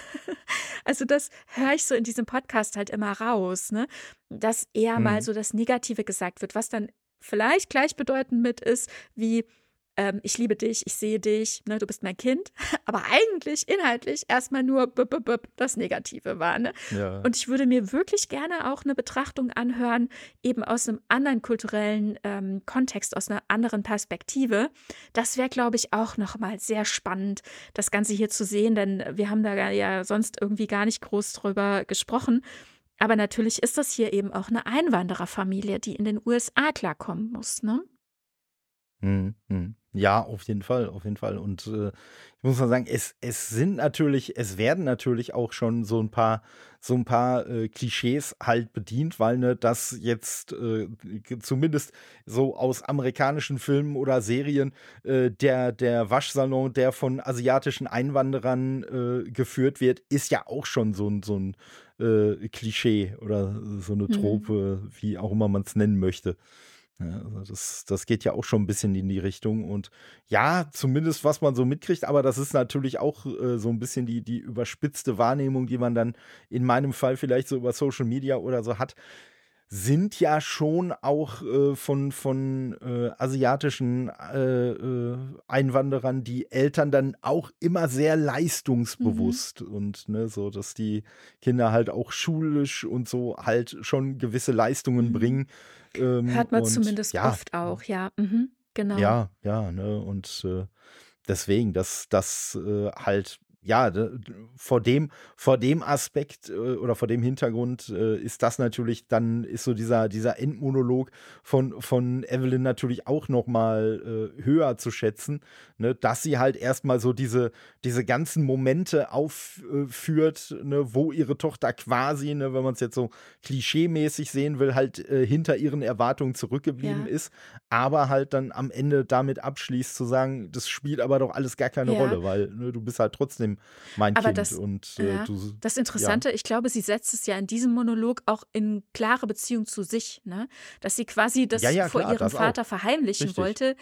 Also, das höre ich so in diesem Podcast halt immer raus, ne, dass eher mal Mhm. so das Negative gesagt wird, was dann vielleicht gleichbedeutend mit ist wie, ich liebe dich, ich sehe dich, ne, du bist mein Kind, aber eigentlich inhaltlich erstmal nur das Negative war, ne? Ja. Und ich würde mir wirklich gerne auch eine Betrachtung anhören, eben aus einem anderen kulturellen, Kontext, aus einer anderen Perspektive. Das wäre, glaube ich, auch noch mal sehr spannend, das Ganze hier zu sehen, denn wir haben da ja sonst irgendwie gar nicht groß drüber gesprochen. Aber natürlich ist das hier eben auch eine Einwandererfamilie, die in den USA klarkommen muss, ne? Mhm, mhm. Ja, auf jeden Fall, auf jeden Fall. Und ich muss mal sagen, es werden natürlich auch schon so ein paar Klischees halt bedient, weil ne, das jetzt zumindest so aus amerikanischen Filmen oder Serien der Waschsalon, der von asiatischen Einwanderern geführt wird, ist ja auch schon so ein Klischee oder so eine Mhm. Trope, wie auch immer man es nennen möchte. Ja, also das geht ja auch schon ein bisschen in die Richtung und ja, zumindest was man so mitkriegt, aber das ist natürlich auch, so ein bisschen die überspitzte Wahrnehmung, die man dann in meinem Fall vielleicht so über Social Media oder so hat, sind ja schon auch, von asiatischen, Einwanderern die Eltern dann auch immer sehr Mhm. leistungsbewusst und, ne, so, dass die Kinder halt auch schulisch und so halt schon gewisse Leistungen Mhm. bringen. Hört man Und zumindest ja, oft auch, ja. Mhm. Genau. ja, ja, ne? Und, deswegen, das halt, ja, vor dem Aspekt, oder vor dem Hintergrund, ist das natürlich dann ist so dieser Endmonolog von Evelyn natürlich auch noch mal, höher zu schätzen, ne, dass sie halt erst mal so diese ganzen Momente aufführt, ne, wo ihre Tochter quasi, ne, wenn man es jetzt so klischeemäßig sehen will, halt, hinter ihren Erwartungen zurückgeblieben Ja, ist, aber halt dann am Ende damit abschließt zu sagen: „Das spielt aber doch alles gar keine ja. Rolle, weil, ne, du bist halt trotzdem mein Aber Kind das und, ja, du s“ das ja, Interessante, ich glaube, sie setzt es ja in diesem Monolog auch in klare Beziehung zu sich, ne? Dass sie quasi ja, das ja, vor klar, ihrem das Vater auch. verheimlichen Richtig. wollte,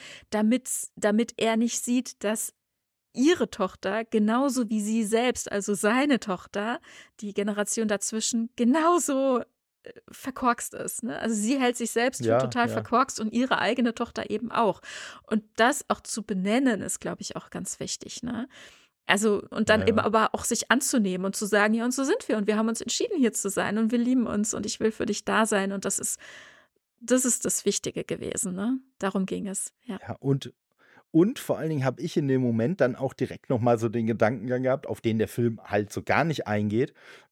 damit er nicht sieht, dass ihre Tochter genauso wie sie selbst, also seine Tochter, die Generation dazwischen, genauso, verkorkst ist, ne? Also, sie hält sich selbst für Ja, total ja, verkorkst und ihre eigene Tochter eben auch. Und das auch zu benennen, ist, glaube ich, auch ganz wichtig, ne? Also und ja, dann eben ja. aber auch sich anzunehmen und zu sagen: „Ja, und so sind wir und wir haben uns entschieden, hier zu sein und wir lieben uns und ich will für dich da sein.“ Und das ist das Wichtige gewesen, ne? Darum ging es, ja. Ja, und vor allen Dingen habe ich in dem Moment dann auch direkt noch mal so den Gedankengang gehabt, auf den der Film halt so gar nicht eingeht.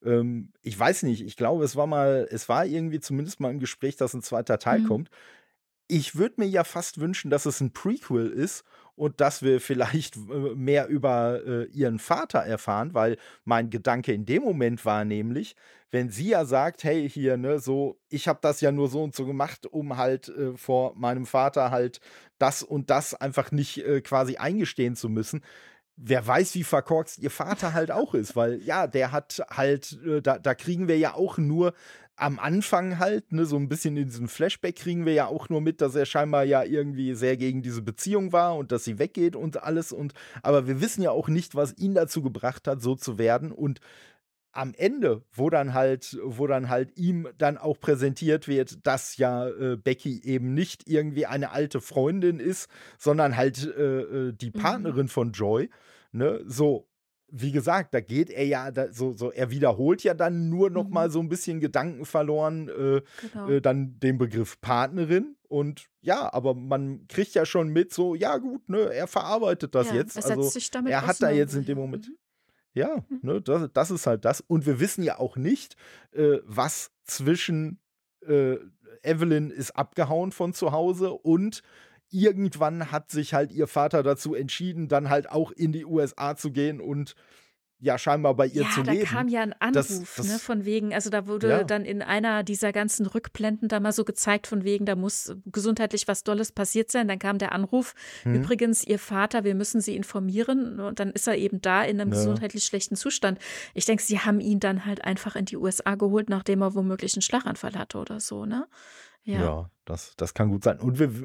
Ich weiß nicht, ich glaube, es war irgendwie zumindest mal im Gespräch, dass ein zweiter Teil Mhm. kommt. Ich würde mir ja fast wünschen, dass es 'n Prequel ist und dass wir vielleicht, mehr über, ihren Vater erfahren, weil mein Gedanke in dem Moment war nämlich, wenn sie ja sagt: „Hey, hier, ne, so, ich habe das ja nur so und so gemacht, um halt, vor meinem Vater halt das und das einfach nicht, quasi eingestehen zu müssen.“ Wer weiß, wie verkorkst ihr Vater halt auch ist, weil ja, der hat halt, da kriegen wir ja auch nur am Anfang halt, ne, so ein bisschen in diesem Flashback kriegen wir ja auch nur mit, dass er scheinbar ja irgendwie sehr gegen diese Beziehung war und dass sie weggeht und alles und aber wir wissen ja auch nicht, was ihn dazu gebracht hat, so zu werden und am Ende, wo dann halt ihm dann auch präsentiert wird, dass ja, Becky eben nicht irgendwie eine alte Freundin ist, sondern halt, die Mhm. Partnerin von Joy, ne? So, wie gesagt, da geht er ja er wiederholt ja dann nur noch Mhm. mal so ein bisschen gedankenverloren, Genau. dann den Begriff Partnerin und ja, aber man kriegt ja schon mit so, ja gut, ne, er verarbeitet das Ja, jetzt. er setzt Also, sich damit er hat da jetzt auseinander, in dem ja. Moment Mhm. ja, Mhm. ne, das ist halt das. Und wir wissen ja auch nicht, was zwischen äh, Evelyn ist abgehauen von zu Hause und irgendwann hat sich halt ihr Vater dazu entschieden, dann halt auch in die USA zu gehen und ja, scheinbar bei ihr zu Ja, da leben. kam ja 'n Das Anruf, ne, das von wegen also, da wurde ja, dann in einer dieser ganzen Rückblenden da mal so gezeigt von wegen, da muss gesundheitlich was Dolles passiert sein. Dann kam der Anruf: mhm, „Übrigens, Ihr Vater, wir müssen Sie informieren.“ Und dann ist er eben da in 'nem ne, gesundheitlich schlechten Zustand. Ich denke, sie haben ihn dann halt einfach in die USA geholt, nachdem er womöglich 'n Schlaganfall hatte oder so, ne? Ja. ja, das kann gut sein.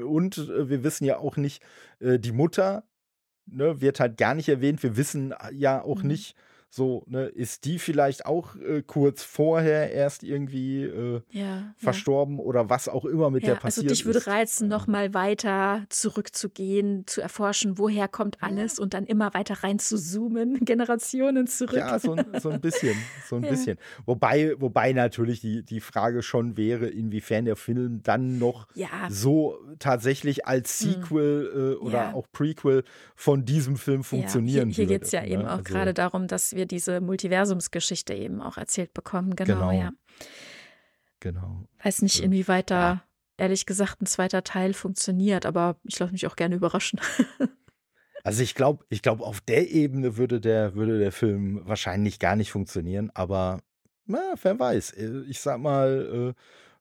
Wir wissen ja auch nicht, die Mutter, ne, wird halt gar nicht erwähnt. Wir wissen ja auch Mhm. nicht So, ne, ist die vielleicht auch kurz vorher erst irgendwie Ja, ja. verstorben oder was auch immer mit der Ja, also passiert dich würde ist. reizen, noch mal weiter zurückzugehen, zu erforschen, woher kommt Ja, alles und dann immer weiter rein zu zoomen, Generationen zurück. ja, so ein bisschen, so ein Ja. bisschen. Wobei natürlich die Frage schon wäre, inwiefern der Film dann noch Ja, so tatsächlich als mhm, Sequel oder ja. auch Prequel von diesem Film Ja, hier funktionieren hier geht's würde, ja eben ne? auch Also, gerade darum, dass wir diese Multiversumsgeschichte eben auch erzählt bekommen. Genau, genau, ja. genau. Weiß nicht, Äh, inwieweit ja, da ehrlich gesagt ein zweiter Teil funktioniert, aber ich lasse mich auch gerne überraschen. also ich glaube, auf der Ebene würde der Film wahrscheinlich gar nicht funktionieren, aber na, wer weiß. Ich sag mal,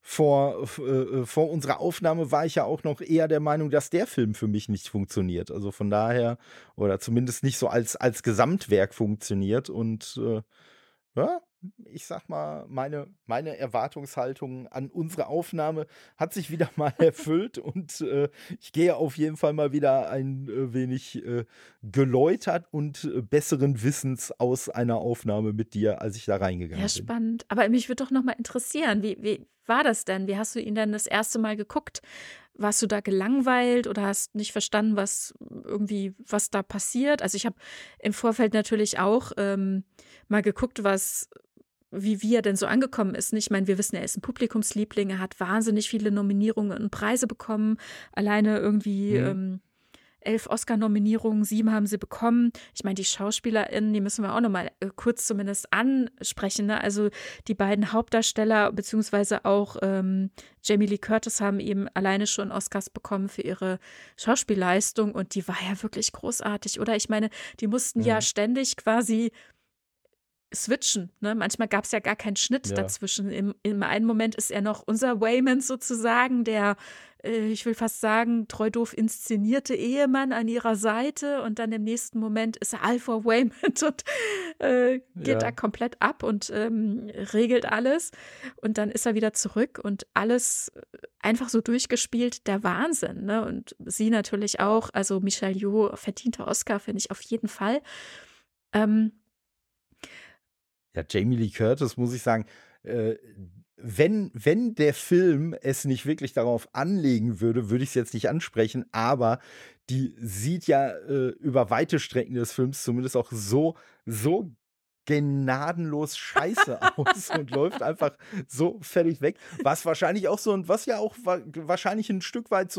vor unserer Aufnahme war ich ja auch noch eher der Meinung, dass der Film für mich nicht funktioniert. Also von daher, oder zumindest nicht so als Gesamtwerk funktioniert. Und ja, ich sag mal, meine Erwartungshaltung an unsere Aufnahme hat sich wieder mal erfüllt und ich gehe auf jeden Fall mal wieder ein wenig geläutert und besseren Wissens aus einer Aufnahme mit dir, als ich da Ja, reingegangen bin. spannend. Aber mich würde doch noch mal interessieren, wie war das denn? Wie hast du ihn denn das erste Mal geguckt? Warst du da gelangweilt oder hast nicht verstanden, was da passiert? Also, ich habe im Vorfeld natürlich auch, mal geguckt, wie er denn so angekommen ist. Ich meine, wir wissen, er ist ein Publikumsliebling, er hat wahnsinnig viele Nominierungen und Preise bekommen. Alleine irgendwie, Mhm. 11 Oscar-Nominierungen, 7 haben sie bekommen. Ich meine, die SchauspielerInnen, die müssen wir auch noch mal, kurz zumindest ansprechen, ne? Also, die beiden Hauptdarsteller beziehungsweise auch, Jamie Lee Curtis haben eben alleine schon Oscars bekommen für ihre Schauspielleistung und die war ja wirklich großartig, oder? Ich meine, die mussten ja Mhm. ständig quasi switchen, ne? Manchmal gab es ja gar keinen Schnitt Ja. dazwischen. Im einen Moment ist er noch unser Wayman sozusagen, der, ich will fast sagen, treu doof inszenierte Ehemann an ihrer Seite und dann im nächsten Moment ist er Alpha Wayman und, geht da Ja. komplett ab und, regelt alles und dann ist er wieder zurück und alles einfach so durchgespielt, der Wahnsinn, ne? Und sie natürlich Ja. auch, also Michelle Yeoh, verdienter Oscar, finde ich auf jeden Fall. Ähm, Ja, Jamie Lee Curtis, muss ich sagen, äh, wenn der Film es nicht wirklich darauf anlegen würde, würde ich es jetzt nicht ansprechen, aber die sieht ja über weite Strecken des Films zumindest auch so gnadenlos scheiße aus und läuft einfach so völlig weg. Was ja auch wahrscheinlich ein Stück weit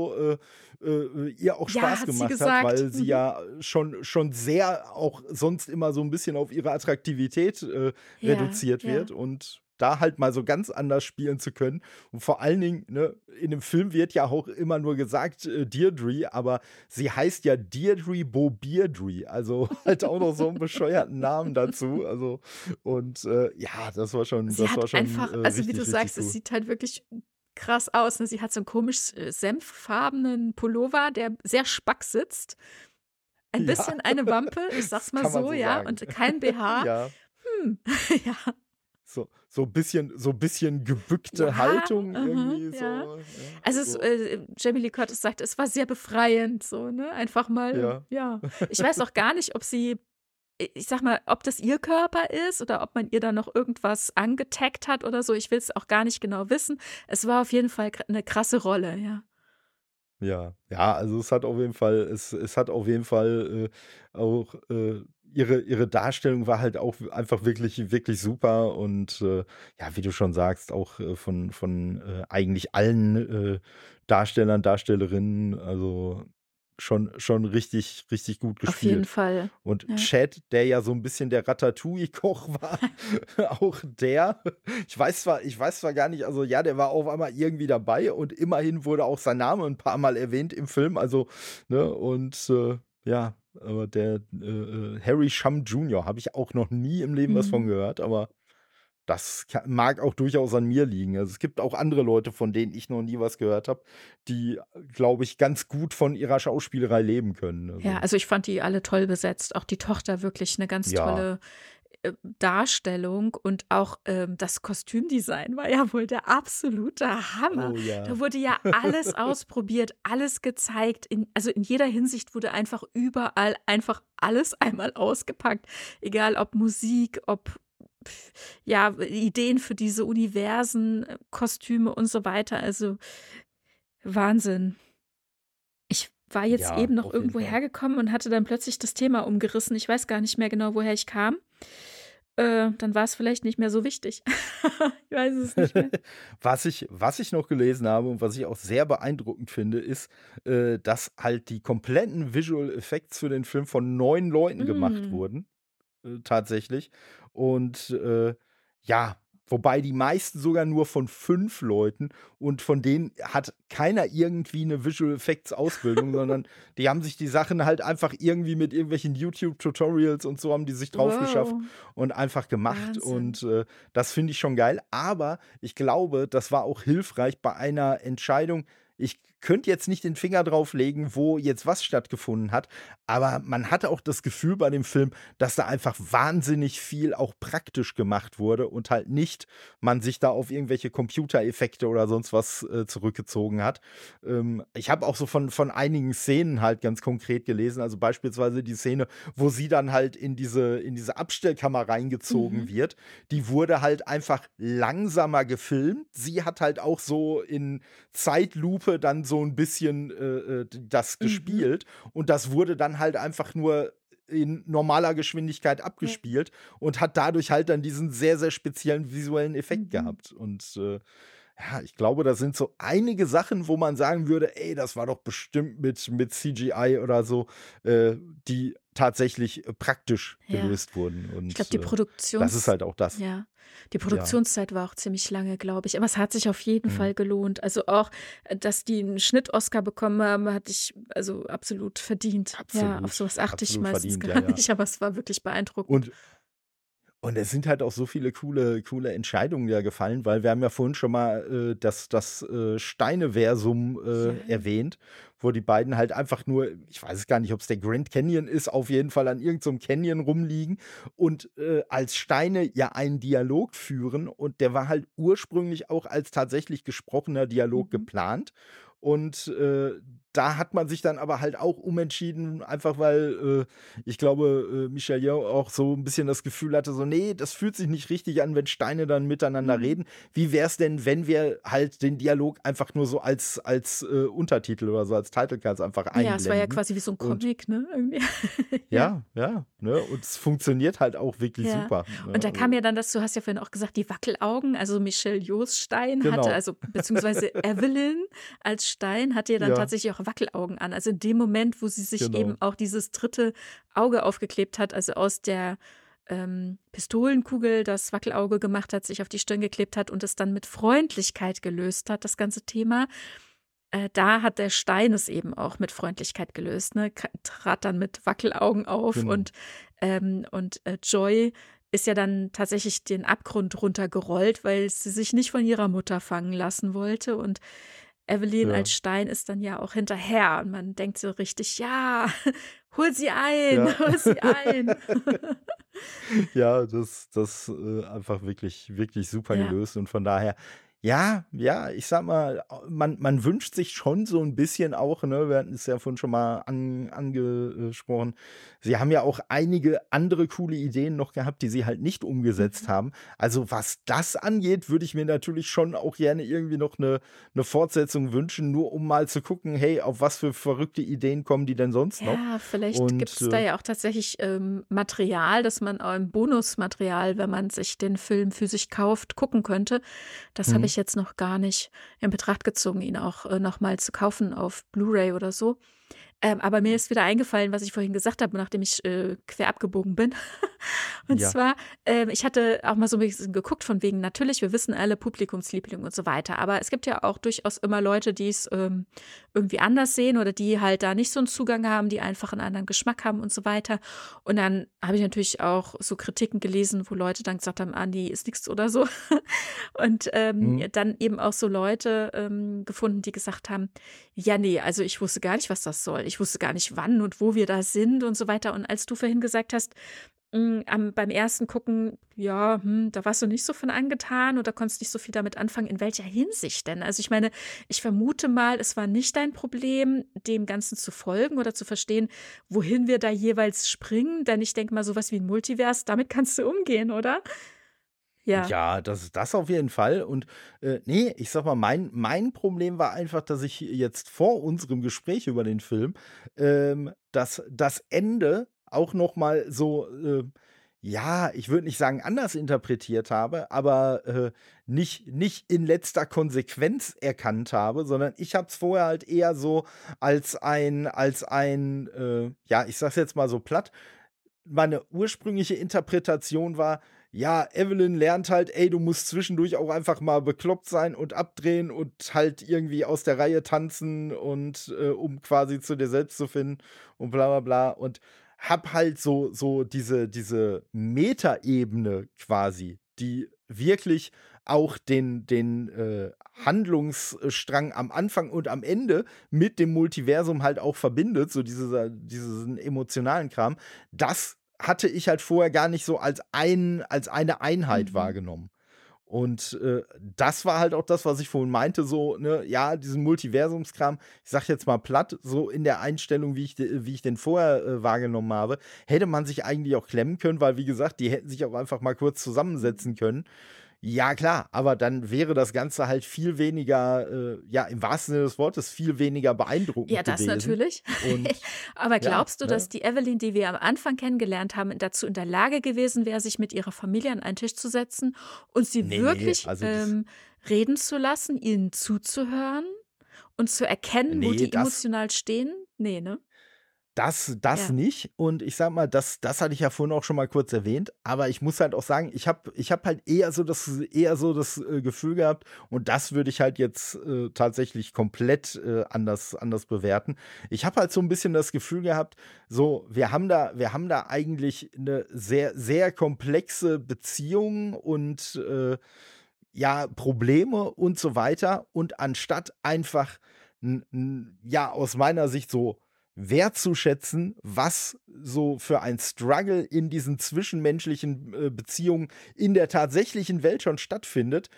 ihr auch ja, Spaß hat sie gemacht hat, gesagt. weil sie Mhm. ja schon sehr auch sonst immer so ein bisschen auf ihre Attraktivität Ja, reduziert wird ja. und da halt mal so ganz anders spielen zu können. Und vor allen Dingen, ne, in dem Film wird ja auch immer nur gesagt, Deirdre, aber sie heißt ja Deirdre Bobierdre. Also halt auch noch so einen bescheuerten Namen dazu. Also, und ja, Sie das hat war schon einfach, also, wie du richtig, richtig sagst, es cool. sieht halt wirklich krass aus, ne? Sie hat so 'n komisch, senffarbenen Pullover, der sehr spack sitzt. Ein Ja, bisschen eine Wampe, ich sage das es mal kann man so, so ja, sagen. und kein BH. Ja, Hm, ja. so ein bisschen gebückte Ja, Haltung mhm, irgendwie ja. so, ja, Also, so, Jamie Lee Curtis sagte, es war sehr befreiend so, ne? Einfach mal, ja. ja. Ich weiß auch gar nicht, ob sie, ich sage mal, ob das ihr Körper ist oder ob man ihr da noch irgendwas angetaggt hat oder so. Ich will's auch gar nicht genau wissen. Es war auf jeden Fall 'ne krasse Rolle, ja. Ja, ja, also es hat auf jeden Fall, auch, ihre Darstellung war halt auch einfach wirklich wirklich super und, ja, wie du schon sagst, auch, von eigentlich allen, Darstellern, Darstellerinnen, also schon richtig richtig gut Auf jeden gespielt. Fall, Und ja. Chad, der ja so ein bisschen der Ratatouille-Koch war, auch der ich weiß zwar gar nicht, also ja, der war auf einmal irgendwie dabei und immerhin wurde auch sein Name ein paar Mal erwähnt im Film, also, ne, und, ja, aber der, Harry Shum Jr. habe ich auch noch nie im Leben was von Mhm. gehört, aber das mag auch durchaus an mir liegen. Also, es gibt auch andere Leute, von denen ich noch nie was gehört habe, die, glaube ich, ganz gut von ihrer Schauspielerei leben können, Ja, also also, ich fand die alle toll besetzt. Auch die Tochter wirklich 'ne ganz ja. tolle Darstellung und auch, das Kostümdesign war ja wohl der absolute Hammer. Oh ja. Da wurde ja alles ausprobiert, alles gezeigt. Also, in jeder Hinsicht wurde einfach überall einfach alles einmal ausgepackt. Egal ob Musik, ob, ja, Ideen für diese Universen, Kostüme und so weiter. Also, Wahnsinn. Ich war jetzt Ja, eben noch auf jeden irgendwo Fall. hergekommen und hatte dann plötzlich das Thema umgerissen. Ich weiß gar nicht mehr genau, woher ich kam. Dann war es vielleicht nicht mehr so wichtig. Ich weiß es nicht mehr. Was ich noch gelesen habe und was ich auch sehr beeindruckend finde, ist, dass halt die kompletten Visual Effects für den Film von 9 Leuten gemacht Hm. wurden, tatsächlich. Und, ja, wobei die meisten sogar nur von 5 Leuten und von denen hat keiner irgendwie eine Visual Effects Ausbildung, sondern die haben sich die Sachen halt einfach irgendwie mit irgendwelchen YouTube-Tutorials und so haben die sich drauf geschafft Wow, und einfach gemacht Wahnsinn. und, das finde ich schon geil. Aber ich glaube, das war auch hilfreich bei einer Entscheidung. Ich könnte jetzt nicht den Finger drauf legen, wo jetzt was stattgefunden hat, aber man hatte auch das Gefühl bei dem Film, dass da einfach wahnsinnig viel auch praktisch gemacht wurde und halt nicht man sich da auf irgendwelche Computereffekte oder sonst was, zurückgezogen hat. Ich habe auch so von einigen Szenen halt ganz konkret gelesen, also beispielsweise die Szene, wo sie dann halt in diese Abstellkammer reingezogen Mhm, wird. Die wurde halt einfach langsamer gefilmt. Sie hat halt auch so in Zeitlupe dann so ein bisschen, das mhm. gespielt und das wurde dann halt einfach nur in normaler Geschwindigkeit Ja, abgespielt und hat dadurch halt dann diesen sehr, sehr speziellen visuellen Effekt mhm. gehabt. Und, ja, ich glaube, das sind so einige Sachen, wo man sagen würde: „Ey, das war doch bestimmt mit CGI oder so“, äh, die tatsächlich, praktisch Ja. gelöst wurden. Ich glaube, Und, das ist halt auch das. Ja, die Ja. Produktionszeit war auch ziemlich lange, glaube ich, aber es hat sich auf jeden Mhm. Fall gelohnt. Also auch, dass die 'n Schnitt-Oscar bekommen haben, hatte ich also absolut verdient. Ja, auf so Absolut, was achte ich absolut meistens verdient, ja, gar ja. nicht, aber es war wirklich beeindruckend. Und es sind halt auch so viele coole Entscheidungen ja gefallen, weil wir haben ja vorhin schon mal, das Steineversum, Ja. erwähnt, wo die beiden halt einfach nur ich weiß es gar nicht, ob es der Grand Canyon ist, auf jeden Fall an irgend so 'nem Canyon rumliegen und, als Steine ja einen Dialog führen und der war halt ursprünglich auch als tatsächlich gesprochener Dialog Mhm. geplant und, da hat man sich dann aber halt auch umentschieden, einfach weil, ich glaube, Michelle Yeoh auch so ein bisschen das Gefühl hatte, so: „Nee, das fühlt sich nicht richtig an, wenn Steine dann miteinander Mhm. reden. Wie wär's denn, wenn wir halt den Dialog einfach nur so als Untertitel oder so als Title Cards einfach Ja, es war ja einblenden?“ quasi wie so 'n Und Comic, ne, irgendwie. Ja. ja, ja, ne? Und es funktioniert halt auch wirklich Ja, super, ne? und da kam Also ja dann das du hast ja vorhin auch gesagt, die Wackelaugen, also Michelle Yeohs Stein hatte genau. also beziehungsweise Evelyn als Stein hatte ja dann Ja, tatsächlich auch Wackelaugen an. Also in dem Moment, wo sie sich eben genau. auch dieses dritte Auge aufgeklebt hat, also aus der, Pistolenkugel das Wackelauge gemacht hat, sich auf die Stirn geklebt hat und es dann mit Freundlichkeit gelöst hat, das ganze Thema. Da hat der Stein es eben auch mit Freundlichkeit gelöst, ne? Trat dann mit Wackelaugen auf Genau. Joy ist ja dann tatsächlich den Abgrund runtergerollt, weil sie sich nicht von ihrer Mutter fangen lassen wollte und Evelyn Ja. als Stein ist dann ja auch hinterher und man denkt so richtig: „Ja, hol sie ein, Ja. hol sie ein.“ Ja, das einfach wirklich wirklich super Ja. gelöst und von daher ja, ja, ich sage mal, man wünscht sich schon so ein bisschen auch, ne, wir hatten es ja vorhin schon mal angesprochen. Sie haben ja auch einige andere coole Ideen noch gehabt, die sie halt nicht umgesetzt Mhm. haben. Also, was das angeht, würde ich mir natürlich schon auch gerne irgendwie noch eine Fortsetzung wünschen, nur um mal zu gucken: „Hey, auf was für verrückte Ideen kommen die denn sonst noch?“ Ja, vielleicht Und, gibt's da ja auch tatsächlich, Material, dass man Bonusmaterial, wenn man sich den Film physisch kauft, gucken könnte. Das habe mhm, ich jetzt noch gar nicht in Betracht gezogen, ihn auch, noch mal zu kaufen auf Blu-ray oder so. Aber mir ist wieder eingefallen, was ich vorhin gesagt habe, nachdem ich, quer abgebogen bin. Und ja, zwar, ich hatte auch mal so ein bisschen geguckt von wegen natürlich, wir wissen alle Publikumsliebling und so weiter, aber es gibt ja auch durchaus immer Leute, die's, irgendwie anders sehen oder die halt da nicht so einen Zugang haben, die einfach einen anderen Geschmack haben und so weiter. Und dann habe ich natürlich auch so Kritiken gelesen, wo Leute dann gesagt haben: „Ah, ne, ist nix“ oder so. Und, mhm, dann eben auch so Leute, gefunden, die gesagt haben: „Ja, ne, also ich wusste gar nicht, was das soll. Ich wusste gar nicht, wann und wo wir da sind“ und so weiter. Und als du vorhin gesagt hast, Beim ersten Gucken, ja, da warst du nicht so von angetan oder konntest nicht so viel damit anfangen. In welcher Hinsicht denn? Also, ich meine, ich vermute mal, es war nicht dein Problem, dem Ganzen zu folgen oder zu verstehen, wohin wir da jeweils springen, denn ich denke mal, so was wie 'n Multivers, damit kannst du umgehen, oder? Ja. Ja, das auf jeden Fall und, ne, ich sage mal, mein Problem war einfach, dass ich jetzt vor unserem Gespräch über den Film, das Ende auch noch mal so, ja, ich würde nicht sagen anders interpretiert habe, aber, nicht in letzter Konsequenz erkannt habe, sondern ich habe es vorher halt eher so als ein, ja, ich sage es jetzt mal so platt, meine ursprüngliche Interpretation war, ja, Evelyn lernt halt, ey, du musst zwischendurch auch einfach mal bekloppt sein und abdrehen und halt irgendwie aus der Reihe tanzen und, um quasi zu dir selbst zu finden und bla bla bla und hab halt so diese Metaebene quasi, die wirklich auch den Handlungsstrang am Anfang und am Ende mit dem Multiversum halt auch verbindet, so diesen emotionalen Kram. Das hatte ich halt vorher gar nicht so als eine Einheit Mhm. wahrgenommen. Und, das war halt auch das, was ich vorhin meinte, so, ne, ja, diesen Multiversumskram, ich sage jetzt mal platt, so in der Einstellung, wie ich den vorher, wahrgenommen habe, hätte man sich eigentlich auch klemmen können, weil wie gesagt, die hätten sich auch einfach mal kurz Mhm. zusammensetzen können. Ja klar, aber dann wäre das Ganze halt viel weniger, ja, im wahrsten Sinne des Wortes, viel weniger Ja, beeindruckend das gewesen. natürlich. Und Aber ja, glaubst du, dass ne? die Evelyn, die wir am Anfang kennengelernt haben, dazu in der Lage gewesen wäre, sich mit ihrer Familie an einen Tisch zu setzen und sie Ne, wirklich, also das reden zu lassen, ihnen zuzuhören und zu erkennen, wo ne, die das emotional stehen? Ne, ne? das Ja. nicht. Und ich sage mal, das hatte ich ja vorhin auch schon mal kurz erwähnt, aber ich muss halt auch sagen, ich habe halt eher so das Gefühl gehabt und das würde ich halt jetzt, tatsächlich komplett, anders bewerten. Ich habe halt so ein bisschen das Gefühl gehabt, so, wir haben da eigentlich eine sehr, sehr komplexe Beziehung und, ja, Probleme und so weiter. Und anstatt einfach ja, aus meiner Sicht so wertzuschätzen, was so für ein Struggle in diesen zwischenmenschlichen, Beziehungen in der tatsächlichen Welt schon stattfindet,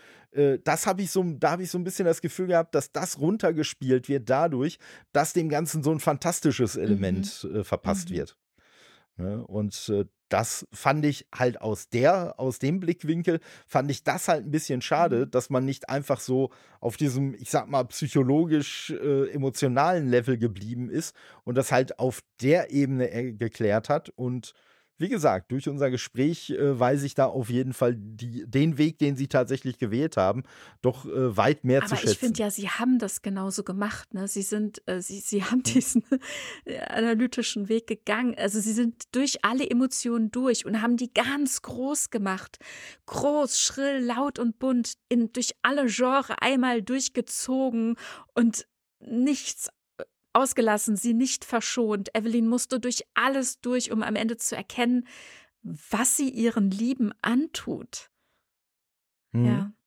da habe ich so ein bisschen das Gefühl gehabt, dass das runtergespielt wird dadurch, dass dem Ganzen so ein fantastisches Mhm. Element, verpasst Mhm. wird. Ne? Und, das fand ich halt aus dem Blickwinkel fand ich das halt ein bisschen schade, Mhm. dass man nicht einfach so auf diesem, ich sag mal, psychologisch, emotionalen Level geblieben ist und das halt auf der Ebene, geklärt hat. Und wie gesagt, durch unser Gespräch, weiß ich da auf jeden Fall den Weg, den sie tatsächlich gewählt haben, doch, weit mehr zu Aber ich finde schätzen. ja, sie haben das genauso gemacht, ne? Sie haben Mhm. diesen analytischen Weg gegangen. Also, sie sind durch alle Emotionen durch und haben die ganz groß gemacht. Groß, schrill, laut und bunt durch alle Genre einmal durchgezogen und nichts ausgelassen, sie nicht verschont. Evelyn musste durch alles durch, um am Ende zu erkennen, was sie ihren Lieben antut. Mhm. Ja.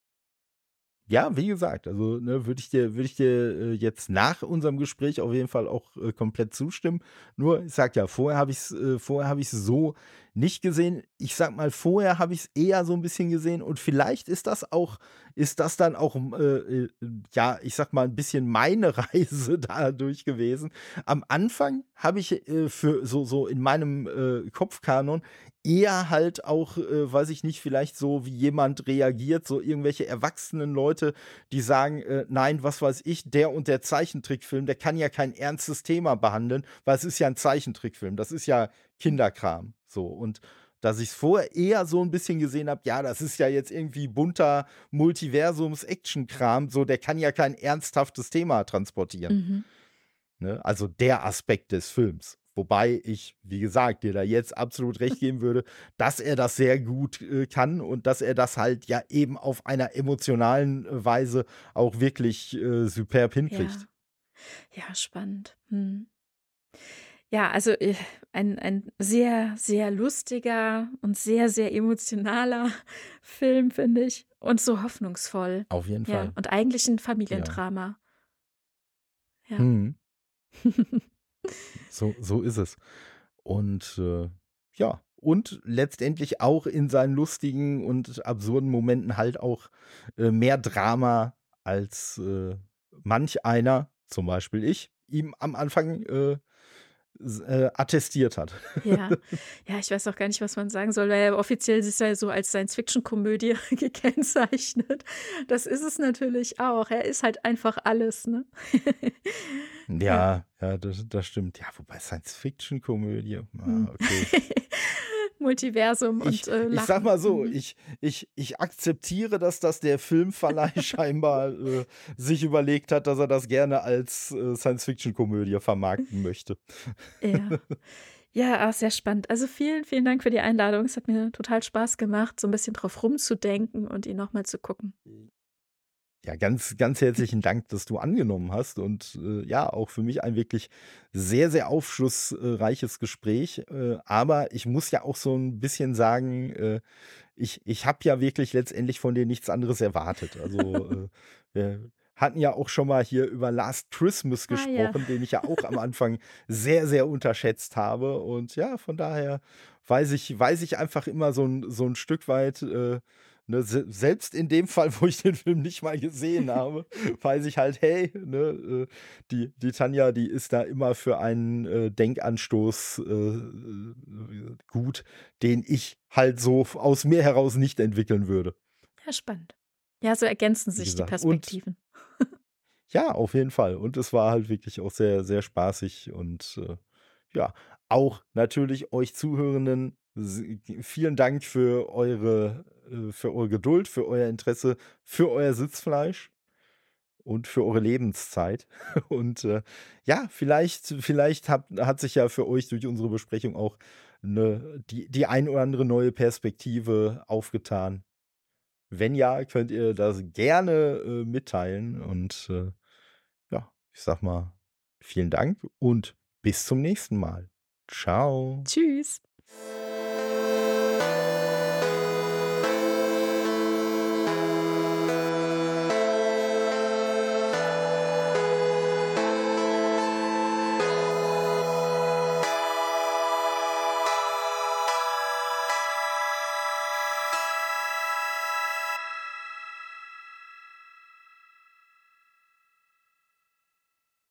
Ja, wie gesagt, also, ne, würde ich dir, jetzt nach unserem Gespräch auf jeden Fall auch, komplett zustimmen. Nur, ich sage ja, vorher habe ich's so nicht gesehen. Ich sage mal, vorher habe ich's eher so ein bisschen gesehen und vielleicht ist das dann auch, ja, ich sage mal, ein bisschen meine Reise dadurch gewesen. Am Anfang habe ich, für so in meinem, Kopfkanon eher halt auch, weiß ich nicht, vielleicht so, wie jemand reagiert, so irgendwelche erwachsenen Leute, die sagen, „Nein, was weiß ich, der und der Zeichentrickfilm, der kann ja kein ernstes Thema behandeln, weil es ist ja ein Zeichentrickfilm. Das ist ja Kinderkram." So, und dass ich's vorher eher so ein bisschen gesehen habe, ja, das ist ja jetzt irgendwie bunter Multiversums-Action-Kram, so, der kann ja kein ernsthaftes Thema transportieren. Mhm. Ne? Also der Aspekt des Films. Wobei ich, wie gesagt, dir da jetzt absolut recht geben würde, dass er das sehr gut, kann und dass er das halt ja eben auf einer emotionalen, Weise auch wirklich, superb hinkriegt. Ja. Ja, spannend. Mhm. Ja, also, ein sehr, sehr lustiger und sehr, sehr emotionaler Film, finde ich und so hoffnungsvoll. Auf jeden Ja, Fall. und eigentlich 'n Ja. Familiendrama. Ja. Mhm. So ist es. Und, ja. und letztendlich auch in seinen lustigen und absurden Momenten halt auch, mehr Drama als, manch einer, zum Beispiel ich, ihm am Anfang, attestiert hat. Ja. Ja, ich weiß auch gar nicht, was man sagen soll, weil er offiziell ist er so als Science-Fiction-Komödie gekennzeichnet. Das ist es natürlich auch. Er ist halt einfach alles, ne? Ja. Ja, ja, das stimmt. Ja, wobei Science-Fiction-Komödie, Mhm. okay. Multiversum und, Ich sage Lachen. mal so, Mhm. ich akzeptiere, dass das der Filmverleih scheinbar, sich überlegt hat, dass er das gerne als, Science-Fiction-Komödie vermarkten möchte. Ja. Ja, sehr spannend. Also, vielen, vielen Dank für die Einladung. Es hat mir total Spaß gemacht, so 'n bisschen drauf rumzudenken und ihn noch mal zu gucken. Ja, ganz herzlichen Dank, dass du angenommen hast und, ja, auch für mich ein wirklich sehr, sehr aufschlussreiches Gespräch. Aber ich muss ja auch so ein bisschen sagen, ich habe ja wirklich letztendlich von dir nichts anderes erwartet. Also, wir hatten ja auch schon mal hier über Last Christmas Ah ja. gesprochen, den ich ja auch am Anfang sehr, sehr unterschätzt habe. Und ja, von daher weiß ich einfach immer so ein Stück weit, ne, selbst in dem Fall, wo ich den Film nicht mal gesehen habe, weiß ich halt, hey, ne, die Tanja, die ist da immer für einen, Denkanstoß, gut, den ich halt so aus mir heraus nicht entwickeln würde, Ja, spannend. Ja, so ergänzen wie sich die gesagt. Und Perspektiven. ja, auf jeden Fall. Und es war halt wirklich auch sehr, sehr spaßig und, ja, auch natürlich euch Zuhörenden vielen Dank für eure Geduld, für euer Interesse, für euer Sitzfleisch und für eure Lebenszeit. Und, ja, vielleicht hat sich ja für euch durch unsere Besprechung auch die ein oder andere neue Perspektive aufgetan. Wenn ja, könnt ihr das gerne, mitteilen und, ja, ich sag mal, vielen Dank und bis zum nächsten Mal. Ciao. Tschüss.